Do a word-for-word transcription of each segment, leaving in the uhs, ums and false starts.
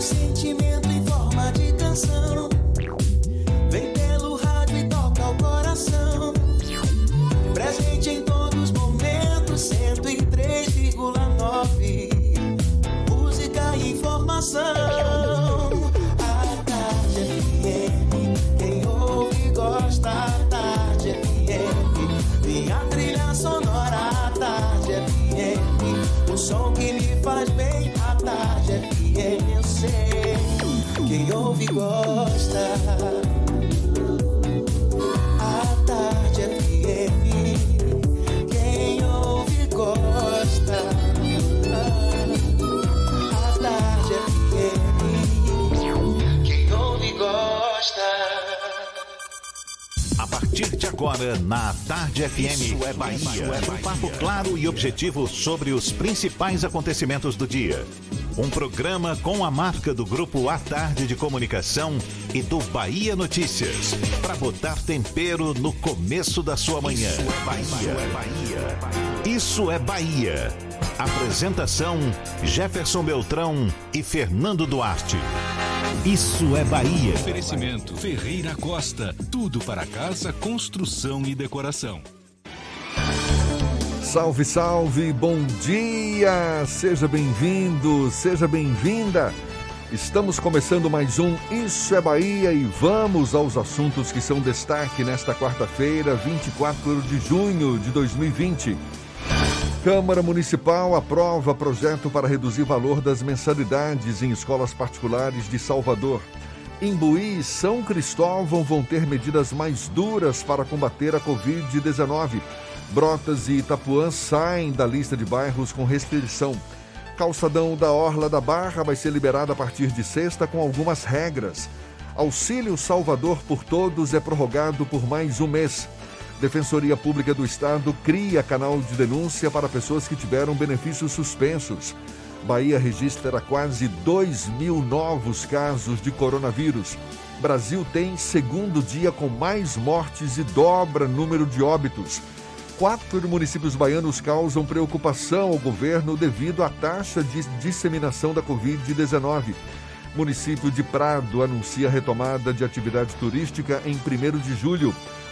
sentimento em forma de canção. Vem pelo rádio e toca o coração. Presente em todos os momentos, cento e três vírgula nove. Música e informação. A Tarde F M, quem ouve gosta. A Tarde F M, minha trilha sonora. A Tarde F M, o som que me faz bem. A Tarde F M, eu sei, quem ouve gosta. A Tarde F M, quem ouve gosta. A Tarde F M, quem ouve gosta. A partir de agora, na Tarde F M, Isso é Bahia. Isso é Bahia. Um papo claro e objetivo sobre os principais acontecimentos do dia. Um programa com a marca do Grupo A Tarde de Comunicação e do Bahia Notícias, para botar tempero no começo da sua manhã. Isso é Bahia. Isso é Bahia. Apresentação: Jefferson Beltrão e Fernando Duarte. Isso é Bahia. Oferecimento Ferreira Costa. Tudo para casa, construção e decoração. Salve, salve, bom dia! Seja bem-vindo, seja bem-vinda. Estamos começando mais um Isso é Bahia e vamos aos assuntos que são destaque nesta quarta-feira, vinte e quatro de junho de dois mil e vinte. Câmara Municipal aprova projeto para reduzir valor das mensalidades em escolas particulares de Salvador. Imbuí e São Cristóvão vão ter medidas mais duras para combater a covid dezenove. Brotas e Itapuã saem da lista de bairros com restrição. Calçadão da Orla da Barra vai ser liberado a partir de sexta com algumas regras. Auxílio Salvador por Todos é prorrogado por mais um mês. Defensoria Pública do Estado cria canal de denúncia para pessoas que tiveram benefícios suspensos. Bahia registra quase dois mil novos casos de coronavírus. Brasil tem segundo dia com mais mortes e dobra número de óbitos. Quatro municípios baianos causam preocupação ao governo devido à taxa de disseminação da covid dezenove. Município de Prado anuncia retomada de atividade turística em primeiro de julho.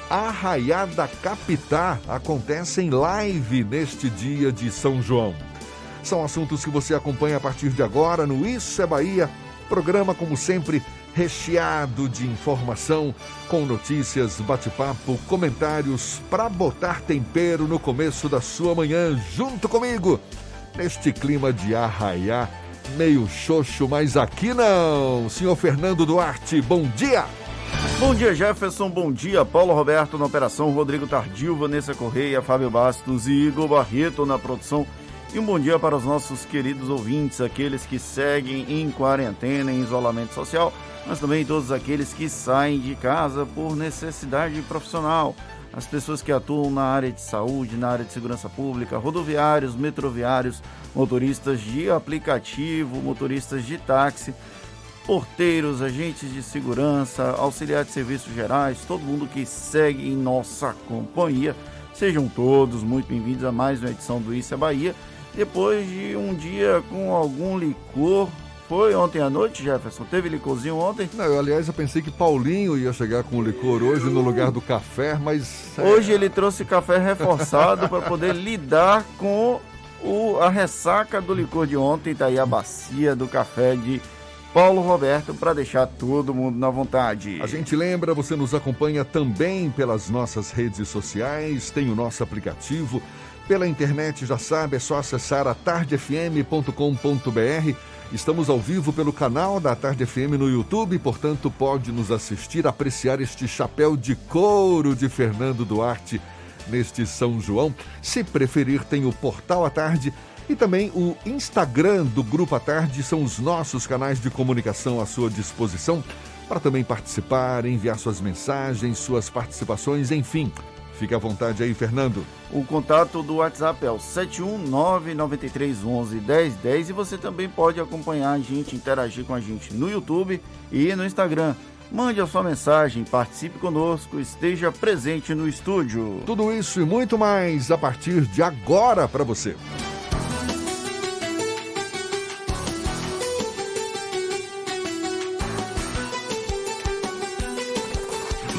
Arraiá da Capitá acontece em live neste dia de São João. São assuntos que você acompanha a partir de agora no Isso é Bahia. Programa, como sempre, recheado de informação, com notícias, bate-papo, comentários, para botar tempero no começo da sua manhã, junto comigo, neste clima de arraiá, meio xoxo, mas aqui não. Senhor Fernando Duarte, bom dia! Bom dia, Jefferson, bom dia, Paulo Roberto na operação, Rodrigo Tardio, Vanessa Correia, Fábio Bastos e Igor Barreto na produção. E um bom dia para os nossos queridos ouvintes, aqueles que seguem em quarentena, em isolamento social, mas também todos aqueles que saem de casa por necessidade profissional. As pessoas que atuam na área de saúde, na área de segurança pública, rodoviários, metroviários, motoristas de aplicativo, motoristas de táxi, porteiros, agentes de segurança, auxiliares de serviços gerais, todo mundo que segue em nossa companhia. Sejam todos muito bem-vindos a mais uma edição do Isso é Bahia. Depois de um dia com algum licor, foi ontem à noite, Jefferson? Teve licorzinho ontem? Não, eu, aliás, eu pensei que Paulinho ia chegar com o licor hoje no lugar do café, mas... Hoje ele trouxe café reforçado para poder lidar com o, a ressaca do licor de ontem. Tá aí a bacia do café de Paulo Roberto para deixar todo mundo na vontade. A gente lembra, você nos acompanha também pelas nossas redes sociais, tem o nosso aplicativo. Pela internet, já sabe, é só acessar a tarde f m ponto com ponto b r. Estamos ao vivo pelo canal da Tarde F M no YouTube, portanto pode nos assistir, apreciar este chapéu de couro de Fernando Duarte neste São João. Se preferir, tem o Portal à Tarde e também o Instagram do Grupo à Tarde, são os nossos canais de comunicação à sua disposição para também participar, enviar suas mensagens, suas participações, enfim. Fique à vontade aí, Fernando. O contato do WhatsApp é o sete um nove nove três um um um zero um zero e você também pode acompanhar a gente, interagir com a gente no YouTube e no Instagram. Mande a sua mensagem, participe conosco, esteja presente no estúdio. Tudo isso e muito mais a partir de agora para você.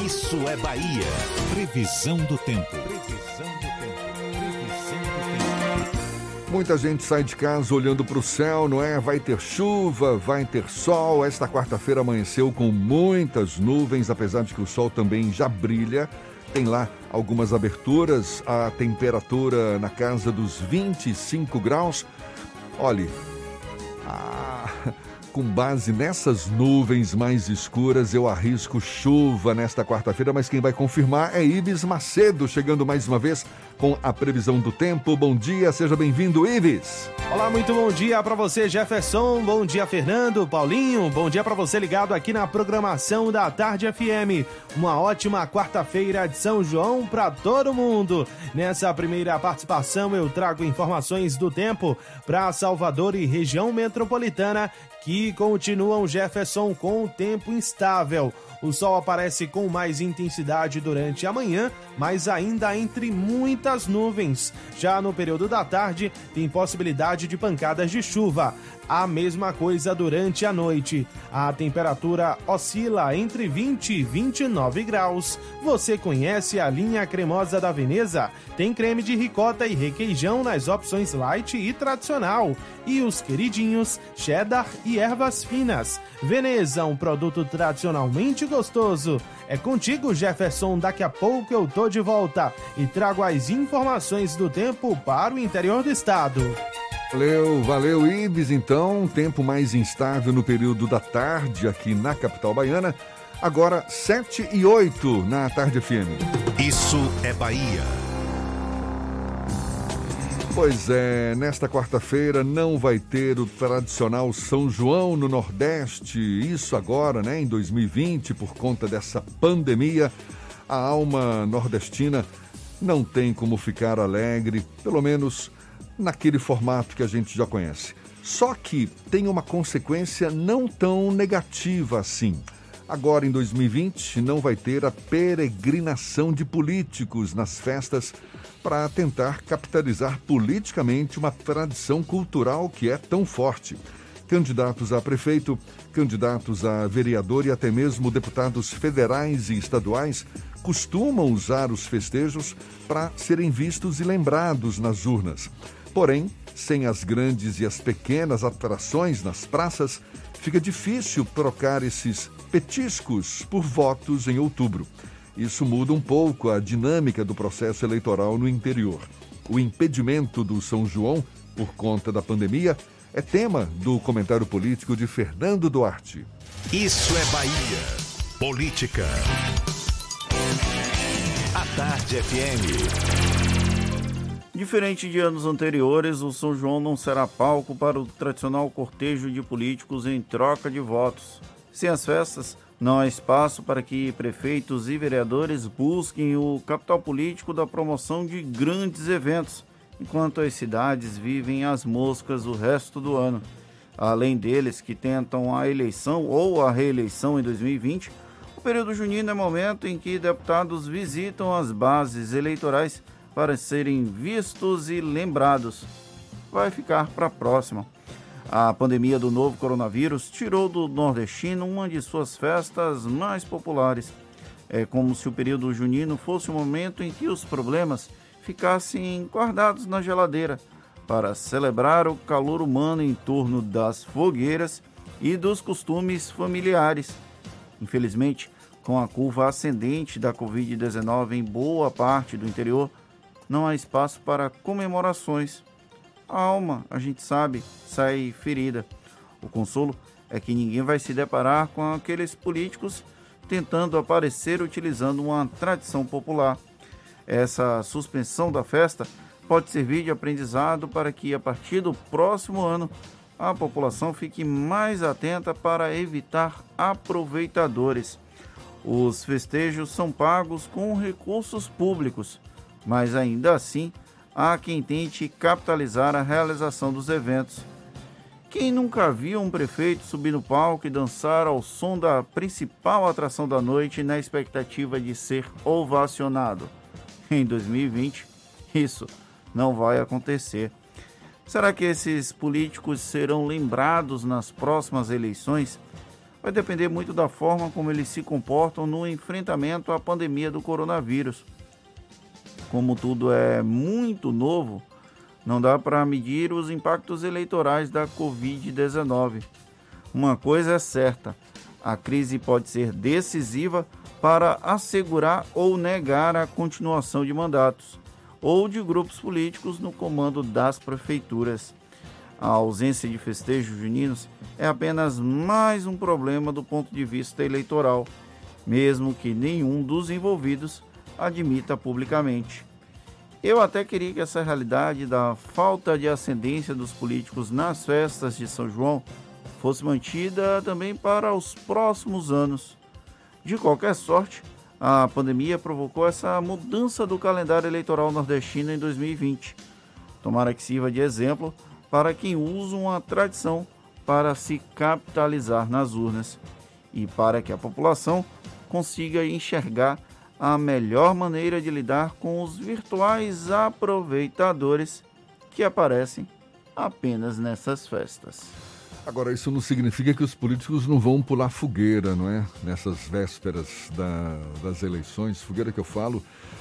Isso é Bahia. Previsão do tempo. Previsão do tempo. Previsão do tempo. Muita gente sai de casa olhando para o céu, não é? Vai ter chuva, vai ter sol. Esta quarta-feira amanheceu com muitas nuvens, apesar de que o sol também já brilha. Tem lá algumas aberturas, a temperatura na casa dos vinte e cinco graus. Olhe, ah, com base nessas nuvens mais escuras, eu arrisco chuva nesta quarta-feira, mas quem vai confirmar é Ives Macedo, chegando mais uma vez com a previsão do tempo. Bom dia, seja bem-vindo, Ives. Olá, muito bom dia para você, Jefferson. Bom dia, Fernando, Paulinho. Bom dia para você ligado aqui na programação da Tarde F M. Uma ótima quarta-feira de São João para todo mundo. Nessa primeira participação, eu trago informações do tempo para Salvador e região metropolitana, que continuam, Jefferson, com o tempo instável. O sol aparece com mais intensidade durante a manhã, mas ainda entre muitas nuvens. Já no período da tarde, tem possibilidade de pancadas de chuva. A mesma coisa durante a noite. A temperatura oscila entre vinte e vinte e nove graus. Você conhece a linha cremosa da Veneza? Tem creme de ricota e requeijão nas opções light e tradicional. E os queridinhos, cheddar e ervas finas. Veneza, um produto tradicionalmente gostoso. É contigo, Jefferson. Daqui a pouco eu tô de volta e trago as informações do tempo para o interior do estado. Valeu, valeu, Ives. Então, tempo mais instável no período da tarde aqui na capital baiana. Agora, sete e oito na Tarde F M. Isso é Bahia. Pois é, nesta quarta-feira não vai ter o tradicional São João no Nordeste. Isso agora, né, em dois mil e vinte, por conta dessa pandemia. A alma nordestina não tem como ficar alegre, pelo menos naquele formato que a gente já conhece. Só que tem uma consequência não tão negativa assim. Agora, em dois mil e vinte, não vai ter a peregrinação de políticos nas festas para tentar capitalizar politicamente uma tradição cultural que é tão forte. Candidatos a prefeito, candidatos a vereador e até mesmo deputados federais e estaduais costumam usar os festejos para serem vistos e lembrados nas urnas. Porém, sem as grandes e as pequenas atrações nas praças, fica difícil trocar esses petiscos por votos em outubro. Isso muda um pouco a dinâmica do processo eleitoral no interior. O impedimento do São João, por conta da pandemia, é tema do comentário político de Fernando Duarte. Isso é Bahia. Política. A Tarde F M. Diferente de anos anteriores, o São João não será palco para o tradicional cortejo de políticos em troca de votos. Sem as festas, não há espaço para que prefeitos e vereadores busquem o capital político da promoção de grandes eventos, enquanto as cidades vivem às moscas o resto do ano. Além deles que tentam a eleição ou a reeleição em dois mil e vinte, o período junino é momento em que deputados visitam as bases eleitorais para serem vistos e lembrados. Vai ficar para a próxima. A pandemia do novo coronavírus tirou do nordestino uma de suas festas mais populares. É como se o período junino fosse o momento em que os problemas ficassem guardados na geladeira, para celebrar o calor humano em torno das fogueiras e dos costumes familiares. Infelizmente, com a curva ascendente da covid dezenove em boa parte do interior, não há espaço para comemorações. A alma, a gente sabe, sai ferida. O consolo é que ninguém vai se deparar com aqueles políticos tentando aparecer utilizando uma tradição popular. Essa suspensão da festa pode servir de aprendizado para que, a partir do próximo ano, a população fique mais atenta para evitar aproveitadores. Os festejos são pagos com recursos públicos, mas ainda assim há quem tente capitalizar a realização dos eventos. Quem nunca viu um prefeito subir no palco e dançar ao som da principal atração da noite na expectativa de ser ovacionado? Em dois mil e vinte, isso não vai acontecer. Será que esses políticos serão lembrados nas próximas eleições? vai depender muito da forma como eles se comportam no enfrentamento à pandemia do coronavírus. Como tudo é muito novo, não dá para medir os impactos eleitorais da covid dezenove. Uma coisa é certa, a crise pode ser decisiva para assegurar ou negar a continuação de mandatos ou de grupos políticos no comando das prefeituras. A ausência de festejos juninos é apenas mais um problema do ponto de vista eleitoral, mesmo que nenhum dos envolvidos admita publicamente. Eu até queria que essa realidade da falta de ascendência dos políticos nas festas de São João fosse mantida também para os próximos anos. De qualquer sorte, a pandemia provocou essa mudança do calendário eleitoral nordestino em dois mil e vinte. Tomara que sirva de exemplo para quem usa uma tradição para se capitalizar nas urnas e para que a população consiga enxergar a melhor maneira de lidar com os virtuais aproveitadores que aparecem apenas nessas festas. Agora, isso não significa que os políticos não vão pular fogueira, não é? Nessas vésperas da, das eleições, fogueira que eu falo,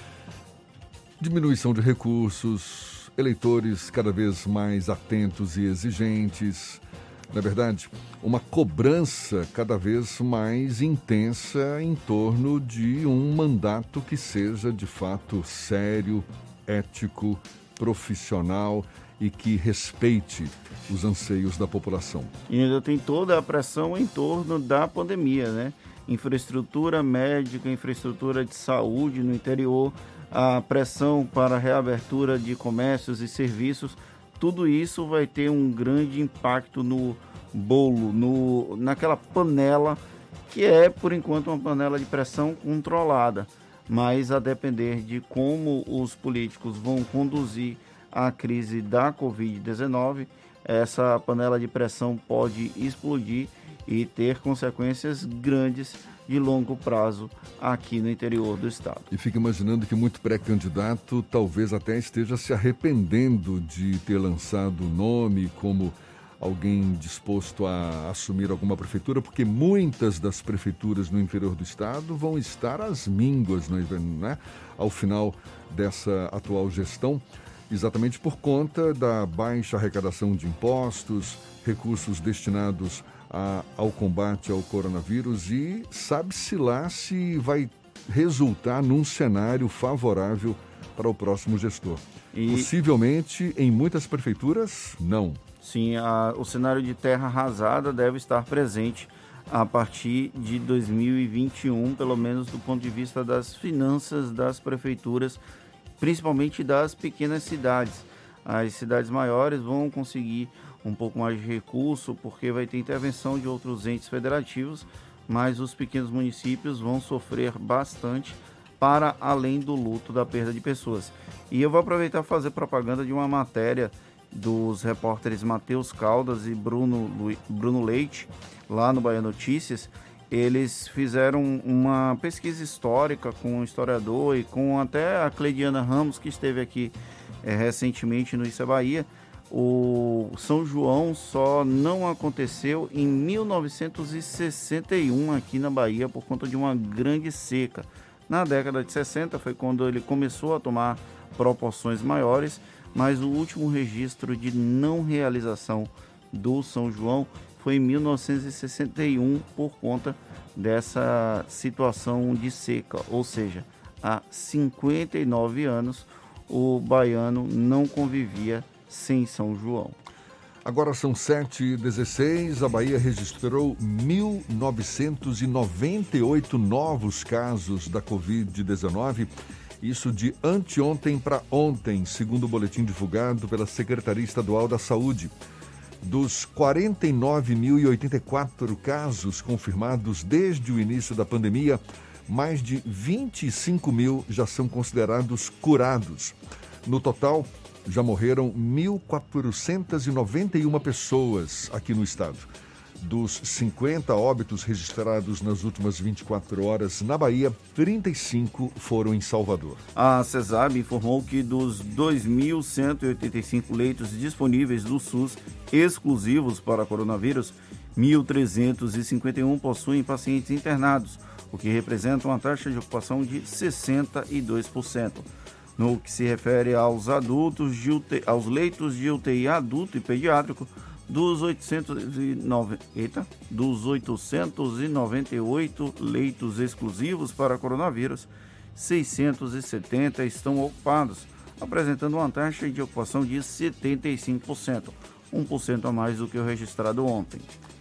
diminuição de recursos, eleitores cada vez mais atentos e exigentes, não é verdade? Uma cobrança cada vez mais intensa em torno de um mandato que seja de fato sério, ético, profissional e que respeite os anseios da população. E ainda tem toda a pressão em torno da pandemia, né? Infraestrutura médica, infraestrutura de saúde no interior, a pressão para a reabertura de comércios e serviços, tudo isso vai ter um grande impacto no bolo, no, naquela panela que é, por enquanto, uma panela de pressão controlada, mas a depender de como os políticos vão conduzir a crise da covid dezenove, essa panela de pressão pode explodir e ter consequências grandes de longo prazo aqui no interior do estado. E fico imaginando que muito pré-candidato talvez até esteja se arrependendo de ter lançado o nome como alguém disposto a assumir alguma prefeitura, porque muitas das prefeituras no interior do estado vão estar às mínguas, né, ao final dessa atual gestão, exatamente por conta da baixa arrecadação de impostos, recursos destinados a, ao combate ao coronavírus, e sabe-se lá se vai resultar num cenário favorável para o próximo gestor. E... possivelmente, em muitas prefeituras, não. Sim, a, o cenário de terra arrasada deve estar presente a partir de dois mil e vinte e um, pelo menos do ponto de vista das finanças das prefeituras, principalmente das pequenas cidades. As cidades maiores vão conseguir um pouco mais de recurso, porque vai ter intervenção de outros entes federativos, mas os pequenos municípios vão sofrer bastante, para além do luto da perda de pessoas. E eu vou aproveitar e fazer propaganda de uma matéria dos repórteres Matheus Caldas e Bruno, Lu... Bruno Leite, lá no Bahia Notícias. Eles fizeram uma pesquisa histórica com um historiador e com até a Cleidiana Ramos, que esteve aqui é, recentemente no Isso é Bahia. O São João só não aconteceu em mil novecentos e sessenta e um aqui na Bahia por conta de uma grande seca. Na década de sessenta foi quando ele começou a tomar proporções maiores, mas o último registro de não realização do São João foi em mil novecentos e sessenta e um por conta dessa situação de seca, ou seja, há cinquenta e nove anos o baiano não convivia sem São João. Agora são sete e dezesseis, a Bahia registrou mil novecentos e noventa e oito novos casos da covid dezenove, isso de anteontem para ontem, segundo o boletim divulgado pela Secretaria Estadual da Saúde. Dos quarenta e nove mil e oitenta e quatro casos confirmados desde o início da pandemia, mais de vinte e cinco mil já são considerados curados. No total, já morreram mil quatrocentas e noventa e uma pessoas aqui no estado. Dos cinquenta óbitos registrados nas últimas vinte e quatro horas na Bahia, trinta e cinco foram em Salvador. A CESAB informou que dos dois mil cento e oitenta e cinco leitos disponíveis do SUS exclusivos para coronavírus, mil trezentos e cinquenta e um possuem pacientes internados, o que representa uma taxa de ocupação de sessenta e dois por cento. No que se refere aos adultos de U T I, aos leitos de U T I adulto e pediátrico, dos, oitocentos e nove, eita, dos oitocentos e noventa e oito leitos exclusivos para coronavírus, seiscentos e setenta estão ocupados, apresentando uma taxa de ocupação de setenta e cinco por cento, um por cento a mais do que o registrado ontem.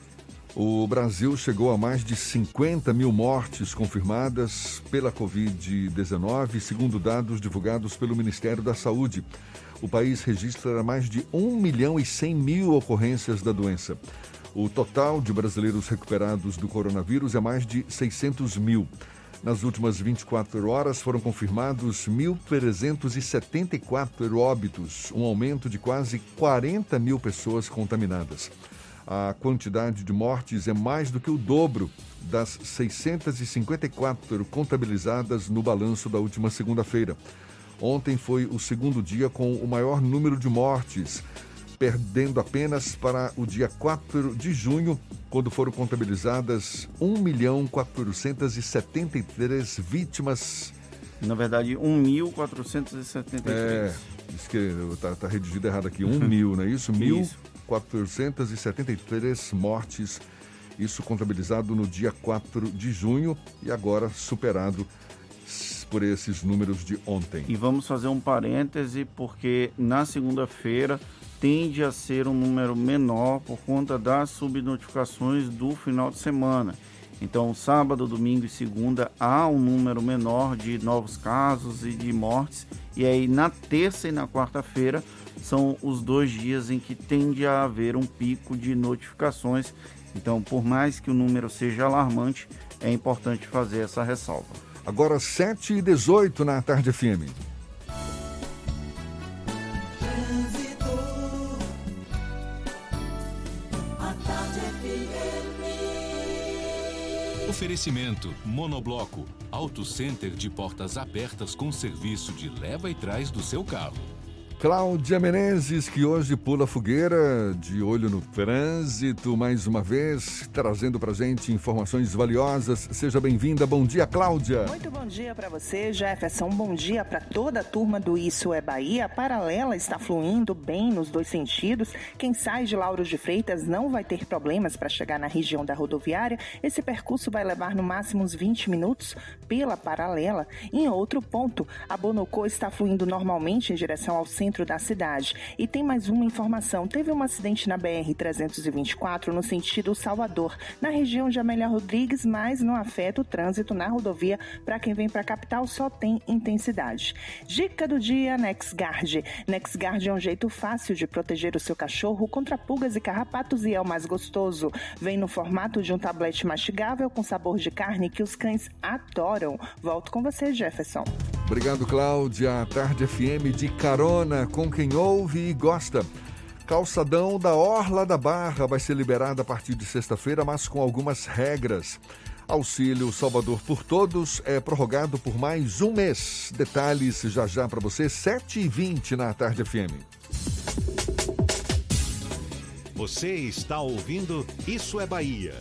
O Brasil chegou a mais de cinquenta mil mortes confirmadas pela covid dezenove, segundo dados divulgados pelo Ministério da Saúde. O país registra mais de um milhão e cem mil ocorrências da doença. O total de brasileiros recuperados do coronavírus é mais de seiscentos mil. Nas últimas vinte e quatro horas foram confirmados mil trezentos e setenta e quatro óbitos, um aumento de quase quarenta mil pessoas contaminadas. A quantidade de mortes é mais do que o dobro das seiscentas e cinquenta e quatro contabilizadas no balanço da última segunda-feira. Ontem foi o segundo dia com o maior número de mortes, perdendo apenas para o dia quatro de junho, quando foram contabilizadas um milhão quatrocentos e setenta e três vítimas. Na verdade, um mil quatrocentos e setenta e três. É, isso que está tá redigido errado aqui, um mil, não é isso? Mil. Isso. quatrocentos e setenta e três mortes, isso contabilizado no dia quatro de junho e agora superado por esses números de ontem. E vamos fazer um parêntese, porque na segunda-feira tende a ser um número menor por conta das subnotificações do final de semana. Então, sábado, domingo e segunda há um número menor de novos casos e de mortes, e aí na terça e na quarta-feira são os dois dias em que tende a haver um pico de notificações. Então, por mais que o número seja alarmante, é importante fazer essa ressalva. Agora sete e dezoito na Tarde F M. Oferecimento Monobloco, Auto Center de portas abertas com serviço de leva e trás do seu carro. Cláudia Menezes, que hoje pula fogueira, de olho no trânsito, mais uma vez, trazendo pra gente informações valiosas. Seja bem-vinda. Bom dia, Cláudia. Muito bom dia para você, Jefferson. Bom dia para toda a turma do Isso é Bahia. A paralela está fluindo bem nos dois sentidos. Quem sai de Lauro de Freitas não vai ter problemas para chegar na região da rodoviária. Esse percurso vai levar no máximo uns vinte minutos pela paralela. Em outro ponto, a Bonocô está fluindo normalmente em direção ao centro da cidade. E tem mais uma informação. Teve um acidente na B R trezentos e vinte e quatro no sentido Salvador, na região de Amélia Rodrigues, mas não afeta o trânsito na rodovia. Para quem vem para a capital, só tem intensidade. Dica do dia, NexGuard. NexGuard é um jeito fácil de proteger o seu cachorro contra pulgas e carrapatos e é o mais gostoso. Vem no formato de um tablete mastigável com sabor de carne que os cães adoram. Volto com você, Jefferson. Obrigado, Cláudia. Tarde F M de carona com quem ouve e gosta. Calçadão da Orla da Barra vai ser liberado a partir de sexta-feira, mas com algumas regras. Auxílio Salvador por Todos é prorrogado por mais um mês. Detalhes já já para você, sete e vinte na Tarde F M. Você está ouvindo Isso é Bahia.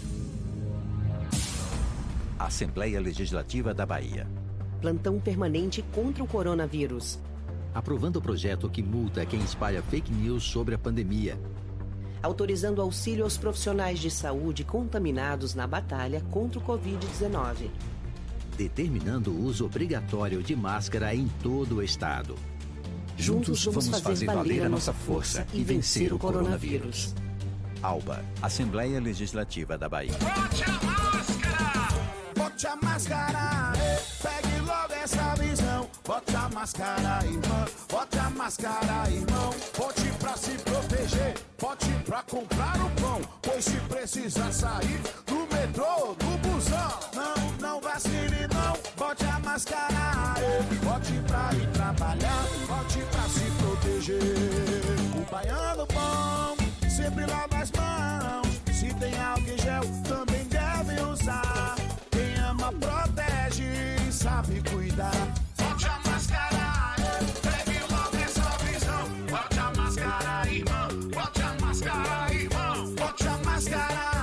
Assembleia Legislativa da Bahia. Plantão permanente contra o coronavírus. Aprovando o projeto que multa quem espalha fake news sobre a pandemia. Autorizando auxílio aos profissionais de saúde contaminados na batalha contra o covid dezenove. Determinando o uso obrigatório de máscara em todo o estado. Juntos, Juntos vamos fazer valer a nossa força e vencer o coronavírus. ALBA, Assembleia Legislativa da Bahia. Bote a máscara! Bote a máscara! Pegue logo essa visão. Bote a máscara, irmã. Bote a máscara, irmão. Bote pra se proteger. Bote pra comprar o pão. Pois se precisar sair do metrô, do busão, não, não vacile não. Bote a máscara. Bote pra ir trabalhar. Bote pra se proteger. O baiano bom sempre lava as mãos. Se tem álcool em gel, também deve usar. Quem ama protege, sabe cuidar. Bote a máscara, pegue logo essa visão. Bote a máscara, irmão. Bote a máscara, irmão. Bote a máscara.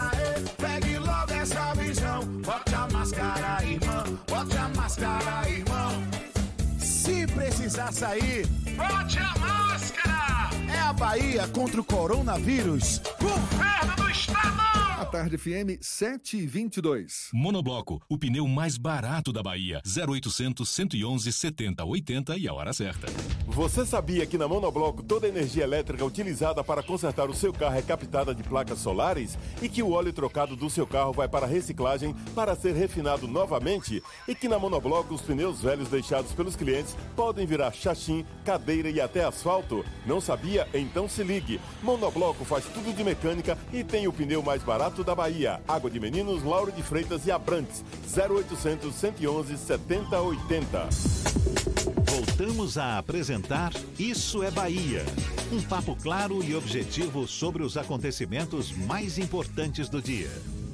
sair. Bote a máscara! É a Bahia contra o coronavírus. Governo do Estado! A Tarde F M sete e vinte e dois. Monobloco, o pneu mais barato da Bahia. zero oitocentos, cento e onze, setenta, oitenta e a hora certa. Você sabia que na Monobloco toda a energia elétrica utilizada para consertar o seu carro é captada de placas solares? E que o óleo trocado do seu carro vai para reciclagem para ser refinado novamente? E que na Monobloco os pneus velhos deixados pelos clientes podem virar chachim, cadeira e até asfalto? Não sabia? Então se ligue. Monobloco faz tudo de mecânica e tem o pneu mais barato da Bahia. Água de Meninos, Lauro de Freitas e Abrantes. zero oitocentos, cento e onze, setenta, oitenta. Voltamos a apresentar Isso é Bahia. Um papo claro e objetivo sobre os acontecimentos mais importantes do dia.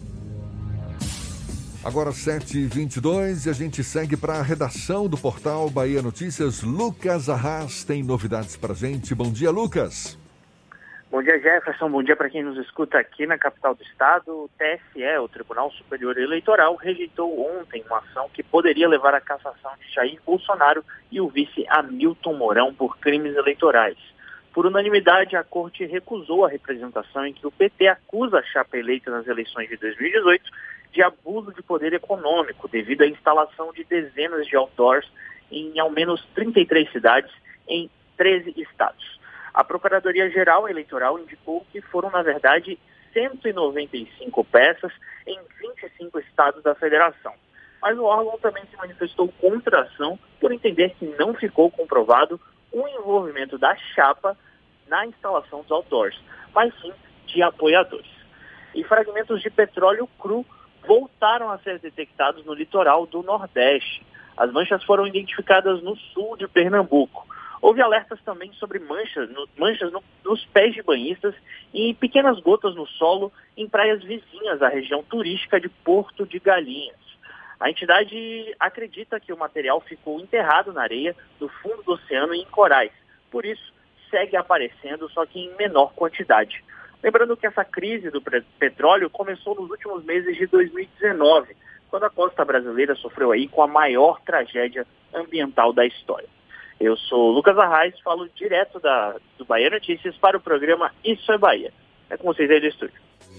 Agora sete e vinte e dois e a gente segue para a redação do portal Bahia Notícias. Lucas Arras tem novidades para a gente. Bom dia, Lucas. Bom dia, Jefferson. Bom dia para quem nos escuta aqui na capital do estado. O T S E, o Tribunal Superior Eleitoral, rejeitou ontem uma ação que poderia levar à cassação de Jair Bolsonaro e o vice Hamilton Mourão por crimes eleitorais. Por unanimidade, a corte recusou a representação em que o P T acusa a chapa eleita nas eleições de dois mil e dezoito de abuso de poder econômico devido à instalação de dezenas de outdoors em ao menos trinta e três cidades em treze estados. A Procuradoria-Geral Eleitoral indicou que foram, na verdade, cento e noventa e cinco peças em vinte e cinco estados da federação. Mas o órgão também se manifestou contra a ação por entender que não ficou comprovado o envolvimento da chapa na instalação dos outdoors, mas sim de apoiadores. E fragmentos de petróleo cru voltaram a ser detectados no litoral do Nordeste. As manchas foram identificadas no sul de Pernambuco. Houve alertas também sobre manchas, no, manchas no, nos pés de banhistas e pequenas gotas no solo em praias vizinhas à região turística de Porto de Galinhas. A entidade acredita que o material ficou enterrado na areia do fundo do oceano e em corais. Por isso, segue aparecendo, só que em menor quantidade. Lembrando que essa crise do petróleo começou nos últimos meses de dois mil e dezenove, quando a costa brasileira sofreu aí com a maior tragédia ambiental da história. Eu sou Lucas Arraes, falo direto da, do Bahia Notícias para o programa Isso é Bahia. É com vocês aí do estúdio.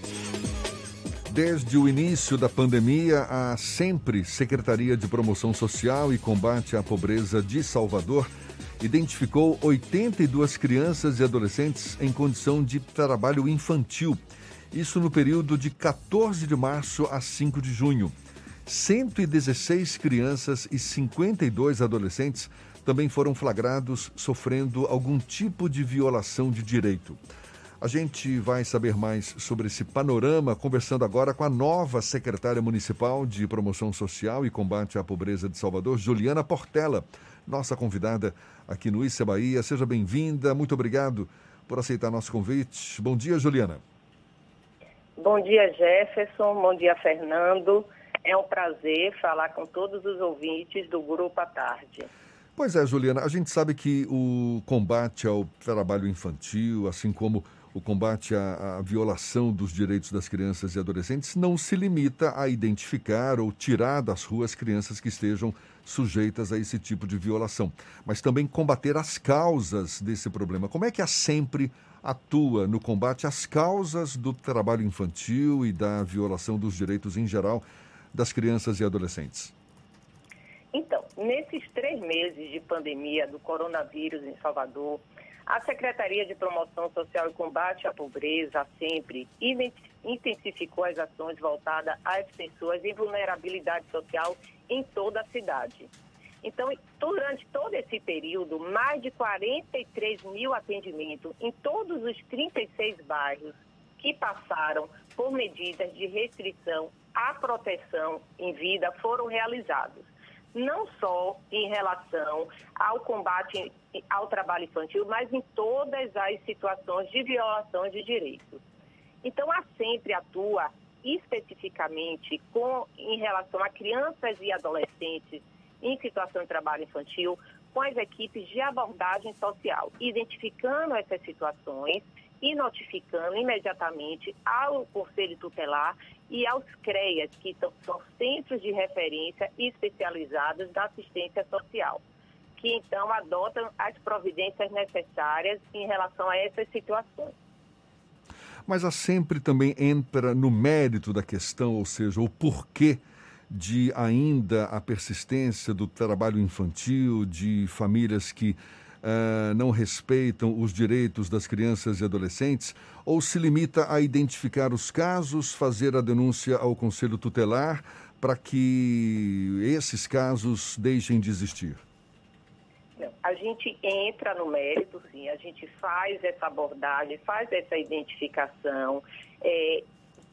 Desde o início da pandemia, a sempre Secretaria de Promoção Social e Combate à Pobreza de Salvador identificou oitenta e duas crianças e adolescentes em condição de trabalho infantil. Isso no período de quatorze de março a cinco de junho. cento e dezesseis crianças e cinquenta e dois adolescentes também foram flagrados sofrendo algum tipo de violação de direito. A gente vai saber mais sobre esse panorama conversando agora com a nova secretária municipal de Promoção Social e Combate à Pobreza de Salvador, Juliana Portela, nossa convidada aqui no Isso é Bahia. Seja bem-vinda, muito obrigado por aceitar nosso convite. Bom dia, Juliana. Bom dia, Jefferson. Bom dia, Fernando. É um prazer falar com todos os ouvintes do Grupo à Tarde. Pois é, Juliana, a gente sabe que o combate ao trabalho infantil, assim como o combate à, à violação dos direitos das crianças e adolescentes, não se limita a identificar ou tirar das ruas crianças que estejam sujeitas a esse tipo de violação, mas também combater as causas desse problema. Como é que a Sempre atua no combate às causas do trabalho infantil e da violação dos direitos em geral das crianças e adolescentes? Então, nesses três meses de pandemia do coronavírus em Salvador, a Secretaria de Promoção Social e Combate à Pobreza, a Sempre, intensificou as ações voltadas às pessoas em vulnerabilidade social em toda a cidade. Então, durante todo esse período, mais de quarenta e três mil atendimentos em todos os trinta e seis bairros que passaram por medidas de restrição à proteção em vida foram realizados. Não só em relação ao combate ao trabalho infantil, mas em todas as situações de violação de direitos. Então, a Sempre atua especificamente com, em relação a crianças e adolescentes em situação de trabalho infantil, com as equipes de abordagem social, identificando essas situações e notificando imediatamente ao Conselho Tutelar e aos CREAS, que são, são centros de referência especializados da assistência social, que então adotam as providências necessárias em relação a essas situações. Mas há sempre também entra no mérito da questão, ou seja, o porquê de ainda a persistência do trabalho infantil, de famílias que uh, não respeitam os direitos das crianças e adolescentes, ou se limita a identificar os casos, fazer a denúncia ao Conselho Tutelar para que esses casos deixem de existir? Não, a gente entra no mérito, sim, a gente faz essa abordagem, faz essa identificação, é,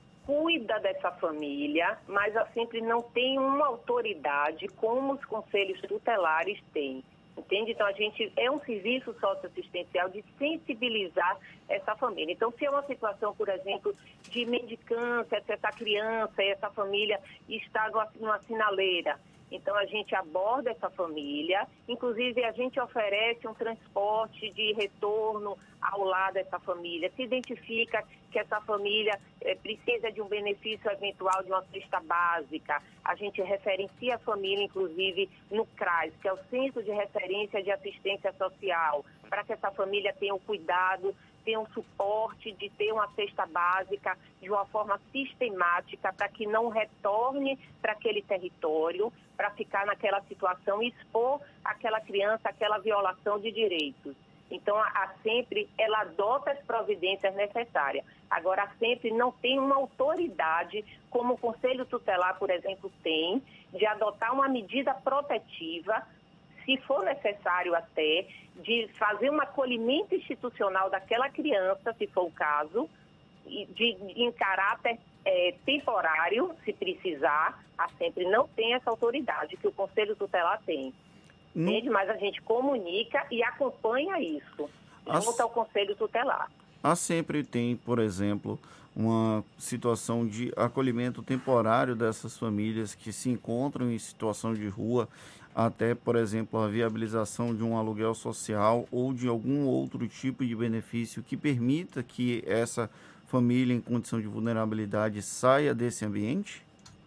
cuida dessa família, mas a sempre não tem uma autoridade como os conselhos tutelares têm, entende? Então, a gente é um serviço socioassistencial de sensibilizar essa família. Então, se é uma situação, por exemplo, de mendicância, se essa criança e essa família está numa, numa sinaleira, então a gente aborda essa família, inclusive a gente oferece um transporte de retorno ao lado dessa família, se identifica que essa família eh, precisa de um benefício eventual de uma cesta básica, a gente referencia a família, inclusive, no CRAS, que é o Centro de Referência de Assistência Social, para que essa família tenha o cuidado, tenha um suporte de ter uma cesta básica de uma forma sistemática, para que não retorne para aquele território, para ficar naquela situação e expor aquela criança, aquela violação de direitos. Então, a, a sempre, ela adota as providências necessárias. Agora, a sempre não tem uma autoridade, como o Conselho Tutelar, por exemplo, tem, de adotar uma medida protetiva, se for necessário até, de fazer um acolhimento institucional daquela criança, se for o caso, de, em caráter é, temporário, se precisar, a sempre não tem essa autoridade que o Conselho Tutelar tem. Hum. Entende? Mas a gente comunica e acompanha isso, As... junto ao Conselho Tutelar. Há sempre tem, por exemplo, uma situação de acolhimento temporário dessas famílias que se encontram em situação de rua, até, por exemplo, a viabilização de um aluguel social ou de algum outro tipo de benefício que permita que essa família em condição de vulnerabilidade saia desse ambiente?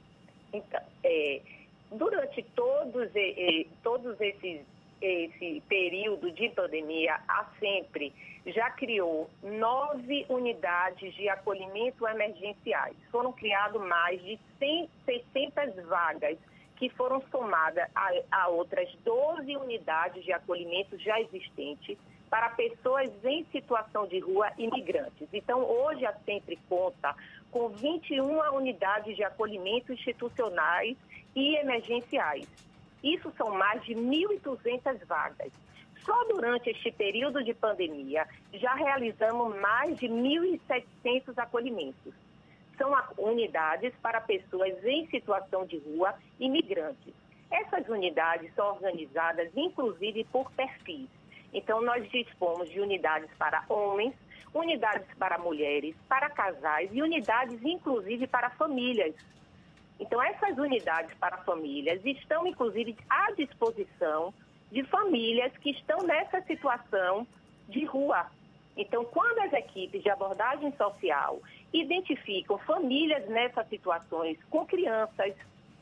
Então, é, durante todos, é, todos esses esse período de pandemia, a sempre já criou nove unidades de acolhimento emergenciais. Foram criadas mais de cem, seiscentas vagas, que foram somadas a, a outras doze unidades de acolhimento já existentes para pessoas em situação de rua e migrantes. Então, hoje a Sempre conta com vinte e uma unidades de acolhimento institucionais e emergenciais. Isso são mais de mil e duzentas vagas. Só durante este período de pandemia, já realizamos mais de mil e setecentos acolhimentos. São unidades para pessoas em situação de rua e migrantes. Essas unidades são organizadas, inclusive, por perfis. Então, nós dispomos de unidades para homens, unidades para mulheres, para casais e unidades, inclusive, para famílias. Então, essas unidades para famílias estão, inclusive, à disposição de famílias que estão nessa situação de rua. Então, quando as equipes de abordagem social identificam famílias nessas situações com crianças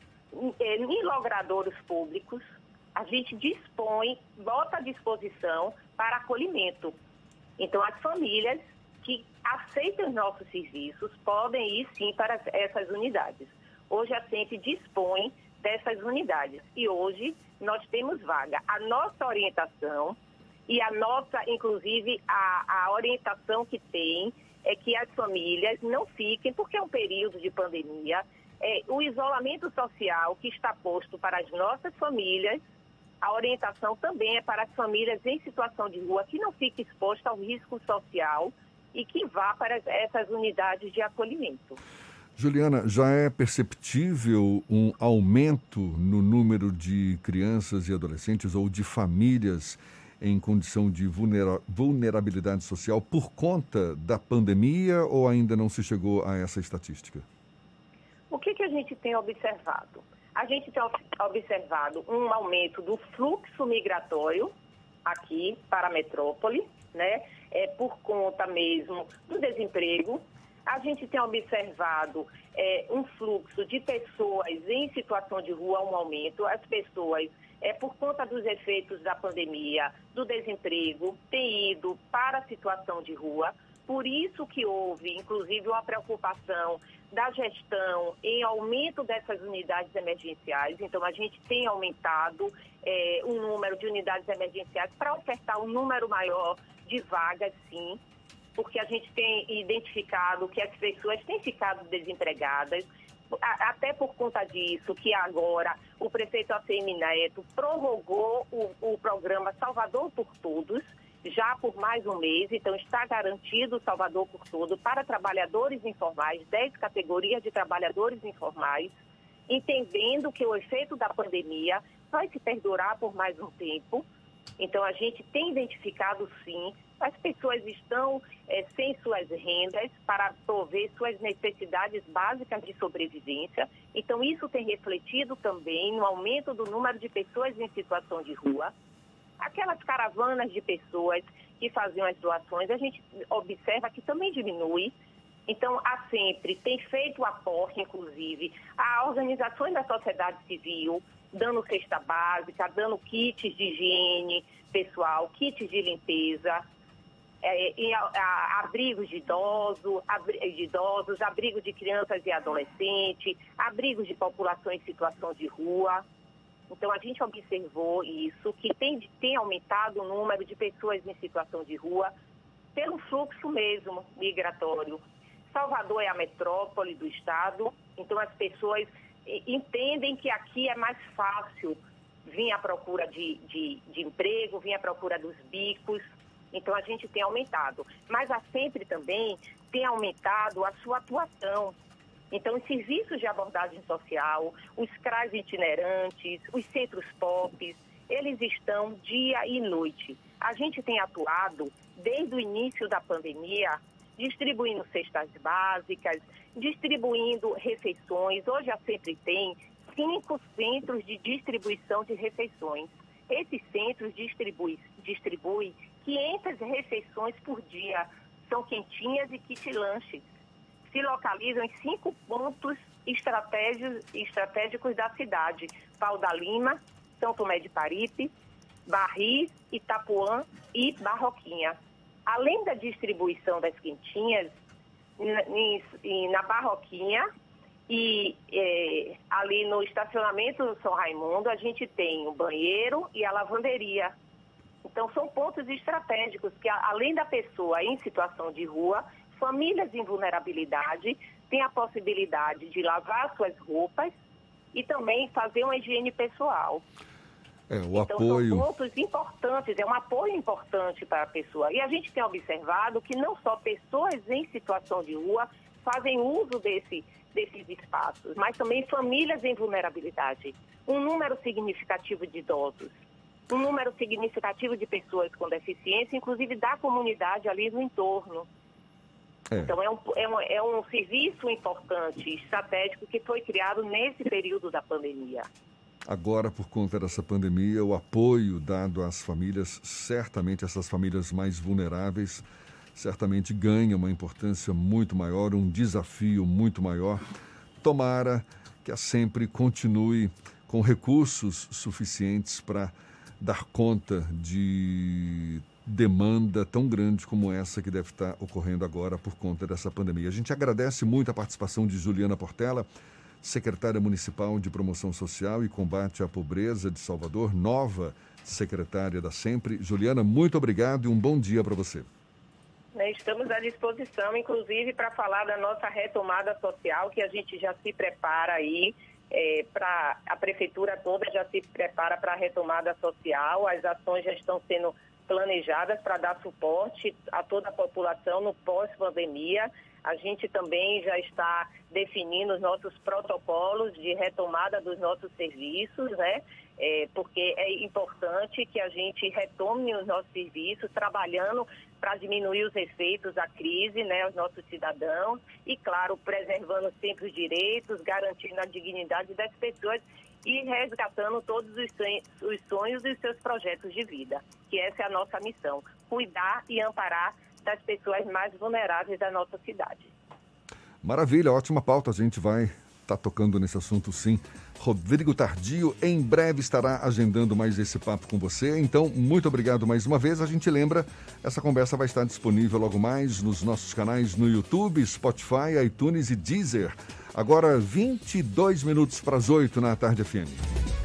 em logradouros públicos, a gente dispõe, bota à disposição para acolhimento. Então, as famílias que aceitam os nossos serviços podem ir, sim, para essas unidades. Hoje a Sempre dispõe dessas unidades e hoje nós temos vaga. A nossa orientação e a nossa, inclusive, a, a orientação que tem é que as famílias não fiquem, porque é um período de pandemia, é, o isolamento social que está posto para as nossas famílias, a orientação também é para as famílias em situação de rua que não fiquem expostas ao risco social e que vá para essas unidades de acolhimento. Juliana, já é perceptível um aumento no número de crianças e adolescentes ou de famílias em condição de vulnera- vulnerabilidade social por conta da pandemia ou ainda não se chegou a essa estatística? O que, que a gente tem observado? A gente tem observado um aumento do fluxo migratório aqui para a metrópole, né? É, por conta mesmo do desemprego. A gente tem observado é, um fluxo de pessoas em situação de rua, um aumento. As pessoas, é, por conta dos efeitos da pandemia, do desemprego, têm ido para a situação de rua. Por isso que houve, inclusive, uma preocupação da gestão em aumento dessas unidades emergenciais. Então, a gente tem aumentado é, o número de unidades emergenciais para ofertar um número maior de vagas, sim, porque a gente tem identificado que as pessoas têm ficado desempregadas, até por conta disso, que agora o prefeito A C M Neto prorrogou o, o programa Salvador por Todos, já por mais um mês. Então está garantido o Salvador por Todos para trabalhadores informais, dez categorias de trabalhadores informais, entendendo que o efeito da pandemia vai se perdurar por mais um tempo. Então a gente tem identificado, sim, as pessoas estão é, sem suas rendas para prover suas necessidades básicas de sobrevivência. Então isso tem refletido também no aumento do número de pessoas em situação de rua. Aquelas caravanas de pessoas que faziam as doações, a gente observa que também diminui. Então, a Sempre tem feito aporte, inclusive, a organizações da sociedade civil, dando cesta básica, dando kits de higiene pessoal, kits de limpeza, é, e a, a, abrigos de, idoso, abri, de idosos, abrigos de crianças e adolescentes, abrigos de população em situação de rua. Então, a gente observou isso, que tem, tem aumentado o número de pessoas em situação de rua pelo fluxo mesmo migratório. Salvador é a metrópole do estado, então as pessoas entendem que aqui é mais fácil vir à procura de, de, de emprego, vir à procura dos bicos. Então, a gente tem aumentado. Mas a Sempre também tem aumentado a sua atuação. Então, os serviços de abordagem social, os C R A S itinerantes, os centros P O Ps, eles estão dia e noite. A gente tem atuado desde o início da pandemia, distribuindo cestas básicas, distribuindo refeições. Hoje a Sempre tem cinco centros de distribuição de refeições. Esses centros distribuem distribui quinhentas refeições por dia. São quentinhas e kit lanches. Se localizam em cinco pontos estratégicos, estratégicos da cidade: Pau da Lima, São Tomé de Paripe, Barris, Itapuã e Barroquinha. Além da distribuição das quentinhas, na, na Barroquinha e é, ali no estacionamento do São Raimundo, a gente tem o banheiro e a lavanderia. Então, são pontos estratégicos que, além da pessoa em situação de rua, famílias em vulnerabilidade têm a possibilidade de lavar suas roupas e também fazer uma higiene pessoal. É, o então, apoio... são pontos importantes, é um apoio importante para a pessoa. E a gente tem observado que não só pessoas em situação de rua fazem uso desse, desses espaços, mas também famílias em vulnerabilidade. Um número significativo de idosos, um número significativo de pessoas com deficiência, inclusive da comunidade ali no entorno. É. Então, é um, é, um, é um serviço importante, estratégico, que foi criado nesse período da pandemia. Agora, por conta dessa pandemia, o apoio dado às famílias, certamente essas famílias mais vulneráveis, certamente ganha uma importância muito maior, um desafio muito maior. Tomara que a Sempre continue com recursos suficientes para dar conta de demanda tão grande como essa que deve estar ocorrendo agora por conta dessa pandemia. A gente agradece muito a participação de Juliana Portela, secretária municipal de Promoção Social e Combate à Pobreza de Salvador, nova secretária da Sempre. Juliana, muito obrigado e um bom dia para você. Estamos à disposição, inclusive, para falar da nossa retomada social, que a gente já se prepara aí, é, para a prefeitura toda já se prepara para a retomada social. As ações já estão sendo planejadas para dar suporte a toda a população no pós-pandemia. A gente também já está definindo os nossos protocolos de retomada dos nossos serviços, né? É, porque é importante que a gente retome os nossos serviços, trabalhando para diminuir os efeitos da crise, né, aos nossos cidadãos e, claro, preservando sempre os direitos, garantindo a dignidade das pessoas e resgatando todos os sonhos e os seus projetos de vida, que essa é a nossa missão, cuidar e amparar das pessoas mais vulneráveis da nossa cidade. Maravilha, ótima pauta, a gente vai estar tá tocando nesse assunto sim. Rodrigo Tardio em breve estará agendando mais esse papo com você, então muito obrigado mais uma vez. A gente lembra, essa conversa vai estar disponível logo mais nos nossos canais no YouTube, Spotify, iTunes e Deezer. Agora vinte e dois minutos para as oito na Tarde F M.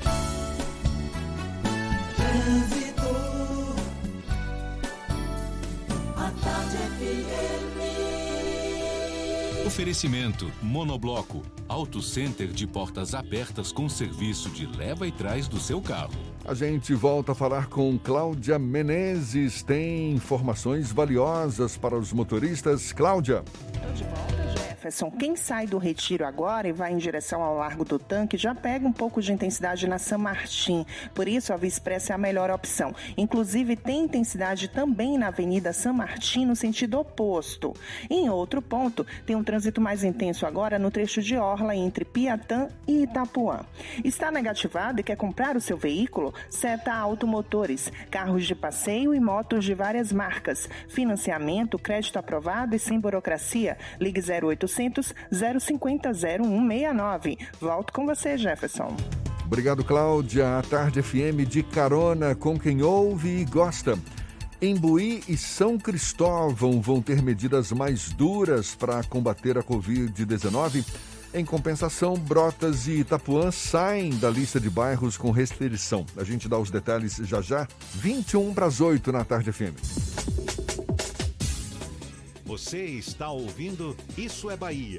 Oferecimento Monobloco, Auto Center de portas abertas com serviço de leva e trás do seu carro. A gente volta a falar com Cláudia Menezes, tem informações valiosas para os motoristas. Cláudia. Estou de volta, Jefferson. Quem sai do Retiro agora e vai em direção ao Largo do Tanque já pega um pouco de intensidade na San Martín. Por isso, a Via Expressa é a melhor opção. Inclusive, tem intensidade também na Avenida San Martín, no sentido oposto. Em outro ponto, tem um trânsito mais intenso agora no trecho de orla entre Piatã e Itapuã. Está negativado e quer comprar o seu veículo? Seta Automotores, carros de passeio e motos de várias marcas. Financiamento, crédito aprovado e sem burocracia. Ligue zero oitocentos, zero cinquenta, zero um seis nove. Volto com você, Jefferson. Obrigado, Cláudia. A Tarde F M de carona com quem ouve e gosta. Embuí e São Cristóvão vão ter medidas mais duras para combater a covid dezenove. Em compensação, Brotas e Itapuã saem da lista de bairros com restrição. A gente dá os detalhes já já. vinte e um para as oito na Tarde F M. Você está ouvindo Isso é Bahia.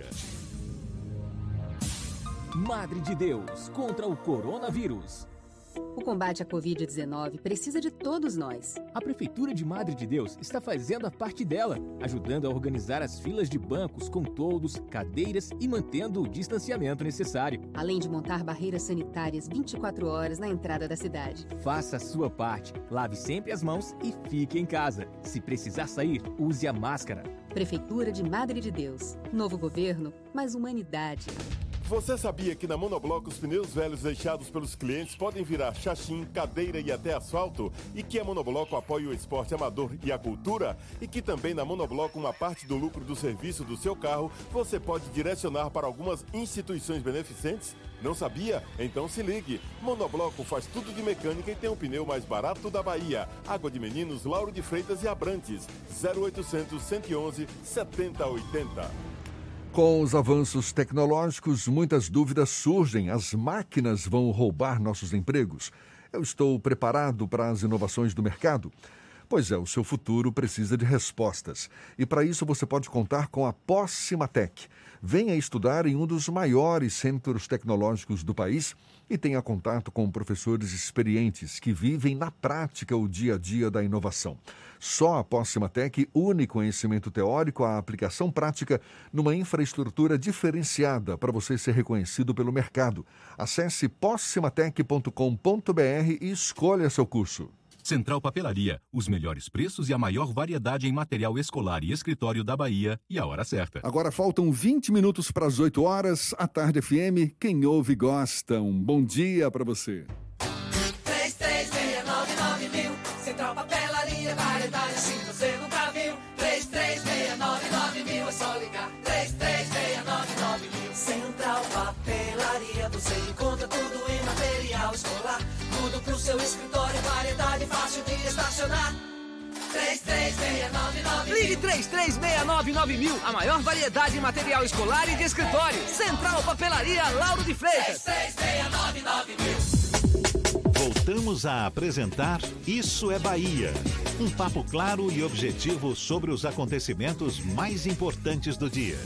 Madre de Deus contra o coronavírus. O combate à covid dezenove precisa de todos nós. A Prefeitura de Madre de Deus está fazendo a parte dela, ajudando a organizar as filas de bancos com toldos, cadeiras e mantendo o distanciamento necessário. Além de montar barreiras sanitárias vinte e quatro horas na entrada da cidade. Faça a sua parte, lave sempre as mãos e fique em casa. Se precisar sair, use a máscara. Prefeitura de Madre de Deus. Novo governo, mais humanidade. Você sabia que na Monobloco os pneus velhos deixados pelos clientes podem virar chachim, cadeira e até asfalto? E que a Monobloco apoia o esporte amador e a cultura? E que também na Monobloco uma parte do lucro do serviço do seu carro você pode direcionar para algumas instituições beneficentes? Não sabia? Então se ligue. Monobloco faz tudo de mecânica e tem o pneu mais barato da Bahia. Água de Meninos, Lauro de Freitas e Abrantes. zero oitocentos, cento e onze, setenta oitenta. Com os avanços tecnológicos, muitas dúvidas surgem. As máquinas vão roubar nossos empregos? Eu estou preparado para as inovações do mercado? Pois é, o seu futuro precisa de respostas. E para isso você pode contar com a Possimatec. Venha estudar em um dos maiores centros tecnológicos do país e tenha contato com professores experientes que vivem na prática o dia a dia da inovação. Só a Possimatec une conhecimento teórico à aplicação prática numa infraestrutura diferenciada para você ser reconhecido pelo mercado. Acesse possimatec ponto com ponto b r e escolha seu curso. Central Papelaria, os melhores preços e a maior variedade em material escolar e escritório da Bahia e a hora certa. Agora faltam vinte minutos para as oito horas. A Tarde F M, quem ouve gosta. Um bom dia para você. três três seis nove nove mil, Central Papelaria, variedade assim você nunca viu. três três seis nove nove mil, é só ligar. três três seis nove nove mil. Central Papelaria, você encontra tudo em material escolar. Tudo pro seu escritório, variedade fácil de estacionar. três três seis nove nove mil. Ligue três três seis nove nove mil. A maior variedade em material escolar e de escritório. Central Papelaria, Lauro de Freitas. três três seis nove nove mil. Voltamos a apresentar Isso é Bahia. Um papo claro e objetivo sobre os acontecimentos mais importantes do dia.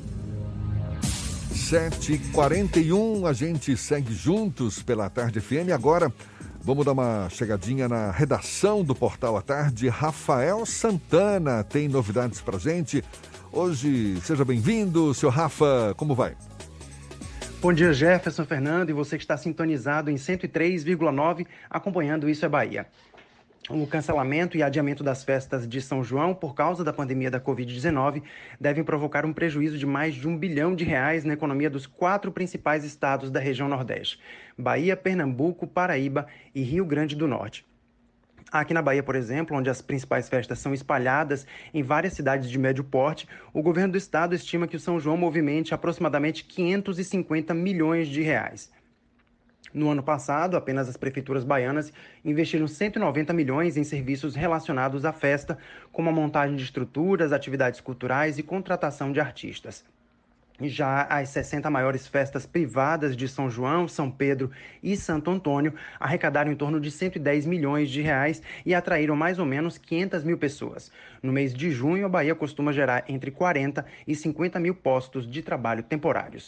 sete e quarenta e um, a gente segue juntos pela Tarde F M. Agora vamos dar uma chegadinha na redação do Portal à Tarde. Rafael Santana tem novidades pra gente. Hoje, seja bem-vindo, seu Rafa, como vai? Bom dia, Jefferson, Fernando, e você que está sintonizado em cento e três vírgula nove, acompanhando Isso é Bahia. O cancelamento e adiamento das festas de São João por causa da pandemia da covid dezenove devem provocar um prejuízo de mais de um bilhão de reais na economia dos quatro principais estados da região Nordeste: Bahia, Pernambuco, Paraíba e Rio Grande do Norte. Aqui na Bahia, por exemplo, onde as principais festas são espalhadas em várias cidades de médio porte, o governo do estado estima que o São João movimente aproximadamente quinhentos e cinquenta milhões de reais. No ano passado, apenas as prefeituras baianas investiram cento e noventa milhões em serviços relacionados à festa, como a montagem de estruturas, atividades culturais e contratação de artistas. Já as sessenta maiores festas privadas de São João, São Pedro e Santo Antônio arrecadaram em torno de cento e dez milhões de reais e atraíram mais ou menos quinhentas mil pessoas. No mês de junho, a Bahia costuma gerar entre quarenta e cinquenta mil postos de trabalho temporários.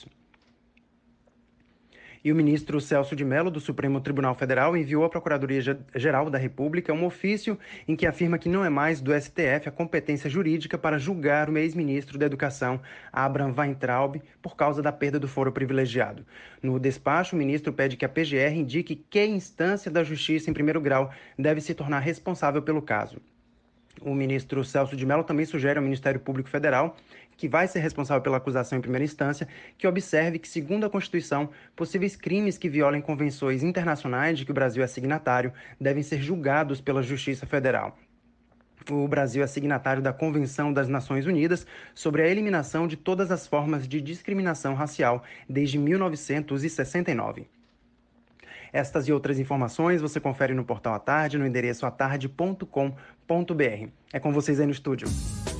E o ministro Celso de Mello, do Supremo Tribunal Federal, enviou à Procuradoria-Geral da República um ofício em que afirma que não é mais do S T F a competência jurídica para julgar o ex-ministro da Educação, Abraham Weintraub, por causa da perda do foro privilegiado. No despacho, o ministro pede que a P G R indique que instância da Justiça em primeiro grau deve se tornar responsável pelo caso. O ministro Celso de Mello também sugere ao Ministério Público Federal, que vai ser responsável pela acusação em primeira instância, que observe que, segundo a Constituição, possíveis crimes que violem convenções internacionais de que o Brasil é signatário devem ser julgados pela Justiça Federal. O Brasil é signatário da Convenção das Nações Unidas sobre a eliminação de todas as formas de discriminação racial desde mil novecentos e sessenta e nove. Estas e outras informações você confere no portal A Tarde, no endereço atarde ponto com ponto br. É com vocês aí no estúdio.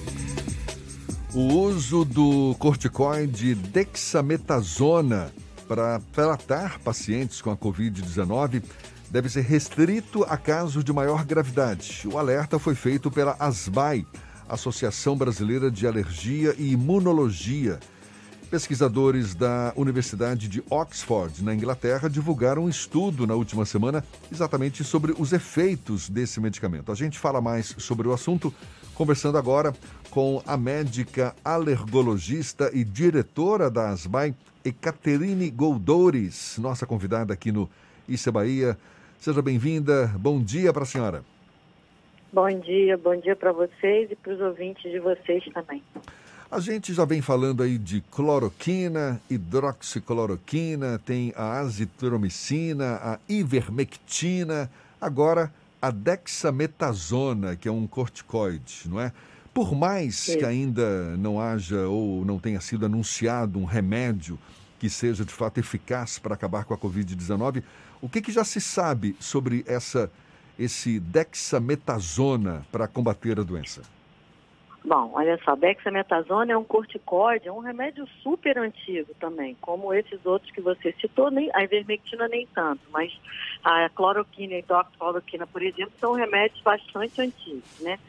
O uso do corticoide dexametasona para tratar pacientes com a covid dezenove deve ser restrito a casos de maior gravidade. O alerta foi feito pela ASBAI, Associação Brasileira de Alergia e Imunologia. Pesquisadores da Universidade de Oxford, na Inglaterra, divulgaram um estudo na última semana exatamente sobre os efeitos desse medicamento. A gente fala mais sobre o assunto conversando agora com a médica alergologista e diretora da ASBAI, Ekaterine Goldouris, nossa convidada aqui no Isso é Bahia. Seja bem-vinda. Bom dia para a senhora. Bom dia, bom dia para vocês e para os ouvintes de vocês também. A gente já vem falando aí de cloroquina, hidroxicloroquina, tem a azitromicina, a ivermectina, agora a dexametasona, que é um corticoide, não é? Por mais Sim. que ainda não haja ou não tenha sido anunciado um remédio que seja de fato eficaz para acabar com a covid dezenove, o que, que já se sabe sobre essa, esse dexametasona para combater a doença? Bom, olha só, dexametasona é um corticoide, é um remédio super antigo também, como esses outros que você citou, nem, a ivermectina nem tanto, mas a cloroquina e a hidroxicloroquina, por exemplo, são remédios bastante antigos, né?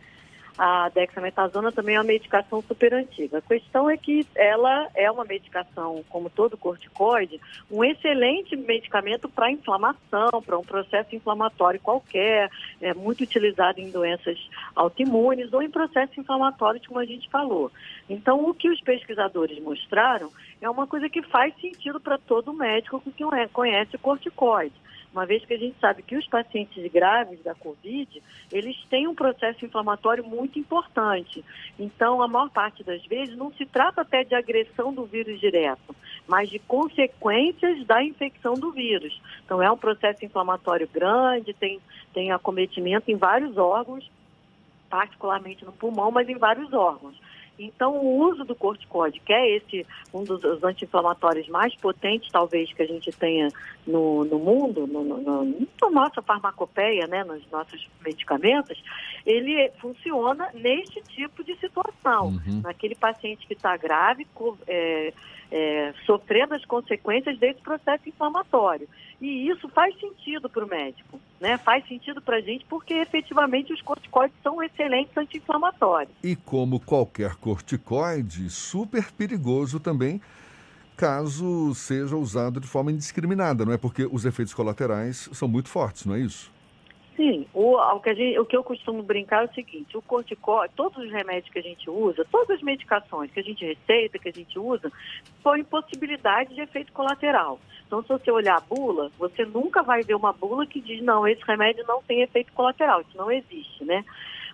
A dexametasona também é uma medicação super antiga. A questão é que ela é uma medicação, como todo corticoide, um excelente medicamento para inflamação, para um processo inflamatório qualquer, é muito utilizado em doenças autoimunes ou em processos inflamatórios, como a gente falou. Então, o que os pesquisadores mostraram é uma coisa que faz sentido para todo médico que conhece o corticoide. Uma vez que a gente sabe que os pacientes graves da Covid, eles têm um processo inflamatório muito importante. Então, a maior parte das vezes, não se trata até de agressão do vírus direto, mas de consequências da infecção do vírus. Então, é um processo inflamatório grande, tem, tem acometimento em vários órgãos, particularmente no pulmão, mas em vários órgãos. Então, o uso do corticoide, que é esse, um dos anti-inflamatórios mais potentes, talvez, que a gente tenha no, no mundo, no, no, no, na nossa farmacopeia, né, nos nossos medicamentos, ele funciona nesse tipo de situação. Uhum. Naquele paciente que está grave, é, é, sofrendo as consequências desse processo inflamatório. E isso faz sentido para o médico, né? Faz sentido para a gente porque, efetivamente, os corticoides são excelentes anti-inflamatórios. E como qualquer corticoide, super perigoso também, caso seja usado de forma indiscriminada, não é? Porque os efeitos colaterais são muito fortes, não é isso? Sim, o, o, que a gente, o que eu costumo brincar é o seguinte, o corticoide, todos os remédios que a gente usa, todas as medicações que a gente receita, que a gente usa, põem possibilidade de efeito colateral. Então, se você olhar a bula, você nunca vai ver uma bula que diz, não, esse remédio não tem efeito colateral, isso não existe, né?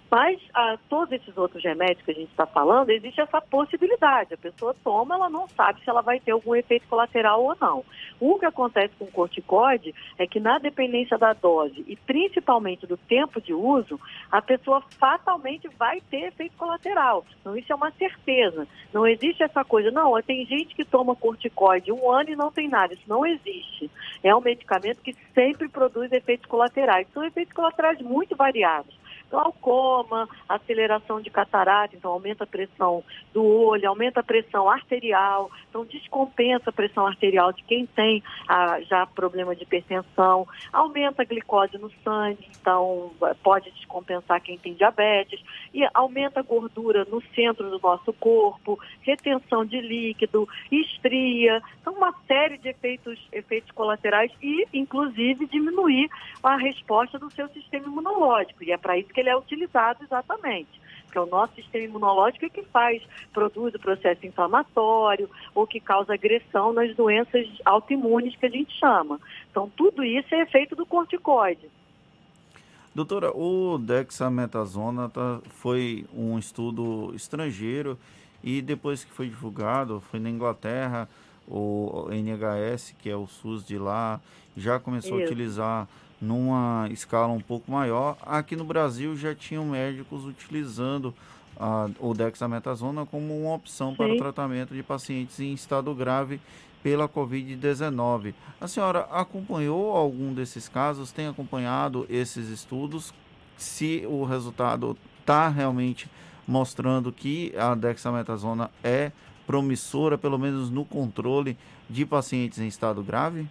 Mas ah, todos esses outros remédios que a gente está falando, existe essa possibilidade. A pessoa toma, ela não sabe se ela vai ter algum efeito colateral ou não. O que acontece com o corticoide é que na dependência da dose e principalmente do tempo de uso, a pessoa fatalmente vai ter efeito colateral. Então isso é uma certeza. Não existe essa coisa, não, tem gente que toma corticoide um ano e não tem nada. Isso não existe. É um medicamento que sempre produz efeitos colaterais. São efeitos colaterais muito variados. Glaucoma, aceleração de catarata, então aumenta a pressão do olho, aumenta a pressão arterial, então descompensa a pressão arterial de quem tem ah, já problema de hipertensão, aumenta a glicose no sangue, então pode descompensar quem tem diabetes, e aumenta a gordura no centro do nosso corpo, retenção de líquido, estria, então uma série de efeitos, efeitos colaterais e, inclusive, diminuir a resposta do seu sistema imunológico, e é para isso que ele é utilizado exatamente, porque é o nosso sistema imunológico é que faz, produz o processo inflamatório ou que causa agressão nas doenças autoimunes que a gente chama. Então, tudo isso é efeito do corticoide. Doutora, o dexametasona tá, foi um estudo estrangeiro e depois que foi divulgado, foi na Inglaterra, o N H S, que é o SUS de lá, já começou Isso. a utilizar numa escala um pouco maior. Aqui no Brasil já tinham médicos utilizando a, o dexametasona como uma opção Sim. para o tratamento de pacientes em estado grave pela covid dezenove. A senhora acompanhou algum desses casos? Tem acompanhado esses estudos? Se o resultado está realmente mostrando que a dexametasona é promissora, pelo menos no controle de pacientes em estado grave?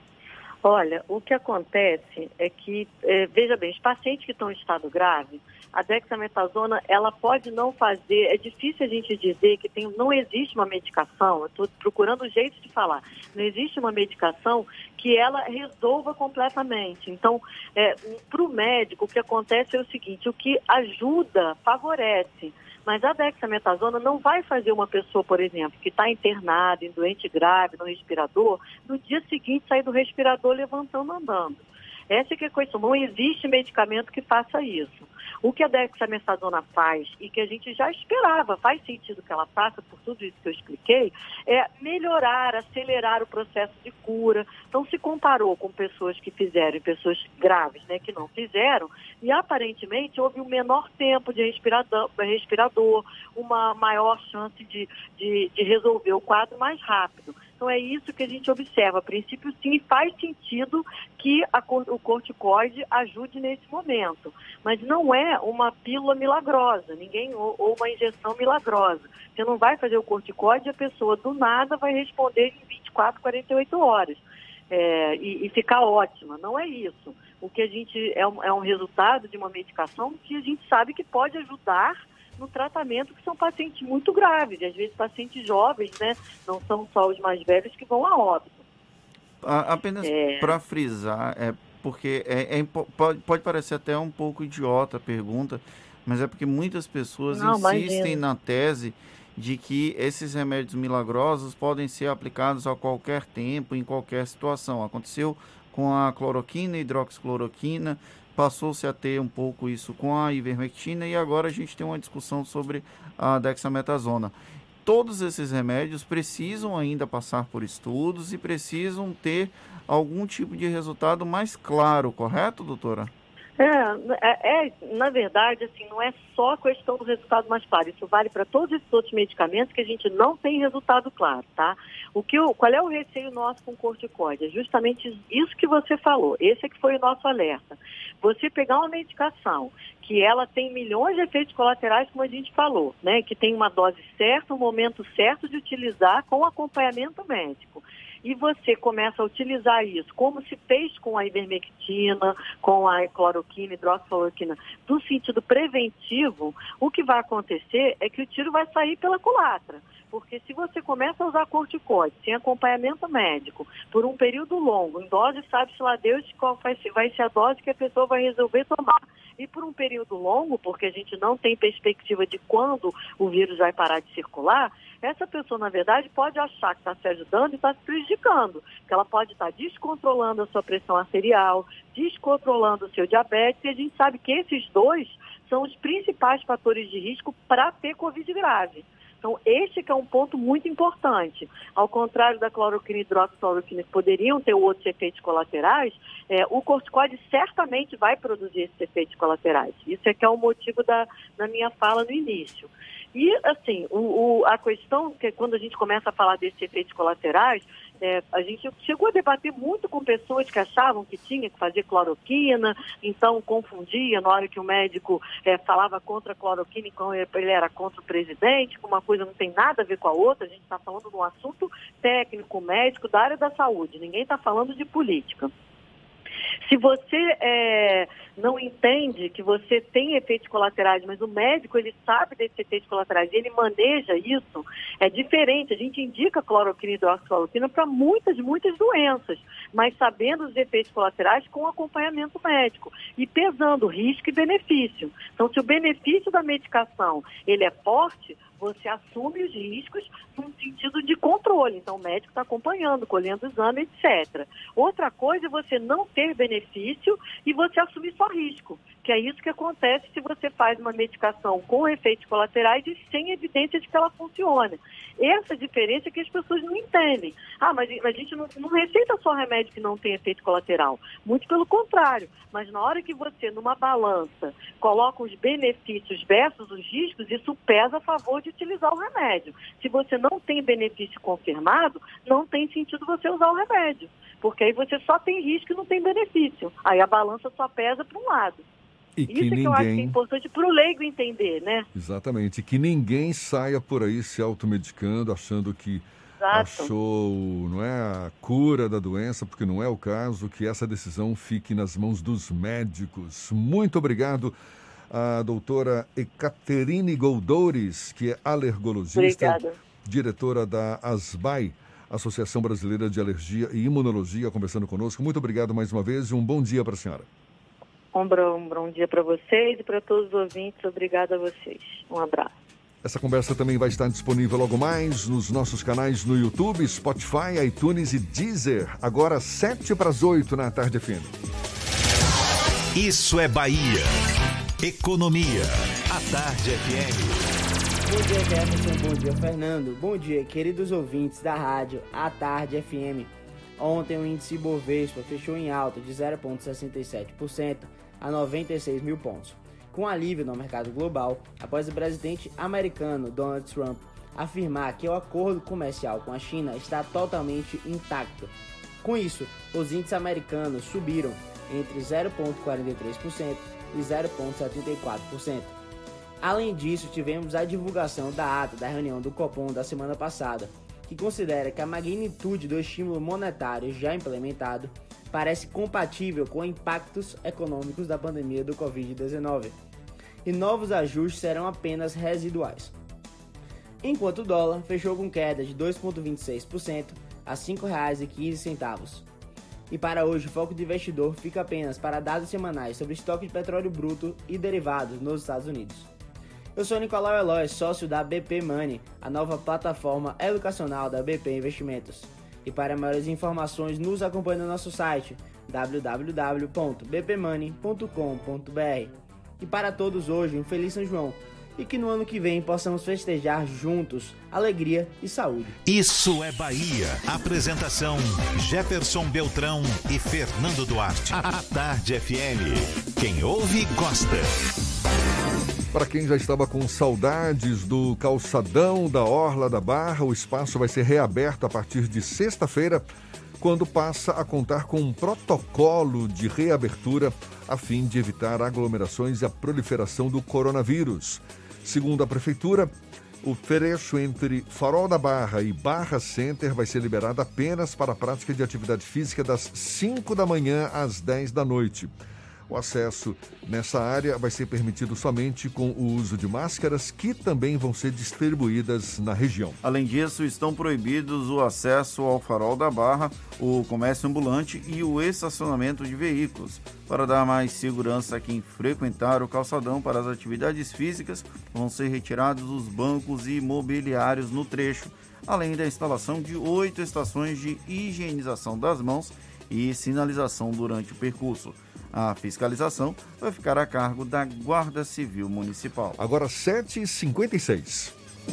Olha, o que acontece é que, é, veja bem, os pacientes que estão em estado grave, a dexametasona, ela pode não fazer, é difícil a gente dizer que tem, não existe uma medicação, eu estou procurando um jeito de falar, não existe uma medicação que ela resolva completamente. Então, é, para o médico, o que acontece é o seguinte, o que ajuda, favorece. Mas a dexametasona não vai fazer uma pessoa, por exemplo, que está internada, em doente grave, no respirador, no dia seguinte sair do respirador levantando, andando. Essa é que é a questão. Não existe medicamento que faça isso. O que a dexametasona faz, e que a gente já esperava, faz sentido que ela faça, por tudo isso que eu expliquei, é melhorar, acelerar o processo de cura. Então, se comparou com pessoas que fizeram, pessoas graves, né, que não fizeram, e aparentemente houve um menor tempo de respirador, respirador uma maior chance de, de, de resolver o quadro mais rápido. Então, é isso que a gente observa. A princípio, sim, faz sentido que a, o corticoide ajude nesse momento. Mas não é uma pílula milagrosa, ninguém ou, ou uma injeção milagrosa. Você não vai fazer o corticoide e a pessoa, do nada, vai responder em vinte e quatro, quarenta e oito horas. É, e, e ficar ótima. Não é isso. O que a gente é um, é um resultado de uma medicação que a gente sabe que pode ajudar no tratamento, que são pacientes muito graves, e às vezes pacientes jovens, né? Não são só os mais velhos que vão a óbito. A, apenas é... para frisar, é porque é, é, pode, pode parecer até um pouco idiota a pergunta, mas é porque muitas pessoas Não, insistem imagina. na tese de que esses remédios milagrosos podem ser aplicados a qualquer tempo, em qualquer situação. Aconteceu com a cloroquina, hidroxicloroquina, passou-se a ter um pouco isso com a ivermectina e agora a gente tem uma discussão sobre a dexametasona. Todos esses remédios precisam ainda passar por estudos e precisam ter algum tipo de resultado mais claro, correto, doutora? É, é, na verdade, assim, não é só a questão do resultado mais claro. Isso vale para todos esses outros medicamentos que a gente não tem resultado claro, tá? O que, qual é o receio nosso com o corticoide? É justamente isso que você falou. Esse é que foi o nosso alerta. Você pegar uma medicação que ela tem milhões de efeitos colaterais, como a gente falou, né? Que tem uma dose certa, um momento certo de utilizar com acompanhamento médico. E você começa a utilizar isso, como se fez com a ivermectina, com a cloroquina, hidroxicloroquina, no sentido preventivo, o que vai acontecer é que o tiro vai sair pela culatra. Porque se você começa a usar corticoide sem acompanhamento médico por um período longo, em dose, sabe-se lá Deus qual vai ser, vai ser a dose que a pessoa vai resolver tomar. e por um período longo, porque a gente não tem perspectiva de quando o vírus vai parar de circular, essa pessoa, na verdade, pode achar que está se ajudando e está se prejudicando, que ela pode estar descontrolando a sua pressão arterial, descontrolando o seu diabetes, e a gente sabe que esses dois são os principais fatores de risco para ter Covid grave. Então, este que é um ponto muito importante. Ao contrário da cloroquina e hidroxicloroquina, que poderiam ter outros efeitos colaterais, é, o corticoide certamente vai produzir esses efeitos colaterais. Isso é que é o motivo da, da minha fala no início. E, assim, o, o, a questão que quando a gente começa a falar desses efeitos colaterais, é, a gente chegou a debater muito com pessoas que achavam que tinha que fazer cloroquina, então confundia na hora que o médico é, falava contra a cloroquina, então ele era contra o presidente, que uma coisa não tem nada a ver com a outra. A gente está falando de um assunto técnico, médico, da área da saúde, ninguém está falando de política. Se você é, não entende que você tem efeitos colaterais, mas o médico ele sabe desses efeitos colaterais e ele maneja isso, é diferente. A gente indica cloroquina e hidroxicloroquina para muitas, muitas doenças, mas sabendo os efeitos colaterais com acompanhamento médico e pesando risco e benefício. Então, se o benefício da medicação ele é forte, você assume os riscos num sentido de controle. Então, o médico está acompanhando, colhendo exame, etcétera. Outra coisa é você não ter benefício e você assumir só risco, que é isso que acontece se você faz uma medicação com efeitos colaterais e sem evidência de que ela funcione. Essa diferença é que as pessoas não entendem. Ah, mas a gente não, não receita só remédio que não tem efeito colateral. Muito pelo contrário. Mas na hora que você, numa balança, coloca os benefícios versus os riscos, isso pesa a favor de utilizar o remédio. Se você não tem benefício confirmado, não tem sentido você usar o remédio. Porque aí você só tem risco e não tem benefício. Aí a balança só pesa para um lado. E Isso que é ninguém... que eu acho que é importante para o leigo entender, né? Exatamente. Que ninguém saia por aí se automedicando, achando que Exato. achou, não é, a cura da doença, porque não é o caso, que essa decisão fique nas mãos dos médicos. Muito obrigado à doutora Ekaterine Goldores, que é alergologista, Obrigada. diretora da ASBAI, Associação Brasileira de Alergia e Imunologia, conversando conosco. Muito obrigado mais uma vez e um bom dia para a senhora. Um bom, bom dia para vocês e para todos os ouvintes. Obrigada a vocês. Um abraço. Essa conversa também vai estar disponível logo mais nos nossos canais no YouTube, Spotify, iTunes e Deezer. Agora sete para as oito na Tarde F M. Isso é Bahia. Economia. A Tarde F M. Bom dia, Jefferson. Bom dia, Fernando. Bom dia, queridos ouvintes da rádio A Tarde F M. Ontem o índice Ibovespa fechou em alta de zero vírgula sessenta e sete por cento a noventa e seis mil pontos, com alívio no mercado global após o presidente americano Donald Trump afirmar que o acordo comercial com a China está totalmente intacto. Com isso, os índices americanos subiram entre zero vírgula quarenta e três por cento e zero vírgula setenta e quatro por cento. Além disso, tivemos a divulgação da ata da reunião do Copom da semana passada, que considera que a magnitude do estímulo monetário já implementado parece compatível com impactos econômicos da pandemia do covid dezenove, e novos ajustes serão apenas residuais. Enquanto o dólar fechou com queda de dois vírgula vinte e seis por cento a cinco reais e quinze centavos. E para hoje o foco do investidor fica apenas para dados semanais sobre estoque de petróleo bruto e derivados nos Estados Unidos. Eu sou Nicolau Eloy, sócio da B P Money, a nova plataforma educacional da B P Investimentos. E para maiores informações, nos acompanhe no nosso site w w w ponto b p money ponto com ponto b r. E para todos hoje, um feliz São João. E que no ano que vem possamos festejar juntos alegria e saúde. Isso é Bahia. Apresentação: Jefferson Beltrão e Fernando Duarte. A Tarde F M. Quem ouve, gosta. Para quem já estava com saudades do calçadão da Orla da Barra, o espaço vai ser reaberto a partir de sexta-feira, quando passa a contar com um protocolo de reabertura a fim de evitar aglomerações e a proliferação do coronavírus. Segundo a Prefeitura, o trecho entre Farol da Barra e Barra Center vai ser liberado apenas para a prática de atividade física das cinco da manhã às dez da noite. O acesso nessa área vai ser permitido somente com o uso de máscaras que também vão ser distribuídas na região. Além disso, estão proibidos o acesso ao Farol da Barra, o comércio ambulante e o estacionamento de veículos. Para dar mais segurança a quem frequentar o calçadão para as atividades físicas, vão ser retirados os bancos e mobiliários no trecho, além da instalação de oito estações de higienização das mãos e sinalização durante o percurso. A fiscalização vai ficar a cargo da Guarda Civil Municipal. Agora sete e cinquenta e seis.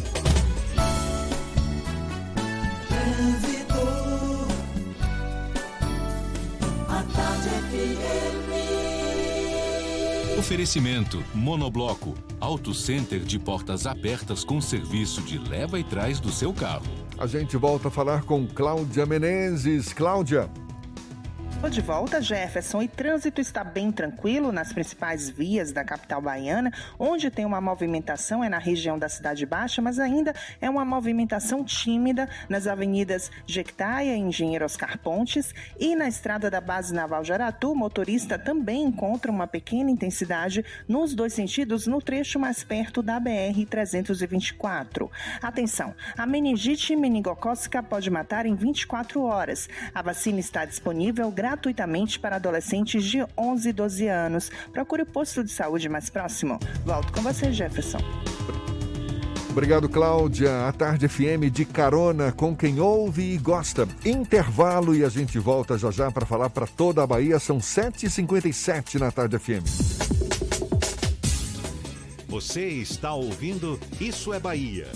Oferecimento Monobloco, Auto Center de portas abertas com serviço de leva e trás do seu carro. A gente volta a falar com Cláudia Menezes. Cláudia. De volta, Jefferson, e trânsito está bem tranquilo nas principais vias da capital baiana. Onde tem uma movimentação é na região da Cidade Baixa, mas ainda é uma movimentação tímida nas avenidas Jequitaia e Engenheiro Oscar Pontes, e na estrada da Base Naval de Aratu, o motorista também encontra uma pequena intensidade nos dois sentidos no trecho mais perto da B R trezentos e vinte e quatro. Atenção, a meningite meningocócica pode matar em vinte e quatro horas. A vacina está disponível gratuitamente gratuitamente para adolescentes de onze e doze anos. Procure o posto de saúde mais próximo. Volto com você, Jefferson. Obrigado, Cláudia. A Tarde F M de carona com quem ouve e gosta. Intervalo e a gente volta já já para falar para toda a Bahia. São sete e cinquenta e sete na Tarde F M. Você está ouvindo Isso é Bahia.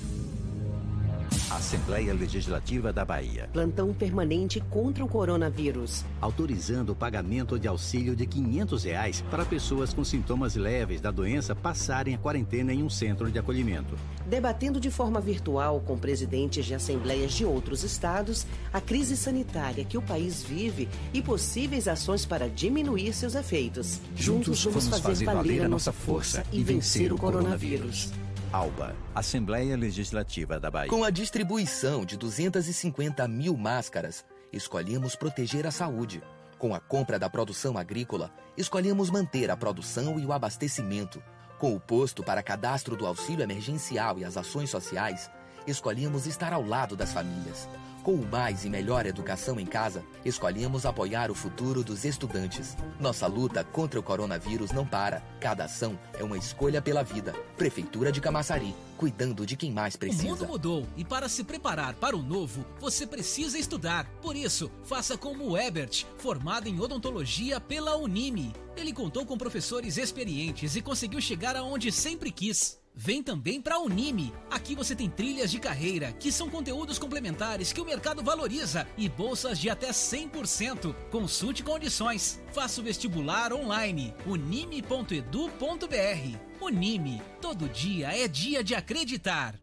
Assembleia Legislativa da Bahia. Plantão permanente contra o coronavírus. Autorizando o pagamento de auxílio de quinhentos reais para pessoas com sintomas leves da doença passarem a quarentena em um centro de acolhimento. Debatendo de forma virtual com presidentes de assembleias de outros estados a crise sanitária que o país vive e possíveis ações para diminuir seus efeitos. Juntos, Juntos vamos fazer, fazer valer a nossa força e vencer o coronavírus. ALBA, Assembleia Legislativa da Bahia. Com a distribuição de duzentas e cinquenta mil máscaras, escolhemos proteger a saúde. Com a compra da produção agrícola, escolhemos manter a produção e o abastecimento. Com o posto para cadastro do auxílio emergencial e as ações sociais, escolhemos estar ao lado das famílias. Com o Mais e Melhor Educação em Casa, escolhemos apoiar o futuro dos estudantes. Nossa luta contra o coronavírus não para. Cada ação é uma escolha pela vida. Prefeitura de Camaçari, cuidando de quem mais precisa. O mundo mudou e para se preparar para o novo, você precisa estudar. Por isso, faça como o Ebert, formado em odontologia pela Unime. Ele contou com professores experientes e conseguiu chegar aonde sempre quis. Vem também para a Unime. Aqui você tem trilhas de carreira, que são conteúdos complementares que o mercado valoriza, e bolsas de até cem por cento. Consulte condições. Faça o vestibular online. unime ponto edu ponto br. Unime. Todo dia é dia de acreditar.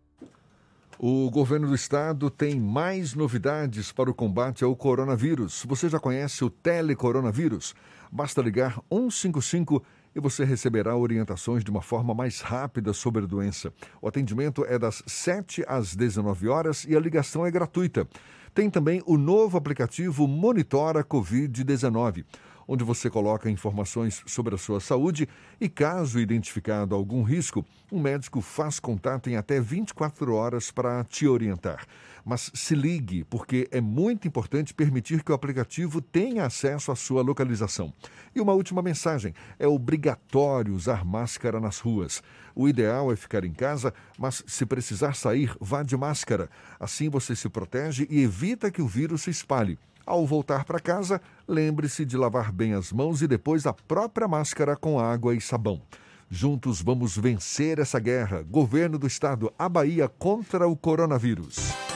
O governo do estado tem mais novidades para o combate ao coronavírus. Você já conhece o telecoronavírus? Basta ligar um cinco cinco e você receberá orientações de uma forma mais rápida sobre a doença. O atendimento é das sete às dezenove horas e a ligação é gratuita. Tem também o novo aplicativo Monitora covid dezenove, onde você coloca informações sobre a sua saúde e, caso identificado algum risco, um médico faz contato em até vinte e quatro horas para te orientar. Mas se ligue, porque é muito importante permitir que o aplicativo tenha acesso à sua localização. E uma última mensagem: é obrigatório usar máscara nas ruas. O ideal é ficar em casa, mas se precisar sair, vá de máscara. Assim você se protege e evita que o vírus se espalhe. Ao voltar para casa, lembre-se de lavar bem as mãos e depois a própria máscara com água e sabão. Juntos vamos vencer essa guerra. Governo do Estado, a Bahia contra o coronavírus.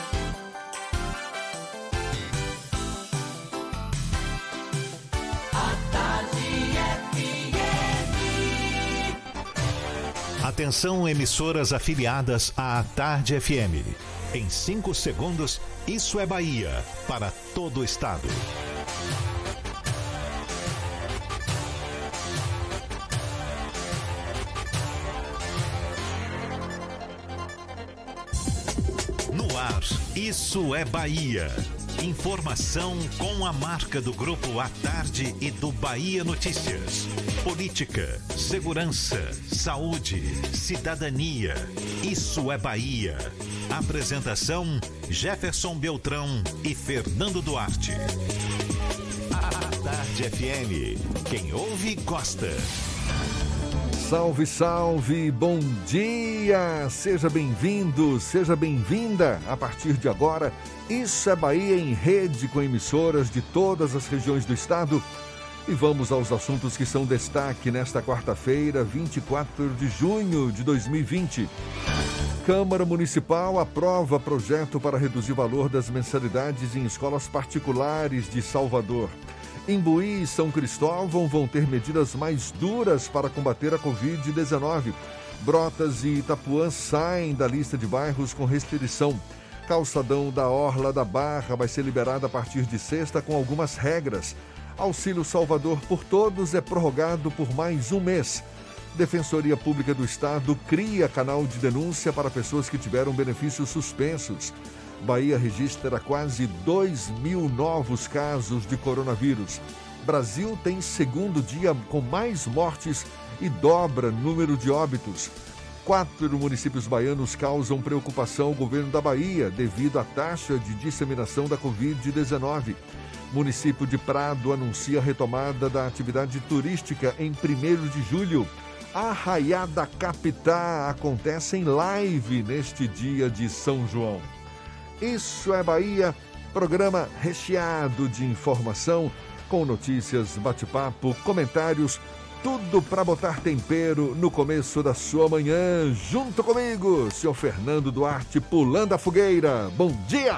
Atenção, emissoras afiliadas à Tarde F M. Em cinco segundos, Isso é Bahia, para todo o estado. No ar, Isso é Bahia. Informação com a marca do Grupo à Tarde e do Bahia Notícias. Política, segurança, saúde, cidadania. Isso é Bahia. Apresentação: Jefferson Beltrão e Fernando Duarte. À Tarde F M. Quem ouve, gosta. Salve, salve, bom dia! Seja bem-vindo, seja bem-vinda. A partir de agora, Isso é Bahia em rede com emissoras de todas as regiões do estado. E vamos aos assuntos que são destaque nesta quarta-feira, vinte e quatro de junho de dois mil e vinte. Câmara Municipal aprova projeto para reduzir o valor das mensalidades em escolas particulares de Salvador. Imbuí e São Cristóvão vão ter medidas mais duras para combater a covid dezenove. Brotas e Itapuã saem da lista de bairros com restrição. Calçadão da Orla da Barra vai ser liberado a partir de sexta com algumas regras. Auxílio Salvador por Todos é prorrogado por mais um mês. Defensoria Pública do Estado cria canal de denúncia para pessoas que tiveram benefícios suspensos. Bahia registra quase dois mil novos casos de coronavírus. Brasil tem segundo dia com mais mortes e dobra número de óbitos. Quatro municípios baianos causam preocupação ao governo da Bahia devido à taxa de disseminação da covid dezenove. Município de Prado anuncia a retomada da atividade turística em primeiro de julho. Arraiá da Capitá acontece em live neste dia de São João. Isso é Bahia, programa recheado de informação, com notícias, bate-papo, comentários, tudo para botar tempero no começo da sua manhã. Junto comigo, senhor Fernando Duarte, pulando a fogueira. Bom dia!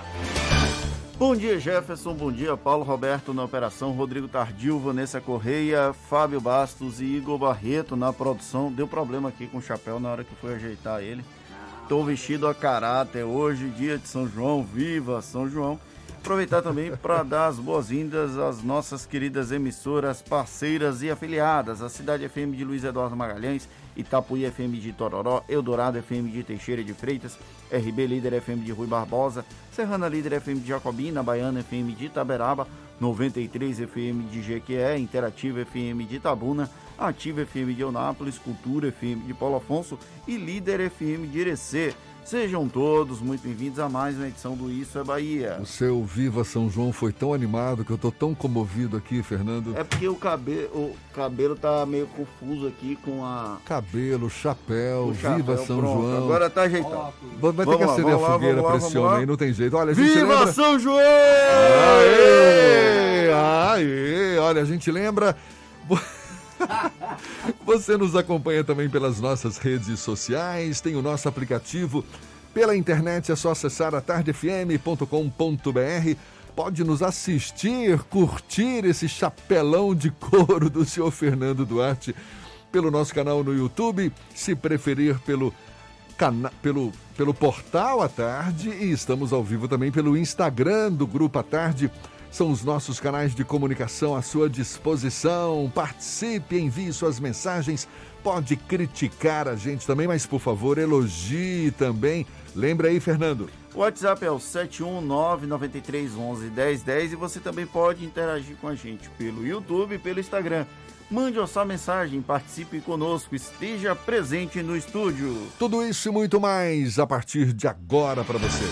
Bom dia, Jefferson. Bom dia, Paulo Roberto na operação, Rodrigo Tardio, Vanessa Correia, Fábio Bastos e Igor Barreto na produção. Deu problema aqui com o chapéu na hora que foi ajeitar ele. Estou vestido a caráter hoje, dia de São João, viva São João. Aproveitar também para dar as boas-vindas às nossas queridas emissoras, parceiras e afiliadas. A Cidade F M de Luiz Eduardo Magalhães, Itapuí F M de Tororó, Eldorado F M de Teixeira de Freitas, R B Líder F M de Rui Barbosa, Serrana Líder F M de Jacobina, Baiana F M de Itaberaba, noventa e três F M de Jequié, Interativa F M de Itabuna, Ativa F M de Eunápolis, Cultura F M de Paulo Afonso e Líder F M de Irecê. Sejam todos muito bem-vindos a mais uma edição do Isso é Bahia. O seu Viva São João foi tão animado que eu tô tão comovido aqui, Fernando. É porque o cabelo, o cabelo tá meio confuso aqui com a... Cabelo, chapéu, chapéu Viva São pronto. João. Agora tá ajeitado. Vai ter vamos que acender lá, a fogueira para esse homem aí, não tem jeito. Olha, a gente Viva lembra... São João! Aê! Aê! Olha, a gente lembra... Você nos acompanha também pelas nossas redes sociais, tem o nosso aplicativo. Pela internet é só acessar a tarde f m ponto com ponto b r. Pode nos assistir, curtir esse chapelão de couro do senhor Fernando Duarte pelo nosso canal no YouTube, se preferir pelo, cana- pelo, pelo portal à tarde, e estamos ao vivo também pelo Instagram do Grupo à Tarde. São os nossos canais de comunicação à sua disposição. Participe, envie suas mensagens. Pode criticar a gente também, mas, por favor, elogie também. Lembra aí, Fernando. O WhatsApp é o sete um nove nove três um um um zero um zero e você também pode interagir com a gente pelo YouTube e pelo Instagram. Mande a sua mensagem, participe conosco, esteja presente no estúdio. Tudo isso e muito mais a partir de agora para você.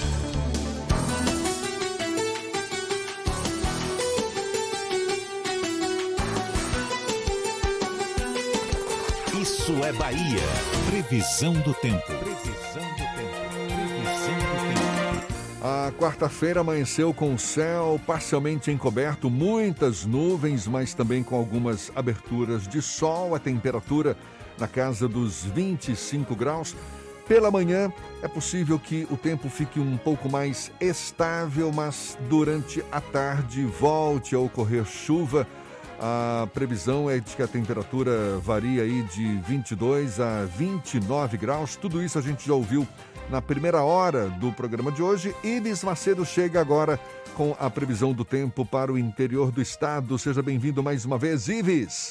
Isso é Bahia. Previsão do tempo. Previsão do tempo. Previsão do tempo. A quarta-feira amanheceu com o céu parcialmente encoberto, muitas nuvens, mas também com algumas aberturas de sol. A temperatura na casa dos vinte e cinco graus. Pela manhã é possível que o tempo fique um pouco mais estável, mas durante a tarde volte a ocorrer chuva. A previsão é de que a temperatura varia aí de vinte e dois a vinte e nove graus. Tudo isso a gente já ouviu na primeira hora do programa de hoje. Ives Macedo chega agora com a previsão do tempo para o interior do estado. Seja bem-vindo mais uma vez, Ives.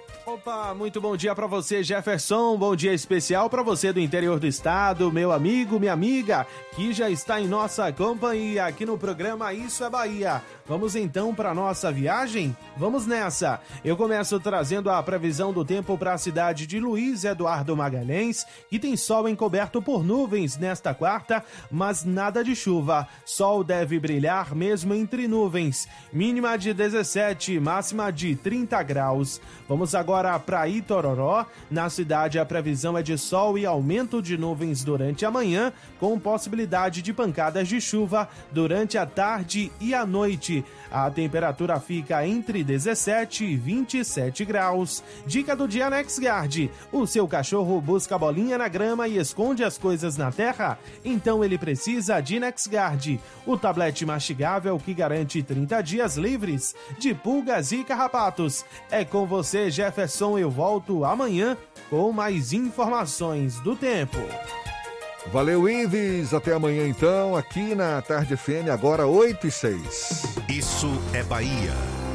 Opa, muito bom dia para você, Jefferson. Bom dia especial para você do interior do estado, meu amigo, minha amiga, que já está em nossa companhia aqui no programa Isso é Bahia. Vamos então para nossa viagem? Vamos nessa! Eu começo trazendo a previsão do tempo para a cidade de Luiz Eduardo Magalhães, que tem sol encoberto por nuvens nesta quarta, mas nada de chuva. Sol deve brilhar mesmo entre nuvens. Mínima de dezessete, máxima de trinta graus. Vamos agora para Itororó. Na cidade a previsão é de sol e aumento de nuvens durante a manhã, com possibilidade de pancadas de chuva durante a tarde e a noite. A temperatura fica entre dezessete e vinte e sete graus. Dica do dia NexGuard. O seu cachorro busca bolinha na grama e esconde as coisas na terra? Então ele precisa de NexGuard, o tablete mastigável que garante trinta dias livres de pulgas e carrapatos. É com você, Jefferson. Eu volto amanhã com mais informações do tempo. Valeu, Ives. Até amanhã, então, aqui na Tarde F M, agora oito e seis. Isso é Bahia.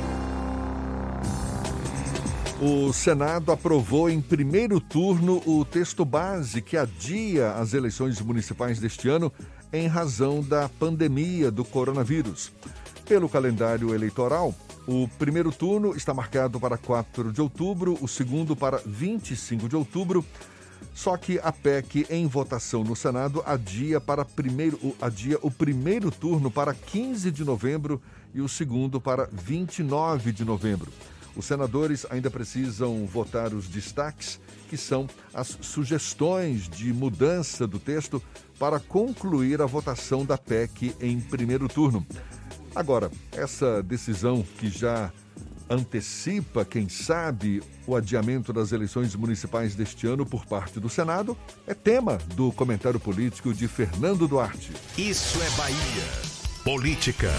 O Senado aprovou em primeiro turno o texto base que adia as eleições municipais deste ano em razão da pandemia do coronavírus. Pelo calendário eleitoral, o primeiro turno está marcado para quatro de outubro, o segundo para vinte e cinco de outubro. Só que a P E C em votação no Senado adia, para primeiro, adia o primeiro turno para quinze de novembro e o segundo para vinte e nove de novembro. Os senadores ainda precisam votar os destaques, que são as sugestões de mudança do texto para concluir a votação da P E C em primeiro turno. Agora, essa decisão que já antecipa, quem sabe, o adiamento das eleições municipais deste ano por parte do Senado, é tema do comentário político de Fernando Duarte. Isso é Bahia. Política.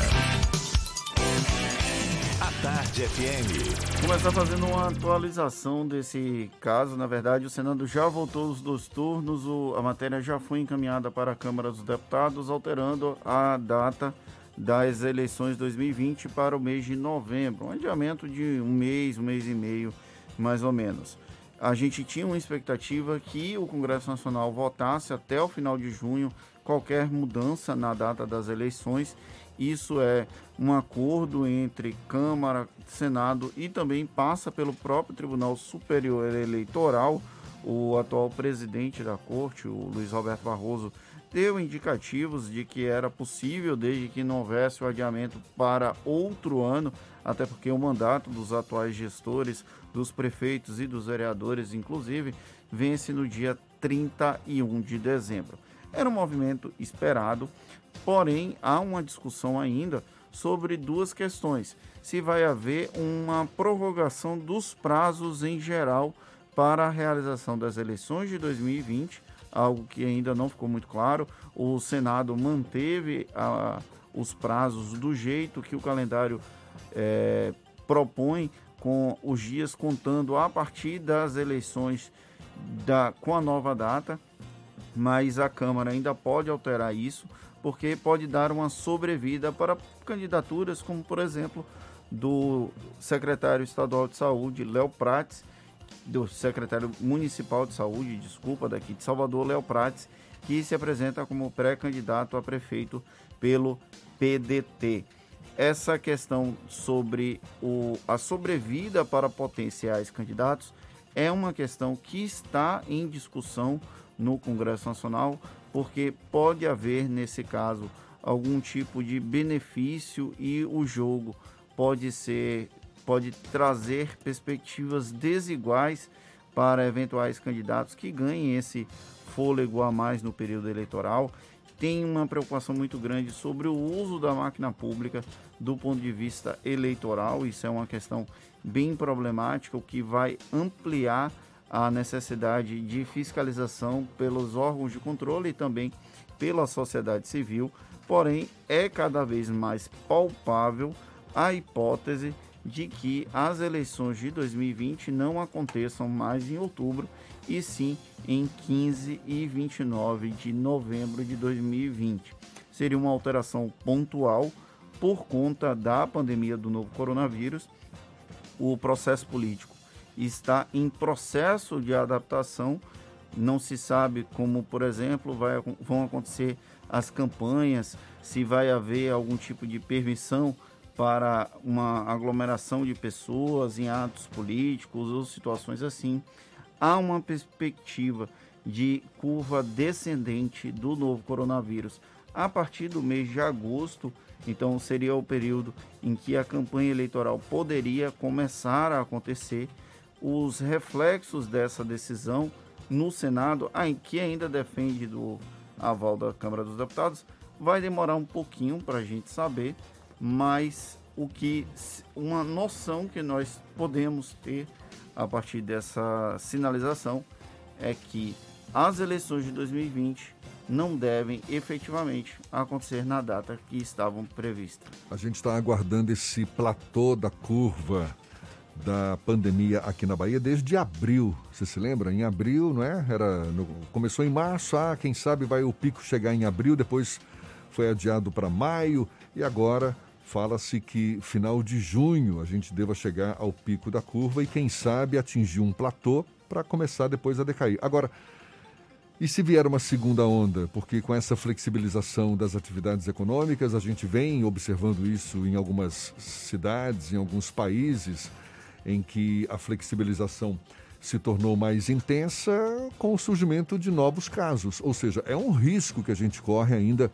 A Tarde F M. Começar fazendo uma atualização desse caso. Na verdade, o Senado já votou os dois turnos, o, a matéria já foi encaminhada para a Câmara dos Deputados, alterando a data das eleições dois mil e vinte para o mês de novembro, um adiamento de um mês, um mês e meio, mais ou menos. A gente tinha uma expectativa que o Congresso Nacional votasse até o final de junho qualquer mudança na data das eleições. Isso é um acordo entre Câmara, Senado e também passa pelo próprio Tribunal Superior Eleitoral. O atual presidente da Corte, o Luiz Roberto Barroso, deu indicativos de que era possível, desde que não houvesse o adiamento para outro ano, até porque o mandato dos atuais gestores, dos prefeitos e dos vereadores, inclusive, vence no dia trinta e um de dezembro. Era um movimento esperado, porém há uma discussão ainda sobre duas questões. Se vai haver uma prorrogação dos prazos em geral para a realização das eleições de dois mil e vinte, algo que ainda não ficou muito claro. O Senado manteve a, os prazos do jeito que o calendário é, propõe, com os dias contando a partir das eleições da, com a nova data, mas a Câmara ainda pode alterar isso, porque pode dar uma sobrevida para candidaturas como, por exemplo, do secretário estadual de saúde, Léo Prates, do secretário municipal de saúde, desculpa, daqui de Salvador, Léo Prates, que se apresenta como pré-candidato a prefeito pelo P D T. Essa questão sobre o, a sobrevida para potenciais candidatos é uma questão que está em discussão no Congresso Nacional, porque pode haver, nesse caso, algum tipo de benefício e o jogo pode ser... pode trazer perspectivas desiguais para eventuais candidatos que ganhem esse fôlego a mais no período eleitoral. Tem uma preocupação muito grande sobre o uso da máquina pública do ponto de vista eleitoral. Isso é uma questão bem problemática, o que vai ampliar a necessidade de fiscalização pelos órgãos de controle e também pela sociedade civil. Porém, é cada vez mais palpável a hipótese de que as eleições de dois mil e vinte não aconteçam mais em outubro, e sim em quinze e vinte e nove de novembro de dois mil e vinte. Seria uma alteração pontual por conta da pandemia do novo coronavírus. O processo político está em processo de adaptação. Não se sabe como, por exemplo, vai, vão acontecer as campanhas, se vai haver algum tipo de permissão para uma aglomeração de pessoas em atos políticos ou situações assim. Há uma perspectiva de curva descendente do novo coronavírus a partir do mês de agosto, então seria o período em que a campanha eleitoral poderia começar a acontecer. Os reflexos dessa decisão no Senado, que ainda depende do aval da Câmara dos Deputados, vai demorar um pouquinho para a gente saber, mas o que uma noção que nós podemos ter a partir dessa sinalização é que as eleições de dois mil e vinte não devem efetivamente acontecer na data que estavam previstas. A gente está aguardando esse platô da curva da pandemia aqui na Bahia desde abril. Você se lembra? Em abril, não é? Era no, começou em março, ah, quem sabe vai o pico chegar em abril, depois foi adiado para maio e agora fala-se que final de junho a gente deva chegar ao pico da curva e quem sabe atingir um platô para começar depois a decair. Agora, e se vier uma segunda onda? Porque com essa flexibilização das atividades econômicas, a gente vem observando isso em algumas cidades, em alguns países, em que a flexibilização se tornou mais intensa com o surgimento de novos casos. Ou seja, é um risco que a gente corre ainda,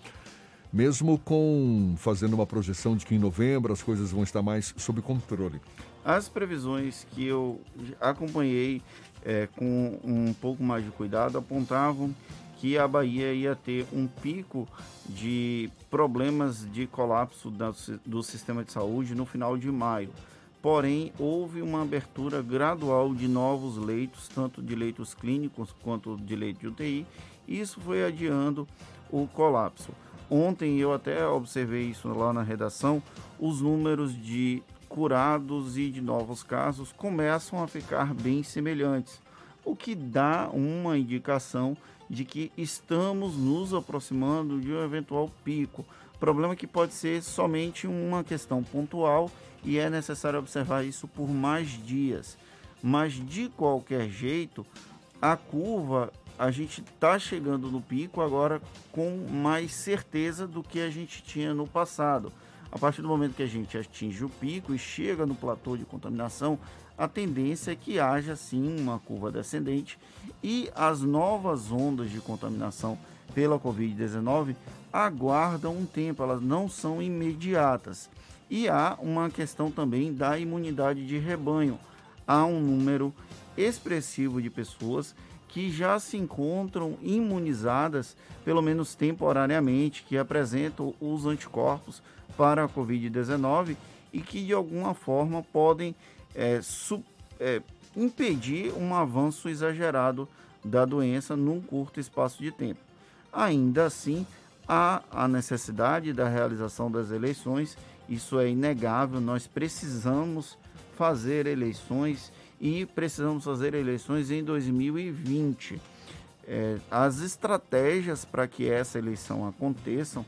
mesmo com fazendo uma projeção de que em novembro as coisas vão estar mais sob controle. As previsões que eu acompanhei é, com um pouco mais de cuidado apontavam que a Bahia ia ter um pico de problemas de colapso do sistema de saúde no final de maio. Porém, houve uma abertura gradual de novos leitos, tanto de leitos clínicos quanto de leito de U T I, e isso foi adiando o colapso. Ontem eu até observei isso lá na redação, os números de curados e de novos casos começam a ficar bem semelhantes, o que dá uma indicação de que estamos nos aproximando de um eventual pico. Problema que pode ser somente uma questão pontual e é necessário observar isso por mais dias. Mas, de qualquer jeito, a curva, a gente está chegando no pico agora com mais certeza do que a gente tinha no passado. A partir do momento que a gente atinge o pico e chega no platô de contaminação, a tendência é que haja, sim, uma curva descendente e as novas ondas de contaminação pela covid dezenove aguardam um tempo, elas não são imediatas. E há uma questão também da imunidade de rebanho. Há um número expressivo de pessoas que já se encontram imunizadas, pelo menos temporariamente, que apresentam os anticorpos para a covid dezenove e que de alguma forma podem é, su- é, impedir um avanço exagerado da doença num curto espaço de tempo. Ainda assim, há a necessidade da realização das eleições, isso é inegável, nós precisamos fazer eleições e precisamos fazer eleições em dois mil e vinte. É, as estratégias para que essa eleição aconteçam,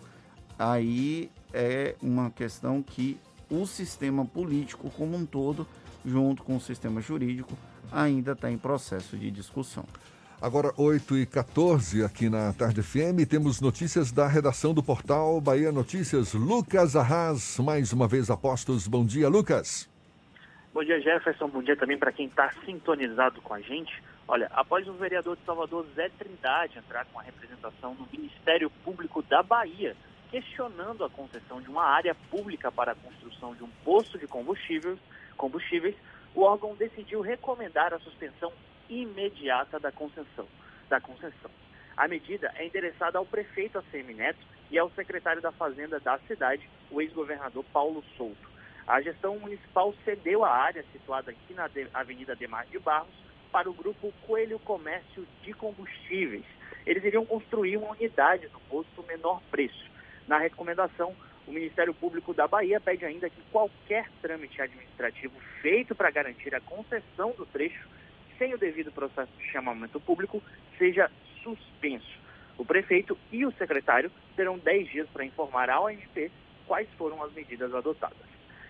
aí é uma questão que o sistema político como um todo, junto com o sistema jurídico, ainda está em processo de discussão. Agora, oito e quatorze, aqui na Tarde F M, temos notícias da redação do portal Bahia Notícias. Lucas Arras, mais uma vez apostos. Bom dia, Lucas. Bom dia, Jefferson. Bom dia também para quem está sintonizado com a gente. Olha, após o vereador de Salvador, Zé Trindade, entrar com a representação no Ministério Público da Bahia, questionando a concessão de uma área pública para a construção de um posto de combustíveis, combustíveis, o órgão decidiu recomendar a suspensão imediata da concessão, da concessão. A medida é endereçada ao prefeito A C M Neto e ao secretário da Fazenda da cidade, o ex-governador Paulo Souto. A gestão municipal cedeu a área situada aqui na Avenida Demar de Barros para o grupo Coelho Comércio de Combustíveis. Eles iriam construir uma unidade no posto menor preço. Na recomendação, o Ministério Público da Bahia pede ainda que qualquer trâmite administrativo feito para garantir a concessão do trecho sem o devido processo de chamamento público seja suspenso. O prefeito e o secretário terão dez dias para informar ao A M P quais foram as medidas adotadas.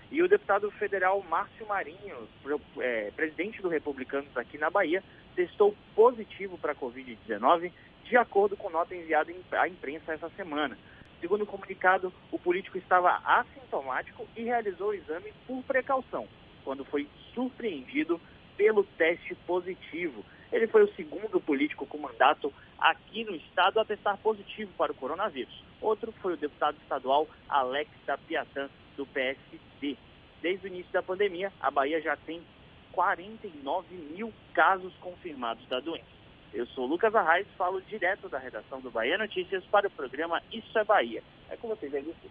E o deputado federal Márcio Marinho, é, presidente do Republicanos aqui na Bahia, testou positivo para a covid dezenove, de acordo com nota enviada à imprensa essa semana. Segundo o comunicado, o político estava assintomático e realizou o exame por precaução, quando foi surpreendido pelo teste positivo. Ele foi o segundo político com mandato aqui no estado a testar positivo para o coronavírus. Outro foi o deputado estadual Alex da Piatã, do P S D. Desde o início da pandemia, a Bahia já tem quarenta e nove mil casos confirmados da doença. Eu sou Lucas Arraes, falo direto da redação do Bahia Notícias para o programa Isso é Bahia. É com vocês, Augusto.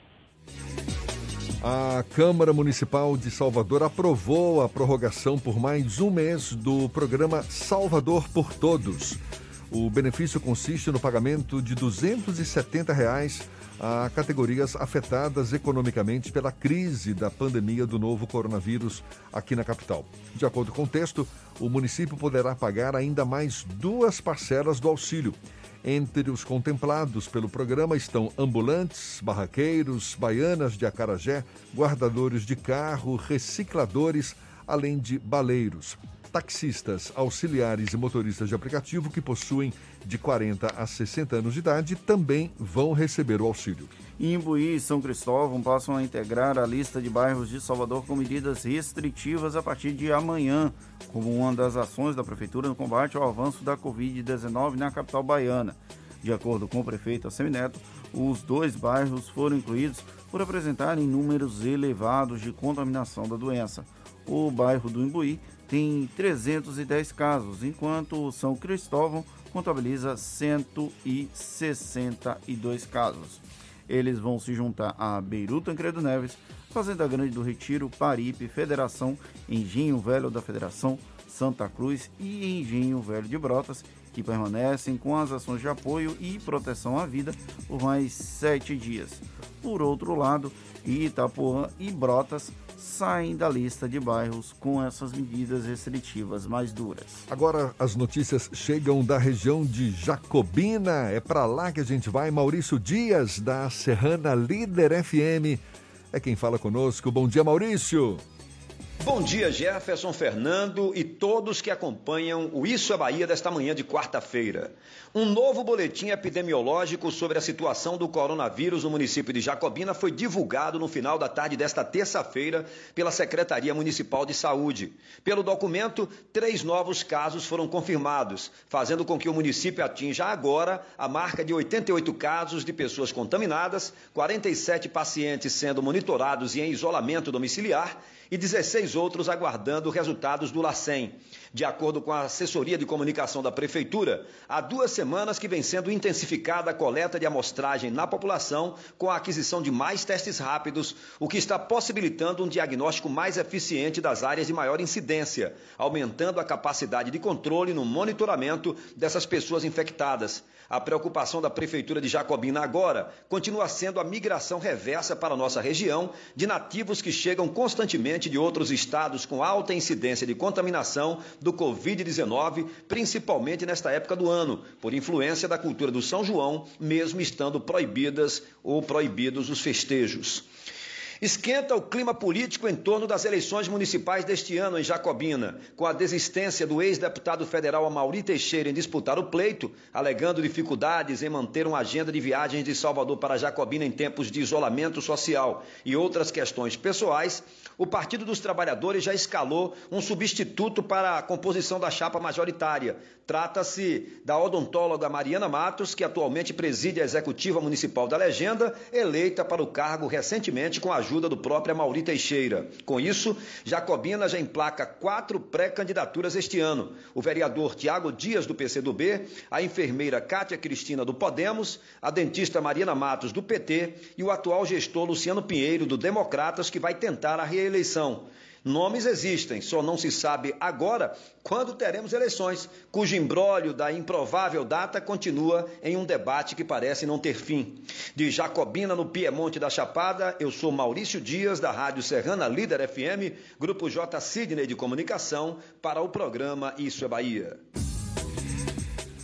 A Câmara Municipal de Salvador aprovou a prorrogação por mais um mês do programa Salvador por Todos. O benefício consiste no pagamento de duzentos e setenta reais a categorias afetadas economicamente pela crise da pandemia do novo coronavírus aqui na capital. De acordo com o texto, o município poderá pagar ainda mais duas parcelas do auxílio. Entre os contemplados pelo programa estão ambulantes, barraqueiros, baianas de acarajé, guardadores de carro, recicladores, além de baleiros. Taxistas, auxiliares e motoristas de aplicativo que possuem de quarenta a sessenta anos de idade também vão receber o auxílio. Imbuí e São Cristóvão passam a integrar a lista de bairros de Salvador com medidas restritivas a partir de amanhã, como uma das ações da Prefeitura no combate ao avanço da covid dezenove na capital baiana. De acordo com o prefeito Assemineto, os dois bairros foram incluídos por apresentarem números elevados de contaminação da doença. O bairro do Imbuí tem trezentos e dez casos, enquanto o São Cristóvão contabiliza cento e sessenta e dois casos. Eles vão se juntar a Beiru Tancredo Neves, Fazenda Grande do Retiro, Paripe, Federação, Engenho Velho da Federação, Santa Cruz e Engenho Velho de Brotas, que permanecem com as ações de apoio e proteção à vida por mais sete dias. Por outro lado, Itapuã e Brotas saem da lista de bairros com essas medidas restritivas mais duras. Agora as notícias chegam da região de Jacobina. É para lá que a gente vai. Maurício Dias, da Serrana Líder F M, é quem fala conosco. Bom dia, Maurício. Bom dia, Jefferson, Fernando e todos que acompanham o Isso é Bahia desta manhã de quarta-feira. Um novo boletim epidemiológico sobre a situação do coronavírus no município de Jacobina foi divulgado no final da tarde desta terça-feira pela Secretaria Municipal de Saúde. Pelo documento, três novos casos foram confirmados, fazendo com que o município atinja agora a marca de oitenta e oito casos de pessoas contaminadas, quarenta e sete pacientes sendo monitorados e em isolamento domiciliar e dezesseis outros aguardando resultados do LACEN. De acordo com a assessoria de comunicação da Prefeitura, há duas semanas que vem sendo intensificada a coleta de amostragem na população com a aquisição de mais testes rápidos, o que está possibilitando um diagnóstico mais eficiente das áreas de maior incidência, aumentando a capacidade de controle no monitoramento dessas pessoas infectadas. A preocupação da Prefeitura de Jacobina agora continua sendo a migração reversa para a nossa região de nativos que chegam constantemente de outros estados com alta incidência de contaminação do covid dezenove, principalmente nesta época do ano, por influência da cultura do São João, mesmo estando proibidas ou proibidos os festejos. Esquenta o clima político em torno das eleições municipais deste ano em Jacobina, com a desistência do ex-deputado federal Amaury Teixeira em disputar o pleito, alegando dificuldades em manter uma agenda de viagens de Salvador para Jacobina em tempos de isolamento social e outras questões pessoais. O Partido dos Trabalhadores já escalou um substituto para a composição da chapa majoritária. Trata-se da odontóloga Mariana Matos, que atualmente preside a Executiva Municipal da Legenda, eleita para o cargo recentemente com a ajuda do próprio Amaury Teixeira. Com isso, Jacobina já emplaca quatro pré-candidaturas este ano. O vereador Tiago Dias, do P C do B, a enfermeira Cátia Cristina, do Podemos, a dentista Mariana Matos, do P T e o atual gestor Luciano Pinheiro, do Democratas, que vai tentar a reeleição. Nomes existem, só não se sabe agora quando teremos eleições, cujo imbróglio da improvável data continua em um debate que parece não ter fim. De Jacobina, no Piemonte da Chapada, eu sou Maurício Dias, da Rádio Serrana Líder F M, Grupo J. Sidney de Comunicação, para o programa Isso é Bahia.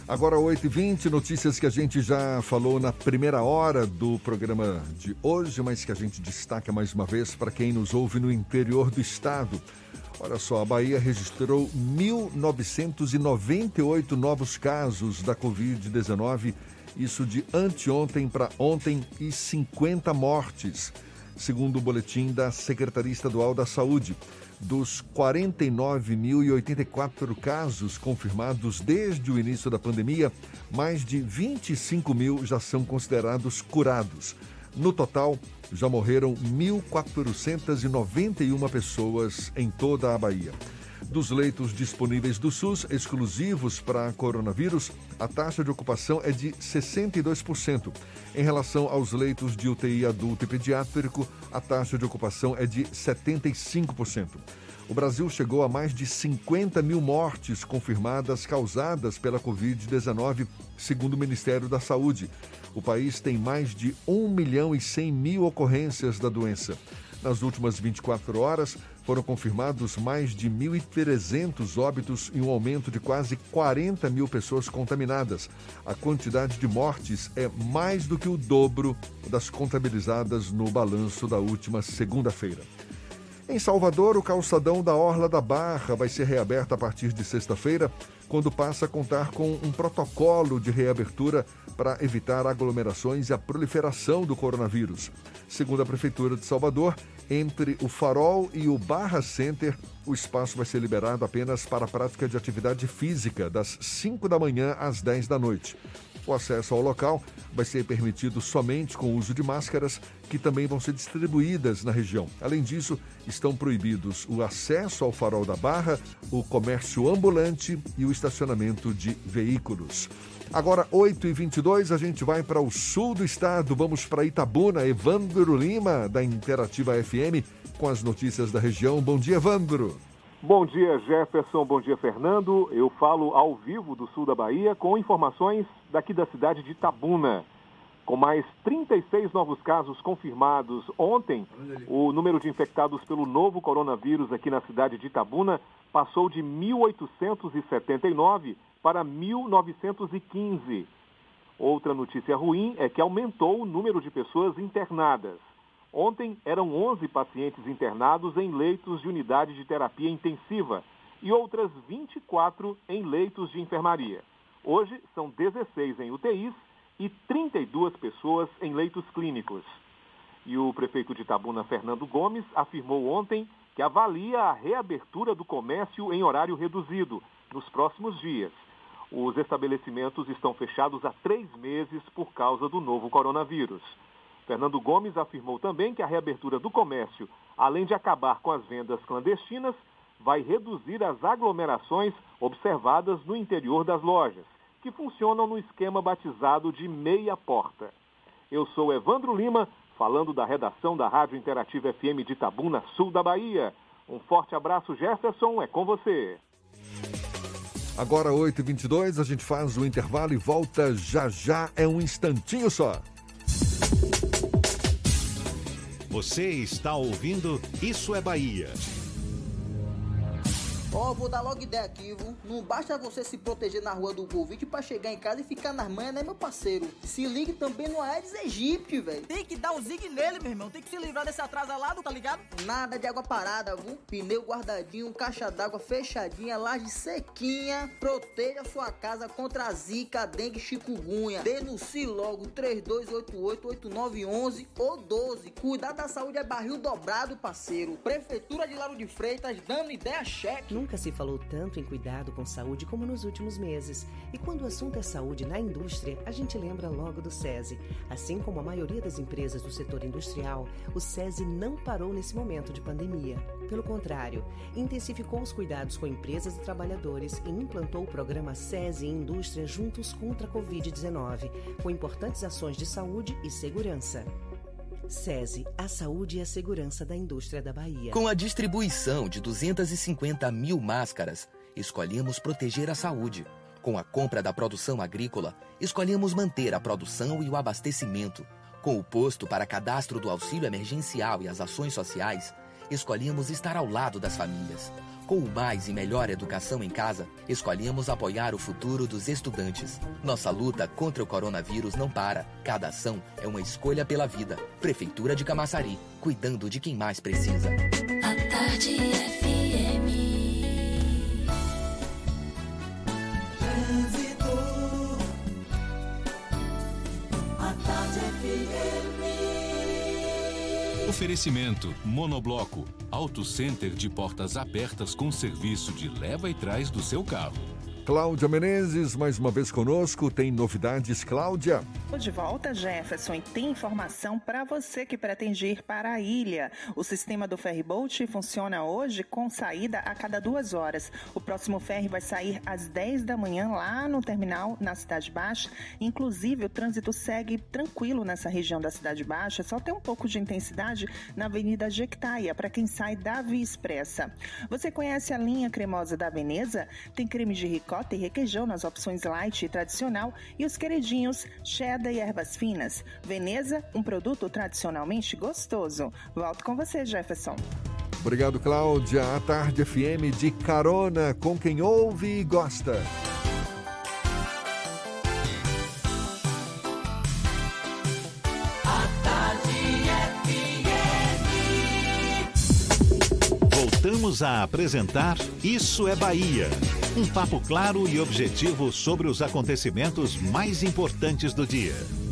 Agora oito e vinte, notícias que a gente já falou na primeira hora do programa de hoje, mas que a gente destaca mais uma vez para quem nos ouve no interior do estado. Olha só, a Bahia registrou mil novecentos e noventa e oito novos casos da covid dezenove, isso de anteontem para ontem, e cinquenta mortes, segundo o boletim da Secretaria Estadual da Saúde. Dos quarenta e nove mil e oitenta e quatro casos confirmados desde o início da pandemia, mais de vinte e cinco mil já são considerados curados. No total, já morreram mil quatrocentas e noventa e uma pessoas em toda a Bahia. Dos leitos disponíveis do SUS exclusivos para coronavírus, a taxa de ocupação é de sessenta e dois por cento. Em relação aos leitos de U T I adulto e pediátrico, a taxa de ocupação é de setenta e cinco por cento. O Brasil chegou a mais de cinquenta mil mortes confirmadas causadas pela covid dezenove, segundo o Ministério da Saúde. O país tem mais de um milhão e cem mil ocorrências da doença. Nas últimas vinte e quatro horas, foram confirmados mais de mil e trezentos óbitos e um aumento de quase quarenta mil pessoas contaminadas. A quantidade de mortes é mais do que o dobro das contabilizadas no balanço da última segunda-feira. Em Salvador, o calçadão da Orla da Barra vai ser reaberto a partir de sexta-feira, quando passa a contar com um protocolo de reabertura para evitar aglomerações e a proliferação do coronavírus. Segundo a Prefeitura de Salvador, entre o Farol e o Barra Center, o espaço vai ser liberado apenas para a prática de atividade física, das cinco da manhã às dez da noite. O acesso ao local vai ser permitido somente com o uso de máscaras, que também vão ser distribuídas na região. Além disso, estão proibidos o acesso ao Farol da Barra, o comércio ambulante e o estacionamento de veículos. Agora, oito e vinte e dois, a gente vai para o sul do estado. Vamos para Itabuna. Evandro Lima, da Interativa F M, com as notícias da região. Bom dia, Evandro. Bom dia, Jefferson. Bom dia, Fernando. Eu falo ao vivo do sul da Bahia com informações daqui da cidade de Itabuna. Com mais trinta e seis novos casos confirmados ontem, o número de infectados pelo novo coronavírus aqui na cidade de Itabuna passou de mil oitocentos e setenta e nove para mil novecentos e quinze. Outra notícia ruim é que aumentou o número de pessoas internadas. Ontem eram onze pacientes internados em leitos de unidade de terapia intensiva e outras vinte e quatro em leitos de enfermaria. Hoje são dezesseis em U T Is e trinta e duas pessoas em leitos clínicos. E o prefeito de Itabuna, Fernando Gomes, afirmou ontem que avalia a reabertura do comércio em horário reduzido nos próximos dias. Os estabelecimentos estão fechados há três meses por causa do novo coronavírus. Fernando Gomes afirmou também que a reabertura do comércio, além de acabar com as vendas clandestinas, vai reduzir as aglomerações observadas no interior das lojas, que funcionam no esquema batizado de meia porta. Eu sou Evandro Lima, falando da redação da Rádio Interativa F M de Itabuna, sul da Bahia. Um forte abraço, Jefferson, é com você. Agora, oito e vinte e dois, a gente faz o intervalo e volta já já, é um instantinho só. Você está ouvindo Isso é Bahia. Ó, oh, vou dar logo ideia aqui, viu? Não basta você se proteger na rua do Covid pra chegar em casa e ficar nas manhas, né, meu parceiro? Se ligue também no Aedes aegypti, velho. Tem que dar um zig nele, meu irmão. Tem que se livrar desse atrasalado, tá ligado? Nada de água parada, viu? Pneu guardadinho, caixa d'água fechadinha, laje sequinha. Proteja sua casa contra a zika, a dengue e chikungunya. Denuncie logo três dois oito oito, oito nove um um ou doze. Cuidar da saúde é barril dobrado, parceiro. Prefeitura de Lauro de Freitas dando ideia cheque. Nunca se falou tanto em cuidado com saúde como nos últimos meses. E quando o assunto é saúde na indústria, a gente lembra logo do SESI. Assim como a maioria das empresas do setor industrial, o SESI não parou nesse momento de pandemia. Pelo contrário, intensificou os cuidados com empresas e trabalhadores e implantou o programa SESI Indústria Juntos contra a covid dezenove, com importantes ações de saúde e segurança. SESI, a saúde e a segurança da indústria da Bahia. Com a distribuição de duzentas e cinquenta mil máscaras, escolhemos proteger a saúde. Com a compra da produção agrícola, escolhemos manter a produção e o abastecimento. Com o posto para cadastro do auxílio emergencial e as ações sociais, escolhemos estar ao lado das famílias. Com o Mais e Melhor Educação em Casa, escolhemos apoiar o futuro dos estudantes. Nossa luta contra o coronavírus não para. Cada ação é uma escolha pela vida. Prefeitura de Camaçari, cuidando de quem mais precisa. A Tarde F M. Trânsito. A Tarde F M. Oferecimento Monobloco, Auto Center de portas abertas com serviço de leva e trás do seu carro. Cláudia Menezes, mais uma vez conosco. Tem novidades, Cláudia? Tô de volta, Jefferson, e tem informação para você que pretende ir para a ilha. O sistema do ferryboat funciona hoje com saída a cada duas horas. O próximo ferry vai sair às dez da manhã lá no terminal, na Cidade Baixa. Inclusive, o trânsito segue tranquilo nessa região da Cidade Baixa, só tem um pouco de intensidade na Avenida Jequitaia, para quem sai da Via Expressa. Você conhece a linha cremosa da Veneza? Tem creme de ricota e requeijão nas opções light e tradicional e os queridinhos cheddar e ervas finas. Veneza, um produto tradicionalmente gostoso. Volto com você, Jefferson. Obrigado, Cláudia. A Tarde F M de carona com quem ouve e gosta. Voltamos a apresentar Isso é Bahia. Um papo claro e objetivo sobre os acontecimentos mais importantes do dia.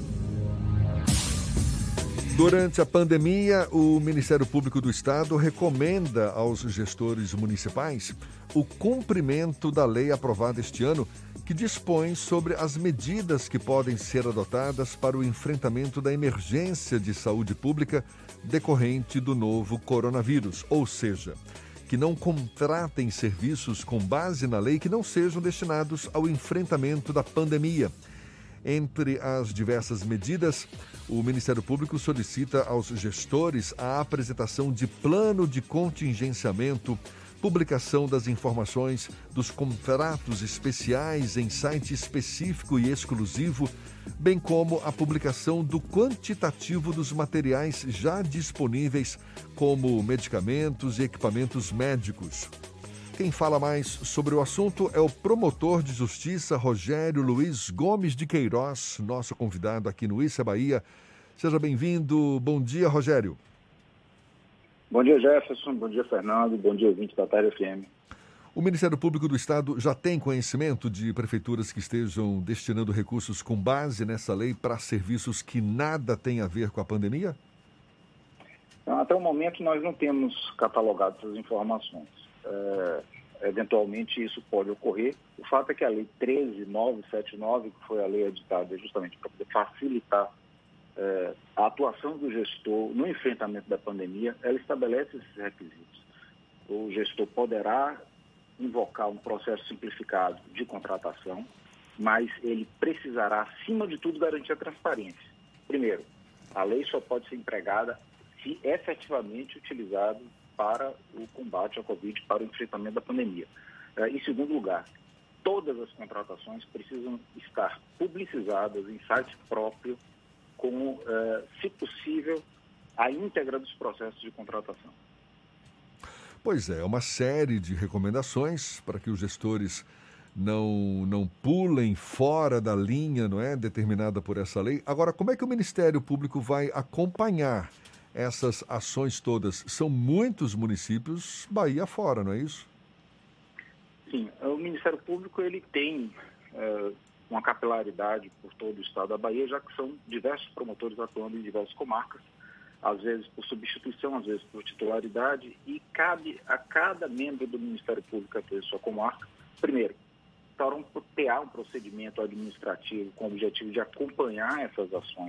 Durante a pandemia, o Ministério Público do Estado recomenda aos gestores municipais o cumprimento da lei aprovada este ano, que dispõe sobre as medidas que podem ser adotadas para o enfrentamento da emergência de saúde pública decorrente do novo coronavírus, ou seja, que não contratem serviços com base na lei que não sejam destinados ao enfrentamento da pandemia. Entre as diversas medidas, o Ministério Público solicita aos gestores a apresentação de plano de contingenciamento, publicação das informações dos contratos especiais em site específico e exclusivo, bem como a publicação do quantitativo dos materiais já disponíveis, como medicamentos e equipamentos médicos. Quem fala mais sobre o assunto é o promotor de justiça Rogério Luiz Gomes de Queiroz, nosso convidado aqui no Isso é Bahia. Seja bem-vindo. Bom dia, Rogério. Bom dia, Jefferson. Bom dia, Fernando. Bom dia, ouvinte da Tarde F M. O Ministério Público do Estado já tem conhecimento de prefeituras que estejam destinando recursos com base nessa lei para serviços que nada têm a ver com a pandemia? Então, até o momento, nós não temos catalogado essas informações. É, eventualmente, isso pode ocorrer. O fato é que a Lei treze mil novecentos e setenta e nove, que foi a lei editada justamente para poder facilitar é, a atuação do gestor no enfrentamento da pandemia, ela estabelece esses requisitos. O gestor poderá invocar um processo simplificado de contratação, mas ele precisará, acima de tudo, garantir a transparência. Primeiro, a lei só pode ser empregada se efetivamente utilizado para o combate à Covid, para o enfrentamento da pandemia. Em segundo lugar, todas as contratações precisam estar publicizadas em site próprio, com, se possível, a íntegra dos processos de contratação. Pois é, uma série de recomendações para que os gestores não, não pulem fora da linha, não é, determinada por essa lei. Agora, como é que o Ministério Público vai acompanhar essas ações todas? São muitos municípios, Bahia fora, não é isso? Sim, o Ministério Público ele tem é, uma capilaridade por todo o estado da Bahia, já que são diversos promotores atuando em diversas comarcas, às vezes por substituição, às vezes por titularidade, e cabe a cada membro do Ministério Público atuar em sua comarca, primeiro, criar um procedimento administrativo com o objetivo de acompanhar essas ações.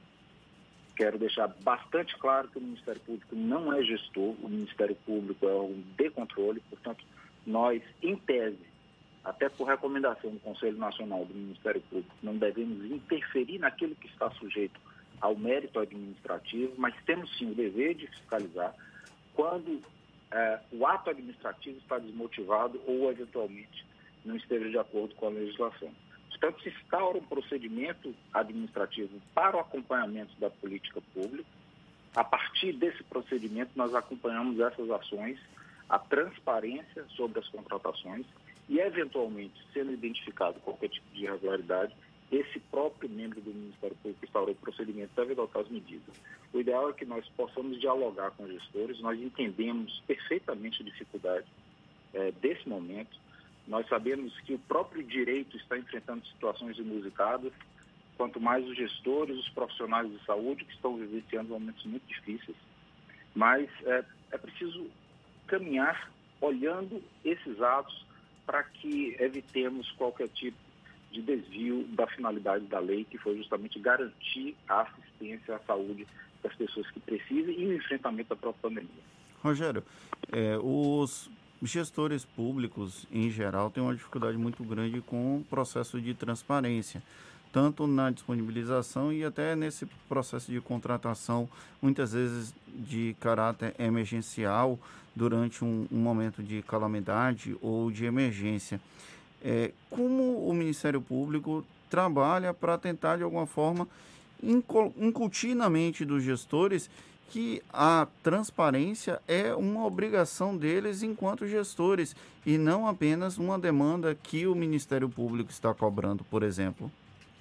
Quero deixar bastante claro que o Ministério Público não é gestor, o Ministério Público é um de controle, portanto, nós, em tese, até por recomendação do Conselho Nacional do Ministério Público, não devemos interferir naquilo que está sujeito ao mérito administrativo, mas temos sim o dever de fiscalizar quando eh, o ato administrativo está desmotivado ou, eventualmente, não esteja de acordo com a legislação. Portanto, se instaura um procedimento administrativo para o acompanhamento da política pública, A partir desse procedimento, nós acompanhamos essas ações, a transparência sobre as contratações e, eventualmente, sendo identificado qualquer tipo de irregularidade, esse próprio membro do Ministério Público que instaurou o procedimento deve adotar as medidas. O ideal é que nós possamos dialogar com os gestores, nós entendemos perfeitamente a dificuldade é, desse momento, nós sabemos que o próprio direito está enfrentando situações inusitadas, quanto mais os gestores, os profissionais de saúde que estão vivenciando momentos muito difíceis, mas é, é preciso caminhar olhando esses atos para que evitemos qualquer tipo de desvio da finalidade da lei, que foi justamente garantir a assistência à saúde das pessoas que precisam e o enfrentamento da própria pandemia. Rogério, é, os gestores públicos, em geral, têm uma dificuldade muito grande com o processo de transparência, tanto na disponibilização e até nesse processo de contratação, muitas vezes de caráter emergencial, durante um, um momento de calamidade ou de emergência. É, como o Ministério Público trabalha para tentar, de alguma forma, incutir na mente dos gestores que a transparência é uma obrigação deles enquanto gestores e não apenas uma demanda que o Ministério Público está cobrando, por exemplo?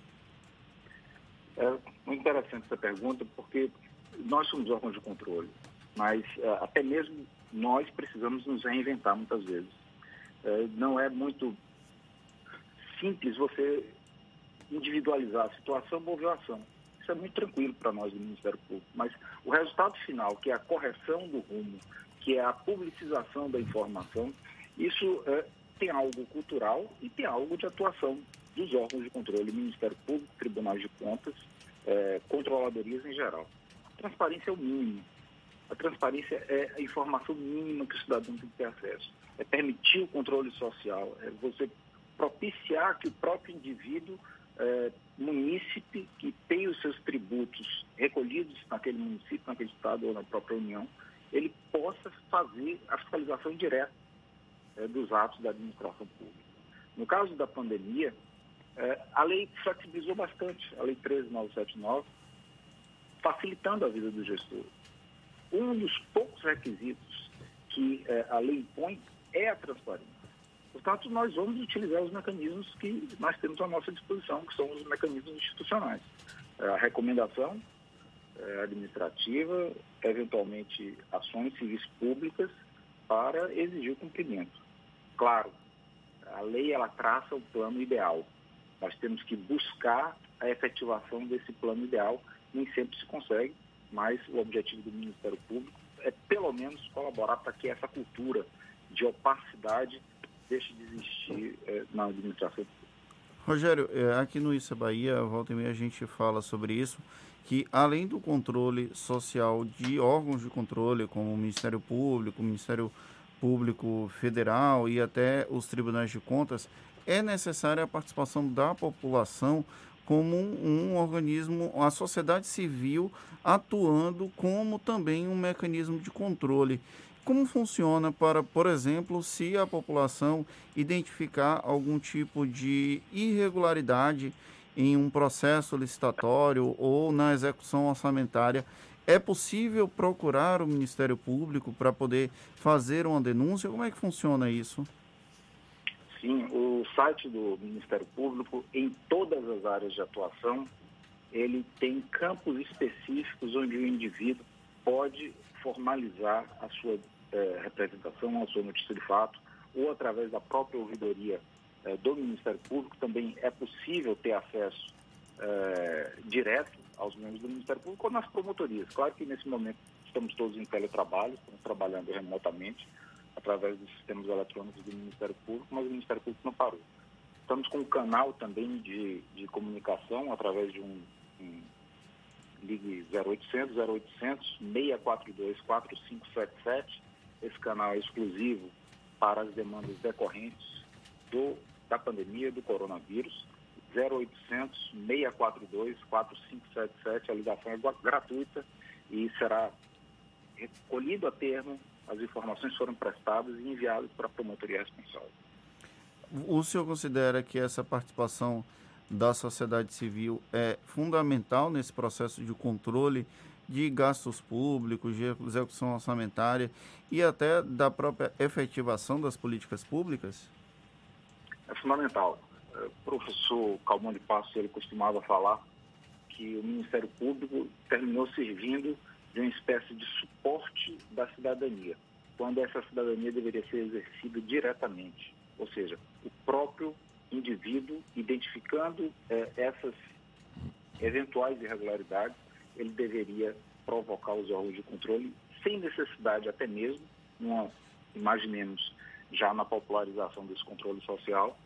É muito interessante essa pergunta, porque nós somos órgãos de controle, mas uh, até mesmo nós precisamos nos reinventar muitas vezes. Uh, não é muito simples você individualizar a situação, mover a ação. Isso é muito tranquilo para nós do Ministério Público, mas o resultado final, que é a correção do rumo, que é a publicização da informação, isso uh, tem algo cultural e tem algo de atuação dos órgãos de controle, Ministério Público, Tribunais de Contas, eh, controladorias em geral. A transparência é o mínimo. A transparência é a informação mínima que o cidadão tem que ter acesso. É permitir o controle social, é você propiciar que o próprio indivíduo, eh, munícipe, que tem os seus tributos recolhidos naquele município, naquele estado ou na própria União, ele possa fazer a fiscalização direta eh, dos atos da administração pública. No caso da pandemia, É, a lei flexibilizou bastante, a Lei treze mil novecentos e setenta e nove, facilitando a vida do gestor. Um dos poucos requisitos que é, a lei impõe é a transparência. Portanto, nós vamos utilizar os mecanismos que nós temos à nossa disposição, que são os mecanismos institucionais. É, a recomendação é, administrativa, eventualmente ações civis públicas para exigir o cumprimento. Claro, a lei ela traça o plano ideal. Nós temos que buscar a efetivação desse plano ideal. Nem sempre se consegue, mas o objetivo do Ministério Público é, pelo menos, colaborar para que essa cultura de opacidade deixe de existir é, na administração pública. Rogério, aqui no Isso é Bahia, volta e meia a gente fala sobre isso, que além do controle social de órgãos de controle, como o Ministério Público, o Ministério Público Federal e até os Tribunais de Contas, é necessária a participação da população como um, um organismo, a sociedade civil atuando como também um mecanismo de controle. Como funciona para, por exemplo, se a população identificar algum tipo de irregularidade em um processo licitatório ou na execução orçamentária? É possível procurar o Ministério Público para poder fazer uma denúncia? Como é que funciona isso? Sim, o site do Ministério Público, em todas as áreas de atuação, ele tem campos específicos onde o indivíduo pode formalizar a sua eh, representação, a sua notícia de fato, ou através da própria ouvidoria eh, do Ministério Público. Também é possível ter acesso eh, direto aos membros do Ministério Público ou nas promotorias. Claro que nesse momento estamos todos em teletrabalho, estamos trabalhando remotamente, através dos sistemas eletrônicos do Ministério Público, mas o Ministério Público não parou. Estamos com um canal também de, de comunicação através de um, um ligue zero oitocentos, zero oitocentos, seis quatro dois, quatro cinco sete sete. Esse canal é exclusivo para as demandas decorrentes do, da pandemia do coronavírus. zero oitocentos, seis quatro dois, quatro cinco sete sete. A ligação é gratuita e será recolhido a termo. As informações foram prestadas e enviadas para a promotoria responsável. O senhor considera que essa participação da sociedade civil é fundamental nesse processo de controle de gastos públicos, de execução orçamentária e até da própria efetivação das políticas públicas? É fundamental. O professor Calmon de Passos, ele costumava falar que o Ministério Público terminou servindo de uma espécie de suporte da cidadania, quando essa cidadania deveria ser exercida diretamente, ou seja, o próprio indivíduo identificando eh, essas eventuais irregularidades, ele deveria provocar os órgãos de controle sem necessidade até mesmo, uma, imaginemos já na popularização desse controle social,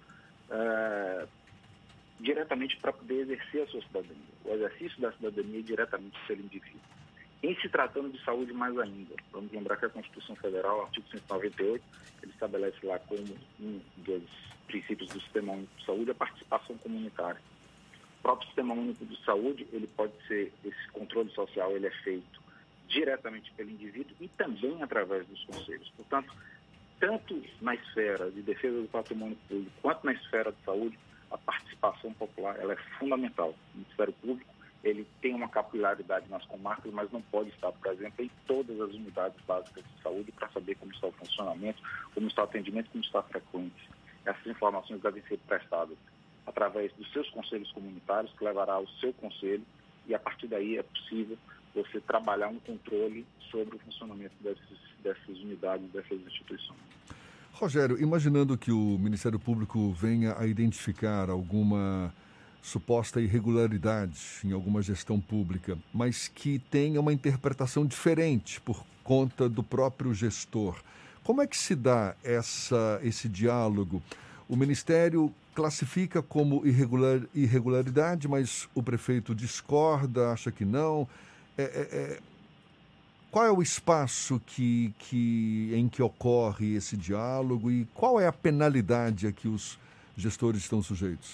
eh, diretamente para poder exercer a sua cidadania. O exercício da cidadania é diretamente pelo indivíduo. Em se tratando de saúde mais ainda, vamos lembrar que a Constituição Federal, artigo cento e noventa e oito, ele estabelece lá como um dos princípios do Sistema Único de Saúde a participação comunitária. O próprio Sistema Único de Saúde, ele pode ser, esse controle social, ele é feito diretamente pelo indivíduo e também através dos conselhos. Portanto, tanto na esfera de defesa do patrimônio público quanto na esfera de saúde, a participação popular ela é fundamental. O Ministério Público ele tem uma capilaridade nas comarcas, mas não pode estar, por exemplo, em todas as unidades básicas de saúde para saber como está o funcionamento, como está o atendimento, como está a frequência. Essas informações devem ser prestadas através dos seus conselhos comunitários, que levará ao seu conselho, e a partir daí é possível você trabalhar um controle sobre o funcionamento dessas, dessas unidades, dessas instituições. Rogério, imaginando que o Ministério Público venha a identificar alguma suposta irregularidade em alguma gestão pública, mas que tenha uma interpretação diferente por conta do próprio gestor, como é que se dá essa, esse diálogo? O Ministério classifica como irregular, irregularidade, mas o prefeito discorda, acha que não. É, é, é... Qual é o espaço que, que, em que ocorre esse diálogo e qual é a penalidade a que os gestores estão sujeitos?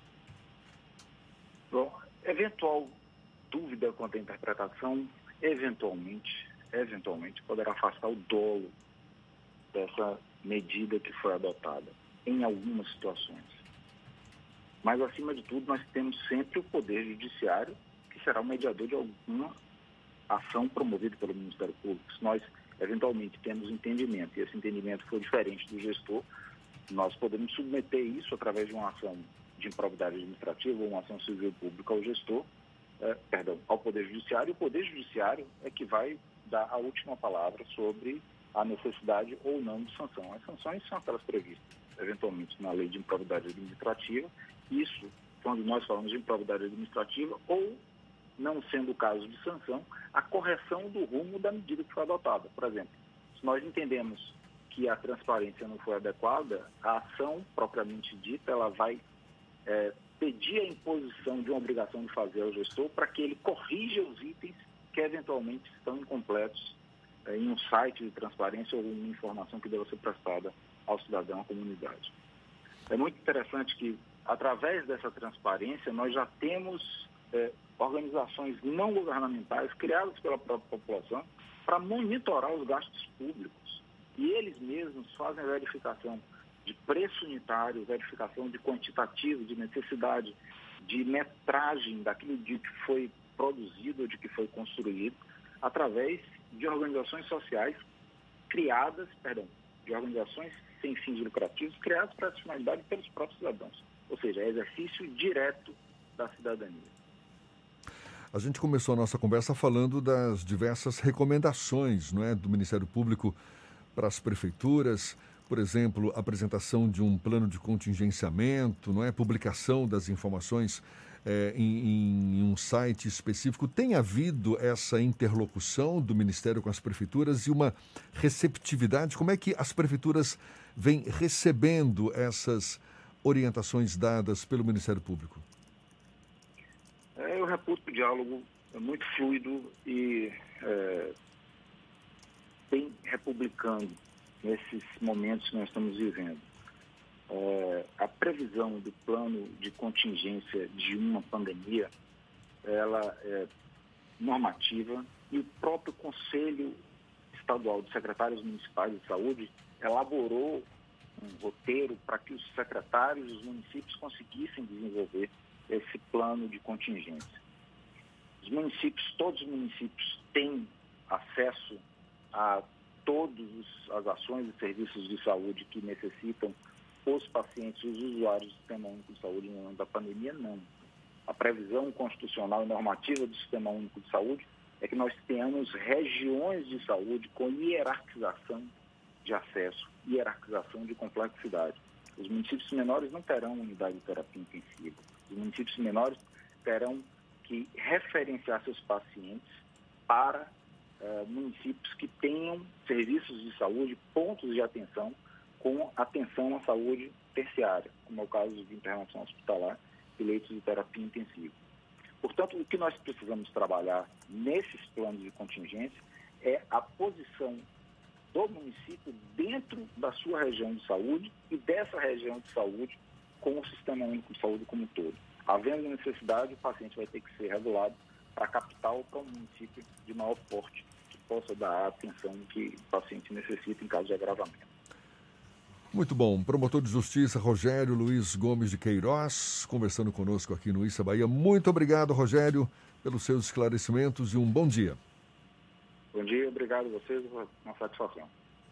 Bom, eventual dúvida quanto à interpretação, eventualmente, eventualmente poderá afastar o dolo dessa medida que foi adotada em algumas situações. Mas, acima de tudo, nós temos sempre o Poder Judiciário, que será o mediador de alguma ação promovida pelo Ministério Público. Se nós, eventualmente, temos entendimento e esse entendimento for diferente do gestor, nós podemos submeter isso através de uma ação de improbidade administrativa ou uma ação civil pública ao gestor, eh, perdão, ao Poder Judiciário. E o Poder Judiciário é que vai dar a última palavra sobre a necessidade ou não de sanção. As sanções são aquelas previstas, eventualmente, na Lei de Improbidade Administrativa. Isso, quando nós falamos de improbidade administrativa, ou, não sendo o caso de sanção, a correção do rumo da medida que foi adotada. Por exemplo, se nós entendemos que a transparência não foi adequada, a ação propriamente dita, ela vai é, pedir a imposição de uma obrigação de fazer ao gestor para que ele corrija os itens que eventualmente estão incompletos é, em um site de transparência ou uma informação que deva ser prestada ao cidadão, à comunidade. É muito interessante que, através dessa transparência, nós já temos é, organizações não governamentais criadas pela própria população para monitorar os gastos públicos. E eles mesmos fazem a verificação de preço unitário, verificação de quantitativo, de necessidade, de metragem daquilo de que foi produzido ou de que foi construído, através de organizações sociais criadas, perdão, de organizações sem fins lucrativos criadas para essa finalidade pelos próprios cidadãos. Ou seja, é exercício direto da cidadania. A gente começou a nossa conversa falando das diversas recomendações, não é, do Ministério Público para as prefeituras, por exemplo, a apresentação de um plano de contingenciamento, não é, publicação das informações é, em, em um site específico. Tem havido essa interlocução do Ministério com as prefeituras e uma receptividade? Como é que as prefeituras vêm recebendo essas orientações dadas pelo Ministério Público? É, eu reputo o diálogo muito fluido e é, bem republicano nesses momentos que nós estamos vivendo. É, a previsão do plano de contingência de uma pandemia, ela é normativa e o próprio Conselho Estadual de Secretários Municipais de Saúde elaborou um roteiro para que os secretários dos municípios conseguissem desenvolver esse plano de contingência. Os municípios, todos os municípios têm acesso a todas as ações e serviços de saúde que necessitam os pacientes, os usuários do Sistema Único de Saúde no ano da pandemia? Não. A previsão constitucional e normativa do Sistema Único de Saúde é que nós tenhamos regiões de saúde com hierarquização de acesso, hierarquização de complexidade. Os municípios menores não terão unidade de terapia intensiva. Os municípios menores terão que referenciar seus pacientes para uh, municípios que tenham serviços de saúde, pontos de atenção, com atenção à saúde terciária, como é o caso de internação hospitalar e leitos de terapia intensiva. Portanto, o que nós precisamos trabalhar nesses planos de contingência é a posição do município dentro da sua região de saúde e dessa região de saúde com o Sistema Único de Saúde como um todo. Havendo necessidade, o paciente vai ter que ser regulado para a capital ou para um município de maior porte que possa dar a atenção que o paciente necessita em caso de agravamento. Muito bom. Promotor de Justiça Rogério Luiz Gomes de Queiroz, conversando conosco aqui no Issa Bahia. Muito obrigado, Rogério, pelos seus esclarecimentos e um bom dia. Bom dia, obrigado a vocês, uma satisfação.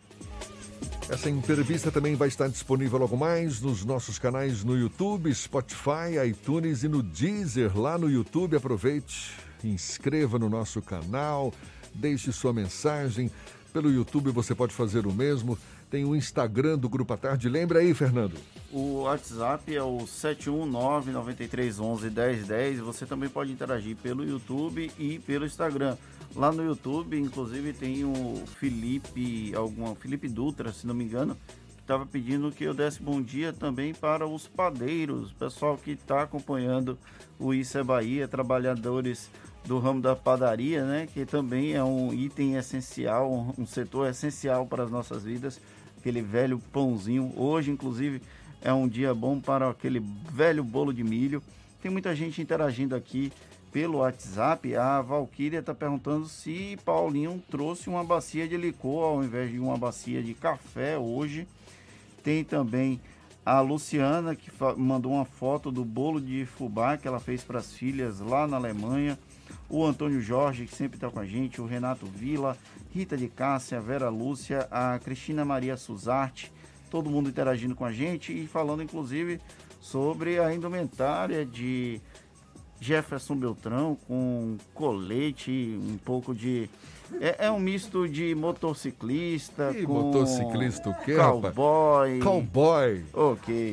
Essa entrevista também vai estar disponível logo mais nos nossos canais no YouTube, Spotify, iTunes e no Deezer. Lá no YouTube, aproveite, inscreva no nosso canal, deixe sua mensagem. Pelo YouTube você pode fazer o mesmo. Tem o Instagram do Grupo à Tarde. Lembra aí, Fernando? O WhatsApp é o sete um nove, nove três um um, um zero um zero. Você também pode interagir pelo YouTube e pelo Instagram. Lá no YouTube, inclusive, tem o Felipe, alguma, Felipe Dutra, se não me engano, que estava pedindo que eu desse bom dia também para os padeiros, pessoal que está acompanhando o Issa Bahia, trabalhadores do ramo da padaria, né, que também é um item essencial, um, um setor essencial para as nossas vidas, aquele velho pãozinho. Hoje, inclusive, é um dia bom para aquele velho bolo de milho. Tem muita gente interagindo aqui pelo WhatsApp. A Valquíria está perguntando se Paulinho trouxe uma bacia de licor ao invés de uma bacia de café hoje. Tem também a Luciana, que mandou uma foto do bolo de fubá que ela fez para as filhas lá na Alemanha. O Antônio Jorge, que sempre está com a gente, o Renato Vila, Rita de Cássia, a Vera Lúcia, a Cristina Maria Suzarte, todo mundo interagindo com a gente e falando, inclusive, sobre a indumentária de Jefferson Beltrão com colete, um pouco de... É, é um misto de motociclista e com... motociclista o quê, cowboy. Rapaz? Cowboy. Ok.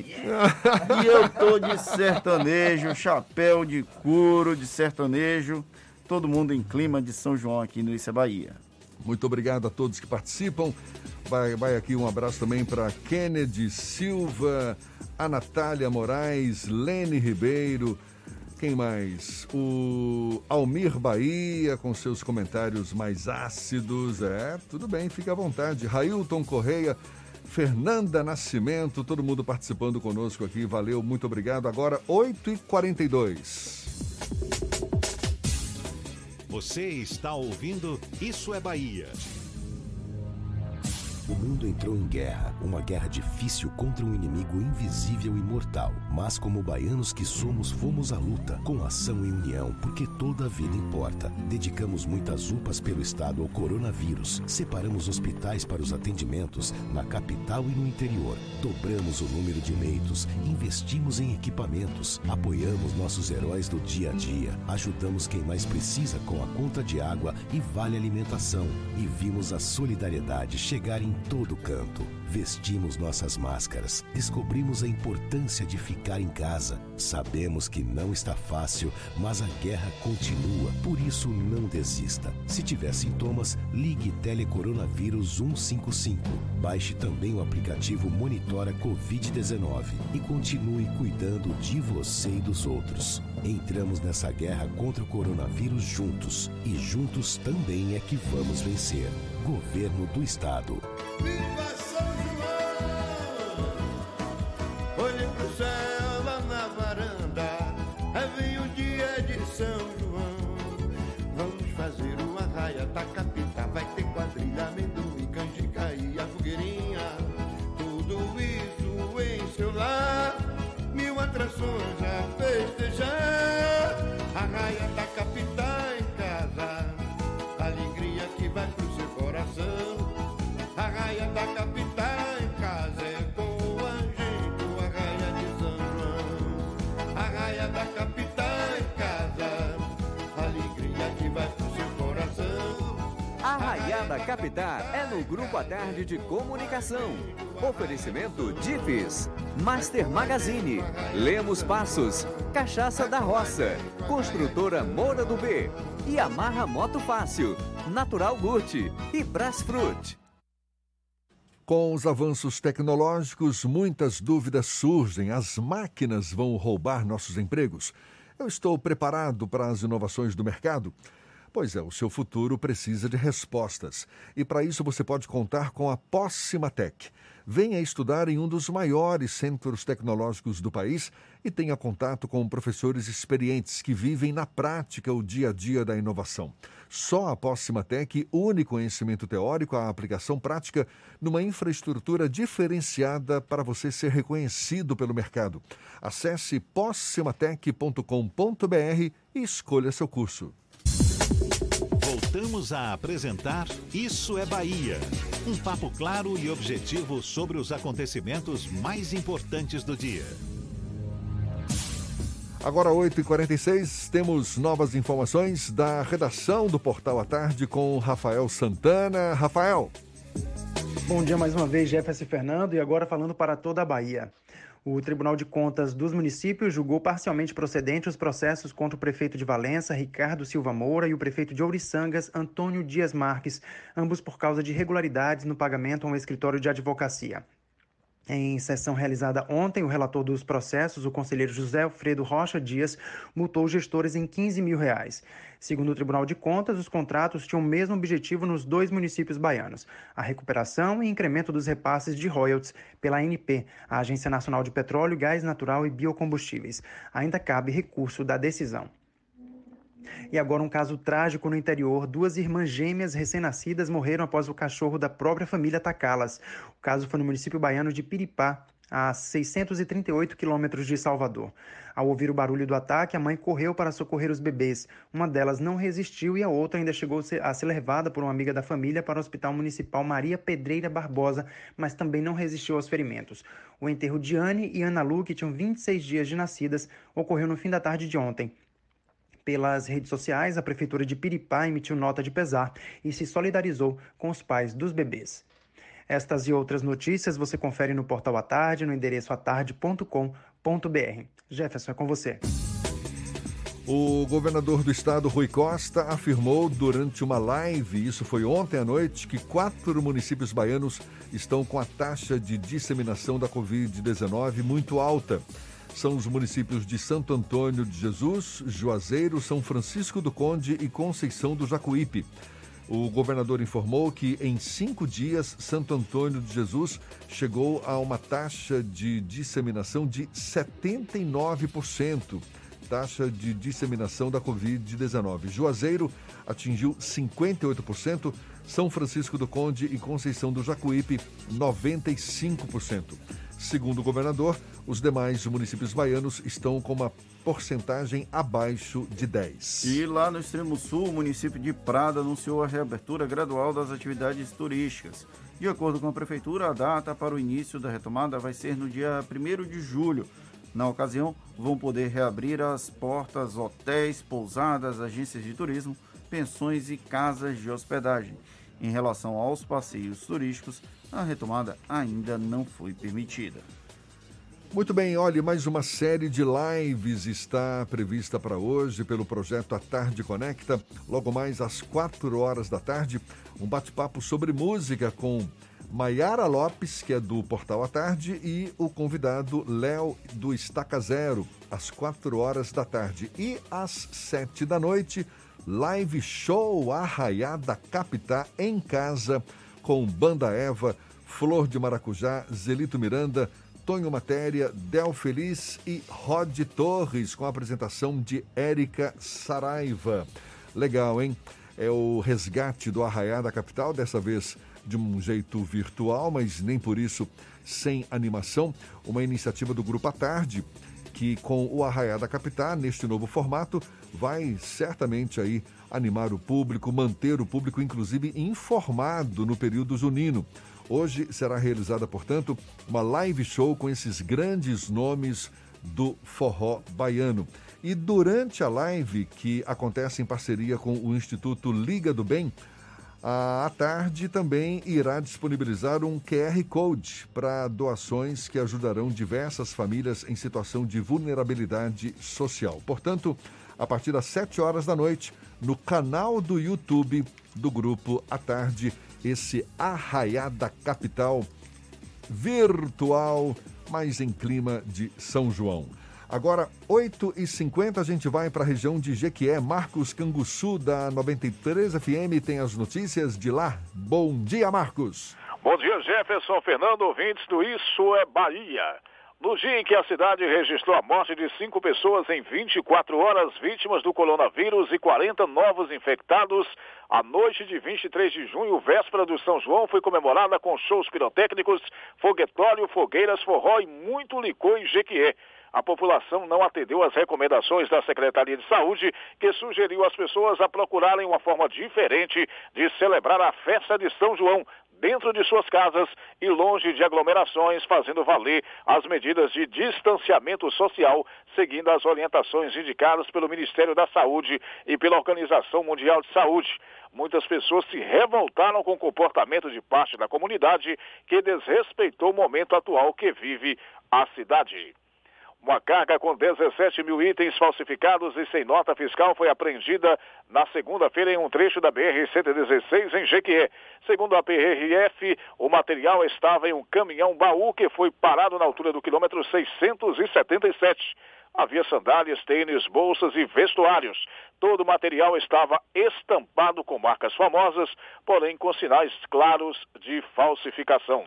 E eu tô de sertanejo, chapéu de couro de sertanejo, todo mundo em clima de São João aqui no Issa Bahia. Muito obrigado a todos que participam. Vai, vai aqui um abraço também para Kennedy Silva, a Natália Moraes, Lene Ribeiro. Quem mais? O Almir Bahia, com seus comentários mais ácidos. É, tudo bem, fique à vontade. Railton Correia, Fernanda Nascimento, todo mundo participando conosco aqui. Valeu, muito obrigado. Agora, oito e quarenta e dois. Você está ouvindo Isso é Bahia. O mundo entrou em guerra, uma guerra difícil contra um inimigo invisível e mortal. Mas como baianos que somos, fomos à luta, com ação e união, porque toda a vida importa. Dedicamos muitas U P As pelo estado ao coronavírus. Separamos hospitais para os atendimentos na capital e no interior. Dobramos o número de leitos, investimos em equipamentos, apoiamos nossos heróis do dia a dia, ajudamos quem mais precisa com a conta de água e vale alimentação. E vimos a solidariedade chegar em todo canto. Vestimos nossas máscaras, descobrimos a importância de ficar em casa. Sabemos que não está fácil, mas a guerra continua, por isso não desista. Se tiver sintomas, ligue Telecoronavírus um cinco cinco. Baixe também o aplicativo Monitora covid dezenove e continue cuidando de você e dos outros. Entramos nessa guerra contra o coronavírus juntos, e juntos também é que vamos vencer. Governo do Estado. Viva São João! Olhe pro céu lá na varanda, aí vem o dia de São João. Vamos fazer uma raia, tacapita, vai ter quadrilha, amendoim, canjica e a fogueirinha. Tudo isso em seu lar, mil atrações a festejar. A raia, tacapita para captar é no Grupo à Tarde de Comunicação. Oferecimento Difes, Master Magazine, Lemos Passos, Cachaça da Roça, Construtora Moura do B, Yamaha Moto Fácil, Natural Gucci e Brasfruit. Com os avanços tecnológicos, muitas dúvidas surgem. As máquinas vão roubar nossos empregos? Eu estou preparado para as inovações do mercado? Pois é, o seu futuro precisa de respostas. E para isso você pode contar com a Possimatec. Venha estudar em um dos maiores centros tecnológicos do país e tenha contato com professores experientes que vivem na prática o dia a dia da inovação. Só a Possimatec une conhecimento teórico à aplicação prática numa infraestrutura diferenciada para você ser reconhecido pelo mercado. Acesse possimatec ponto com ponto b r e escolha seu curso. Voltamos a apresentar Isso é Bahia. Um papo claro e objetivo sobre os acontecimentos mais importantes do dia. Agora, oito e quarenta e seis, temos novas informações da redação do Portal à Tarde com Rafael Santana. Rafael. Bom dia mais uma vez, Jefferson Fernando, e agora falando para toda a Bahia. O Tribunal de Contas dos Municípios julgou parcialmente procedente os processos contra o prefeito de Valença, Ricardo Silva Moura, e o prefeito de Ouriçangas, Antônio Dias Marques, ambos por causa de irregularidades no pagamento a um escritório de advocacia. Em sessão realizada ontem, o relator dos processos, o conselheiro José Alfredo Rocha Dias, multou os gestores em quinze mil reais. Segundo o Tribunal de Contas, os contratos tinham o mesmo objetivo nos dois municípios baianos: a recuperação e incremento dos repasses de royalties pela A N P, a Agência Nacional de Petróleo, Gás Natural e Biocombustíveis. Ainda cabe recurso da decisão. E agora um caso trágico no interior. Duas irmãs gêmeas recém-nascidas morreram após o cachorro da própria família atacá-las. O caso foi no município baiano de Piripá, a seiscentos e trinta e oito quilômetros de Salvador. Ao ouvir o barulho do ataque, a mãe correu para socorrer os bebês. Uma delas não resistiu e a outra ainda chegou a ser levada por uma amiga da família para o Hospital Municipal Maria Pedreira Barbosa, mas também não resistiu aos ferimentos. O enterro de Anne e Ana Lu, que tinham vinte e seis dias de nascidas, ocorreu no fim da tarde de ontem. Pelas redes sociais, a Prefeitura de Piripá emitiu nota de pesar e se solidarizou com os pais dos bebês. Estas e outras notícias você confere no Portal à Tarde, no endereço atarde ponto com ponto b r. Jefferson, é com você. O governador do estado, Rui Costa, afirmou durante uma live, isso foi ontem à noite, que quatro municípios baianos estão com a taxa de disseminação da covid dezenove muito alta. São os municípios de Santo Antônio de Jesus, Juazeiro, São Francisco do Conde e Conceição do Jacuípe. O governador informou que em cinco dias, Santo Antônio de Jesus chegou a uma taxa de disseminação de setenta e nove por cento. Taxa de disseminação da covid dezenove. Juazeiro atingiu cinquenta e oito por cento, São Francisco do Conde e Conceição do Jacuípe, noventa e cinco por cento. Segundo o governador, os demais municípios baianos estão com uma porcentagem abaixo de dez por cento. E lá no extremo sul, o município de Prada anunciou a reabertura gradual das atividades turísticas. De acordo com a prefeitura, a data para o início da retomada vai ser no dia primeiro de julho. Na ocasião, vão poder reabrir as portas hotéis, pousadas, agências de turismo, pensões e casas de hospedagem. Em relação aos passeios turísticos, a retomada ainda não foi permitida. Muito bem, olha, mais uma série de lives está prevista para hoje pelo projeto A Tarde Conecta. Logo mais às quatro horas da tarde, um bate-papo sobre música com Maiara Lopes, que é do Portal à Tarde, e o convidado Léo do Estaca Zero, às quatro horas da tarde. E às sete da noite, live show Arraiá da Capitá em casa, com Banda Eva, Flor de Maracujá, Zelito Miranda, Tonho Matéria, Del Feliz e Rod Torres, com a apresentação de Érica Saraiva. Legal, hein? É o resgate do Arraiá da Capital, dessa vez de um jeito virtual, mas nem por isso sem animação. Uma iniciativa do Grupo à Tarde, que com o Arraiá da Capital, neste novo formato, vai certamente aí animar o público, manter o público, inclusive, informado no período junino. Hoje será realizada, portanto, uma live show com esses grandes nomes do forró baiano. E durante a live, que acontece em parceria com o Instituto Liga do Bem, À tarde também irá disponibilizar um Q R Code para doações que ajudarão diversas famílias em situação de vulnerabilidade social. Portanto, a partir das sete horas da noite, no canal do YouTube do Grupo à Tarde, esse Arraiá da Capital virtual, mas em clima de São João. Agora, oito e cinquenta, a gente vai para a região de Jequié. Marcos Canguçu, da noventa e três F M, tem as notícias de lá. Bom dia, Marcos. Bom dia, Jefferson, Fernando, ouvintes do Isso é Bahia. No dia em que a cidade registrou a morte de cinco pessoas em vinte e quatro horas vítimas do coronavírus e quarenta novos infectados, a noite de vinte e três de junho, véspera do São João, foi comemorada com shows pirotécnicos, foguetório, fogueiras, forró e muito licor em Jequié. A população não atendeu às recomendações da Secretaria de Saúde, que sugeriu às pessoas a procurarem uma forma diferente de celebrar a festa de São João, dentro de suas casas e longe de aglomerações, fazendo valer as medidas de distanciamento social, seguindo as orientações indicadas pelo Ministério da Saúde e pela Organização Mundial de Saúde. Muitas pessoas se revoltaram com o comportamento de parte da comunidade, que desrespeitou o momento atual que vive a cidade. Uma carga com dezessete mil itens falsificados e sem nota fiscal foi apreendida na segunda-feira em um trecho da B R cento e dezesseis em Jequié. Segundo a P R F, o material estava em um caminhão-baú que foi parado na altura do quilômetro seiscentos e setenta e sete. Havia sandálias, tênis, bolsas e vestuários. Todo o material estava estampado com marcas famosas, porém com sinais claros de falsificação.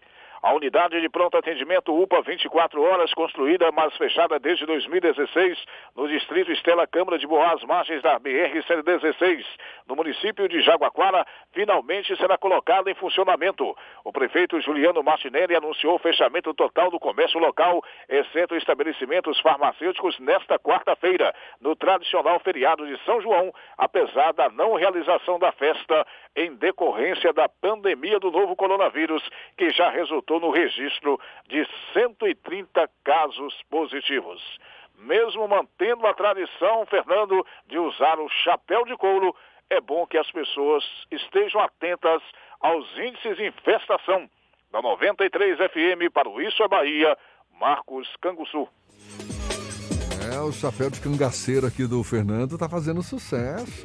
A unidade de pronto atendimento U P A vinte e quatro horas, construída, mas fechada desde dois mil e dezesseis, no distrito Estela Câmara de Boas, margens da B R cento e dezesseis, no município de Jaguaquara, finalmente será colocada em funcionamento. O prefeito Juliano Martinelli anunciou o fechamento total do comércio local, exceto estabelecimentos farmacêuticos, nesta quarta-feira, no tradicional feriado de São João, apesar da não realização da festa em decorrência da pandemia do novo coronavírus, que já resultou no registro de cento e trinta casos positivos. Mesmo mantendo a tradição, Fernando, de usar o chapéu de couro, é bom que as pessoas estejam atentas aos índices de infestação. Da noventa e três F M para o Isso é Bahia, Marcos Canguçu. É, o chapéu de cangaceiro aqui do Fernando tá fazendo sucesso.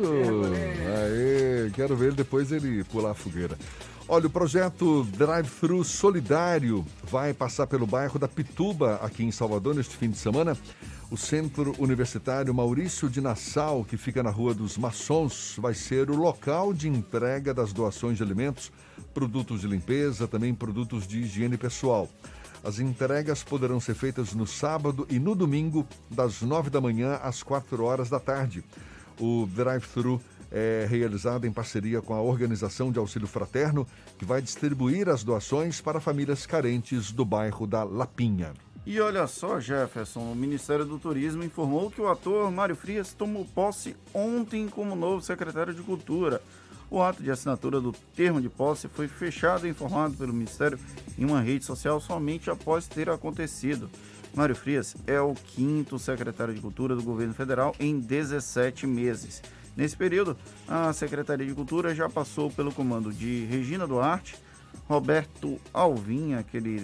Aê, quero ver ele depois ele pular a fogueira. Olha, o projeto Drive-Thru Solidário vai passar pelo bairro da Pituba, aqui em Salvador, neste fim de semana. O Centro Universitário Maurício de Nassau, que fica na Rua dos Maçons, vai ser o local de entrega das doações de alimentos, produtos de limpeza, também produtos de higiene pessoal. As entregas poderão ser feitas no sábado e no domingo, das nove da manhã às quatro horas da tarde. O drive-thru é realizado em parceria com a Organização de Auxílio Fraterno, que vai distribuir as doações para famílias carentes do bairro da Lapinha. E olha só, Jefferson, o Ministério do Turismo informou que o ator Mário Frias tomou posse ontem como novo secretário de Cultura. O ato de assinatura do termo de posse foi fechado e informado pelo Ministério em uma rede social somente após ter acontecido. Mário Frias é o quinto secretário de Cultura do governo federal em dezessete meses. Nesse período, a Secretaria de Cultura já passou pelo comando de Regina Duarte, Roberto Alvim, aquele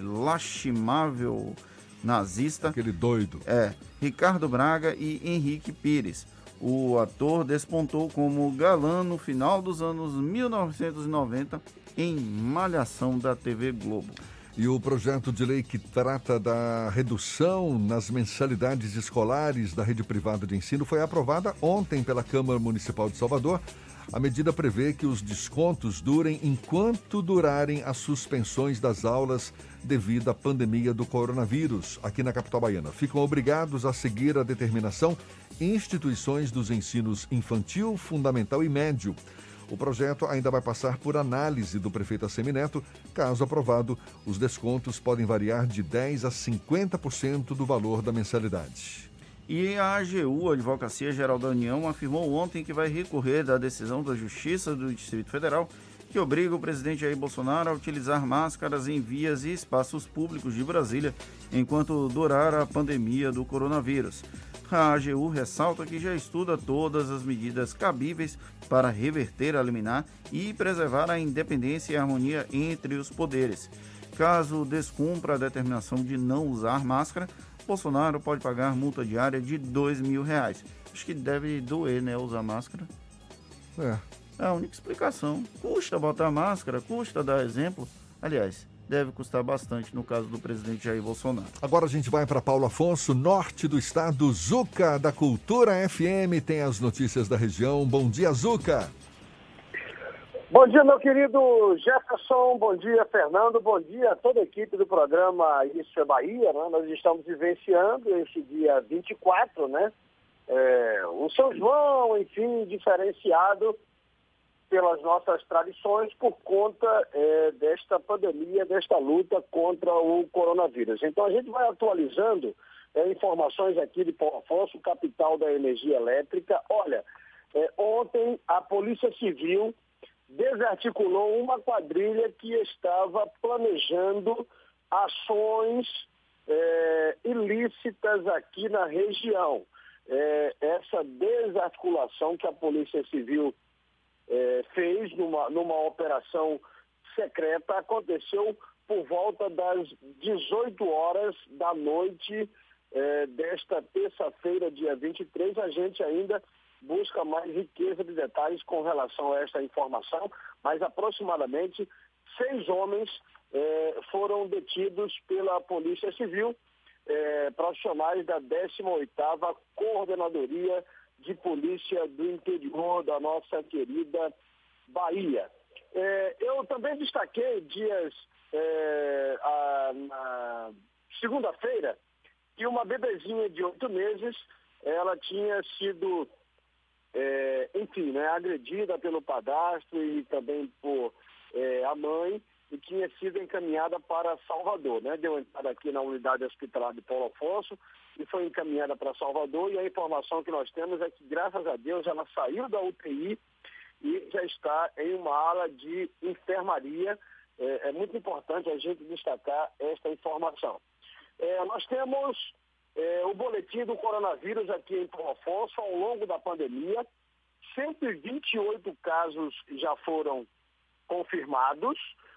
lastimável nazista. Aquele doido. É, Ricardo Braga e Henrique Pires. O ator despontou como galã no final dos anos mil novecentos e noventa em Malhação da T V Globo. E o projeto de lei que trata da redução nas mensalidades escolares da rede privada de ensino foi aprovada ontem pela Câmara Municipal de Salvador. A medida prevê que os descontos durem enquanto durarem as suspensões das aulas devido à pandemia do coronavírus aqui na capital baiana. Ficam obrigados a seguir a determinação instituições dos ensinos infantil, fundamental e médio. O projeto ainda vai passar por análise do prefeito Assemineto. Caso aprovado, os descontos podem variar de dez por cento a cinquenta por cento do valor da mensalidade. E a A G U, a Advocacia Geral da União, afirmou ontem que vai recorrer da decisão da Justiça do Distrito Federal que obriga o presidente Jair Bolsonaro a utilizar máscaras em vias e espaços públicos de Brasília enquanto durar a pandemia do coronavírus. A AGU ressalta que já estuda todas as medidas cabíveis para reverter a liminar e preservar a independência e a harmonia entre os poderes. Caso descumpra a determinação de não usar máscara, Bolsonaro pode pagar multa diária de dois mil reais. Acho que deve doer, né, usar máscara. É. É a única explicação. Custa botar máscara, custa dar exemplo. Aliás, deve custar bastante no caso do presidente Jair Bolsonaro. Agora a gente vai para Paulo Afonso, norte do estado. Zuca, da Cultura F M, tem as notícias da região. Bom dia, Zuca. Bom dia, meu querido Jefferson, bom dia, Fernando, bom dia a toda a equipe do programa Isso é Bahia, né? Nós estamos vivenciando esse dia vinte e quatro, né? É, o São João, enfim, diferenciado pelas nossas tradições por conta é, desta pandemia, desta luta contra o coronavírus. Então a gente vai atualizando é, informações aqui de Paulo Afonso, capital da energia elétrica. Olha, é, ontem a Polícia Civil desarticulou uma quadrilha que estava planejando ações é, ilícitas aqui na região. É, essa desarticulação que a Polícia Civil é, fez numa, numa operação secreta aconteceu por volta das dezoito horas da noite é, desta terça-feira, dia vinte e três. A gente ainda busca mais riqueza de detalhes com relação a essa informação, mas aproximadamente seis homens eh, foram detidos pela Polícia Civil, eh, profissionais da décima oitava Coordenadoria de Polícia do Interior da nossa querida Bahia. Eh, eu também destaquei dias eh, a, na segunda-feira que uma bebezinha de oito meses, ela tinha sido É, enfim, né, agredida pelo padrasto e também por é, a mãe, e tinha sido encaminhada para Salvador, né? Deu entrada aqui na unidade hospitalar de Paulo Afonso e foi encaminhada para Salvador, e a informação que nós temos é que, graças a Deus, ela saiu da U T I e já está em uma ala de enfermaria. É, é muito importante a gente destacar esta informação. É, nós temos É, o boletim do coronavírus aqui em Paulo Afonso. Ao longo da pandemia, cento e vinte e oito casos já foram confirmados,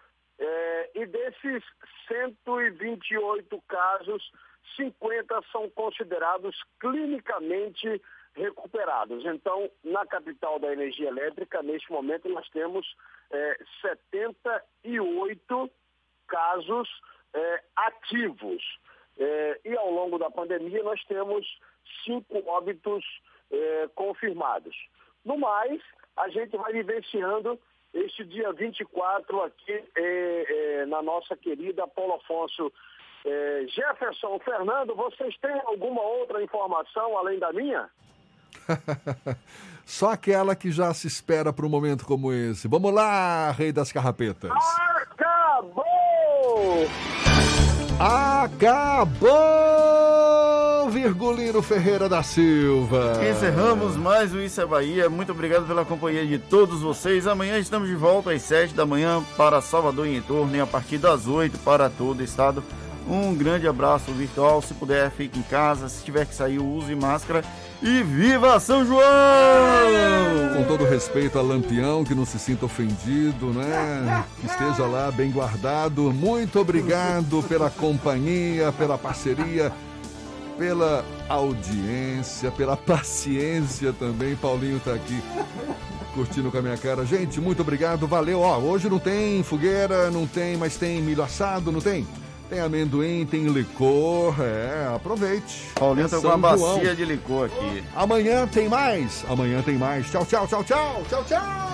é, e desses cento e vinte e oito casos, cinquenta são considerados clinicamente recuperados. Então, na capital da energia elétrica, neste momento, nós temos é, setenta e oito casos é, ativos. É, e ao longo da pandemia nós temos cinco óbitos é, confirmados. No mais, a gente vai vivenciando este dia vinte e quatro aqui é, é, na nossa querida Paulo Afonso. É, Jefferson, Fernando, vocês têm alguma outra informação além da minha? Só aquela que já se espera para um momento como esse. Vamos lá, Rei das Carrapetas. Acabou! Acabou, Virgulino Ferreira da Silva. Encerramos mais o Isso é Bahia. Muito obrigado pela companhia de todos vocês. Amanhã estamos de volta às sete da manhã para Salvador e em torno, e a partir das oito para todo o estado. Um grande abraço virtual. Se puder, fique em casa. Se tiver que sair, use máscara. E viva São João! Com todo respeito a Lampião, que não se sinta ofendido, né? Que esteja lá bem guardado. Muito obrigado pela companhia, pela parceria, pela audiência, pela paciência também. Paulinho tá aqui curtindo com a minha cara. Gente, muito obrigado, valeu. Ó, hoje não tem fogueira, não tem, mas tem milho assado, não tem? Tem amendoim, tem licor, é, aproveite. Paulinho é tá com uma bacia de licor aqui. Amanhã tem mais, amanhã tem mais. Tchau, tchau, tchau, tchau, tchau, tchau.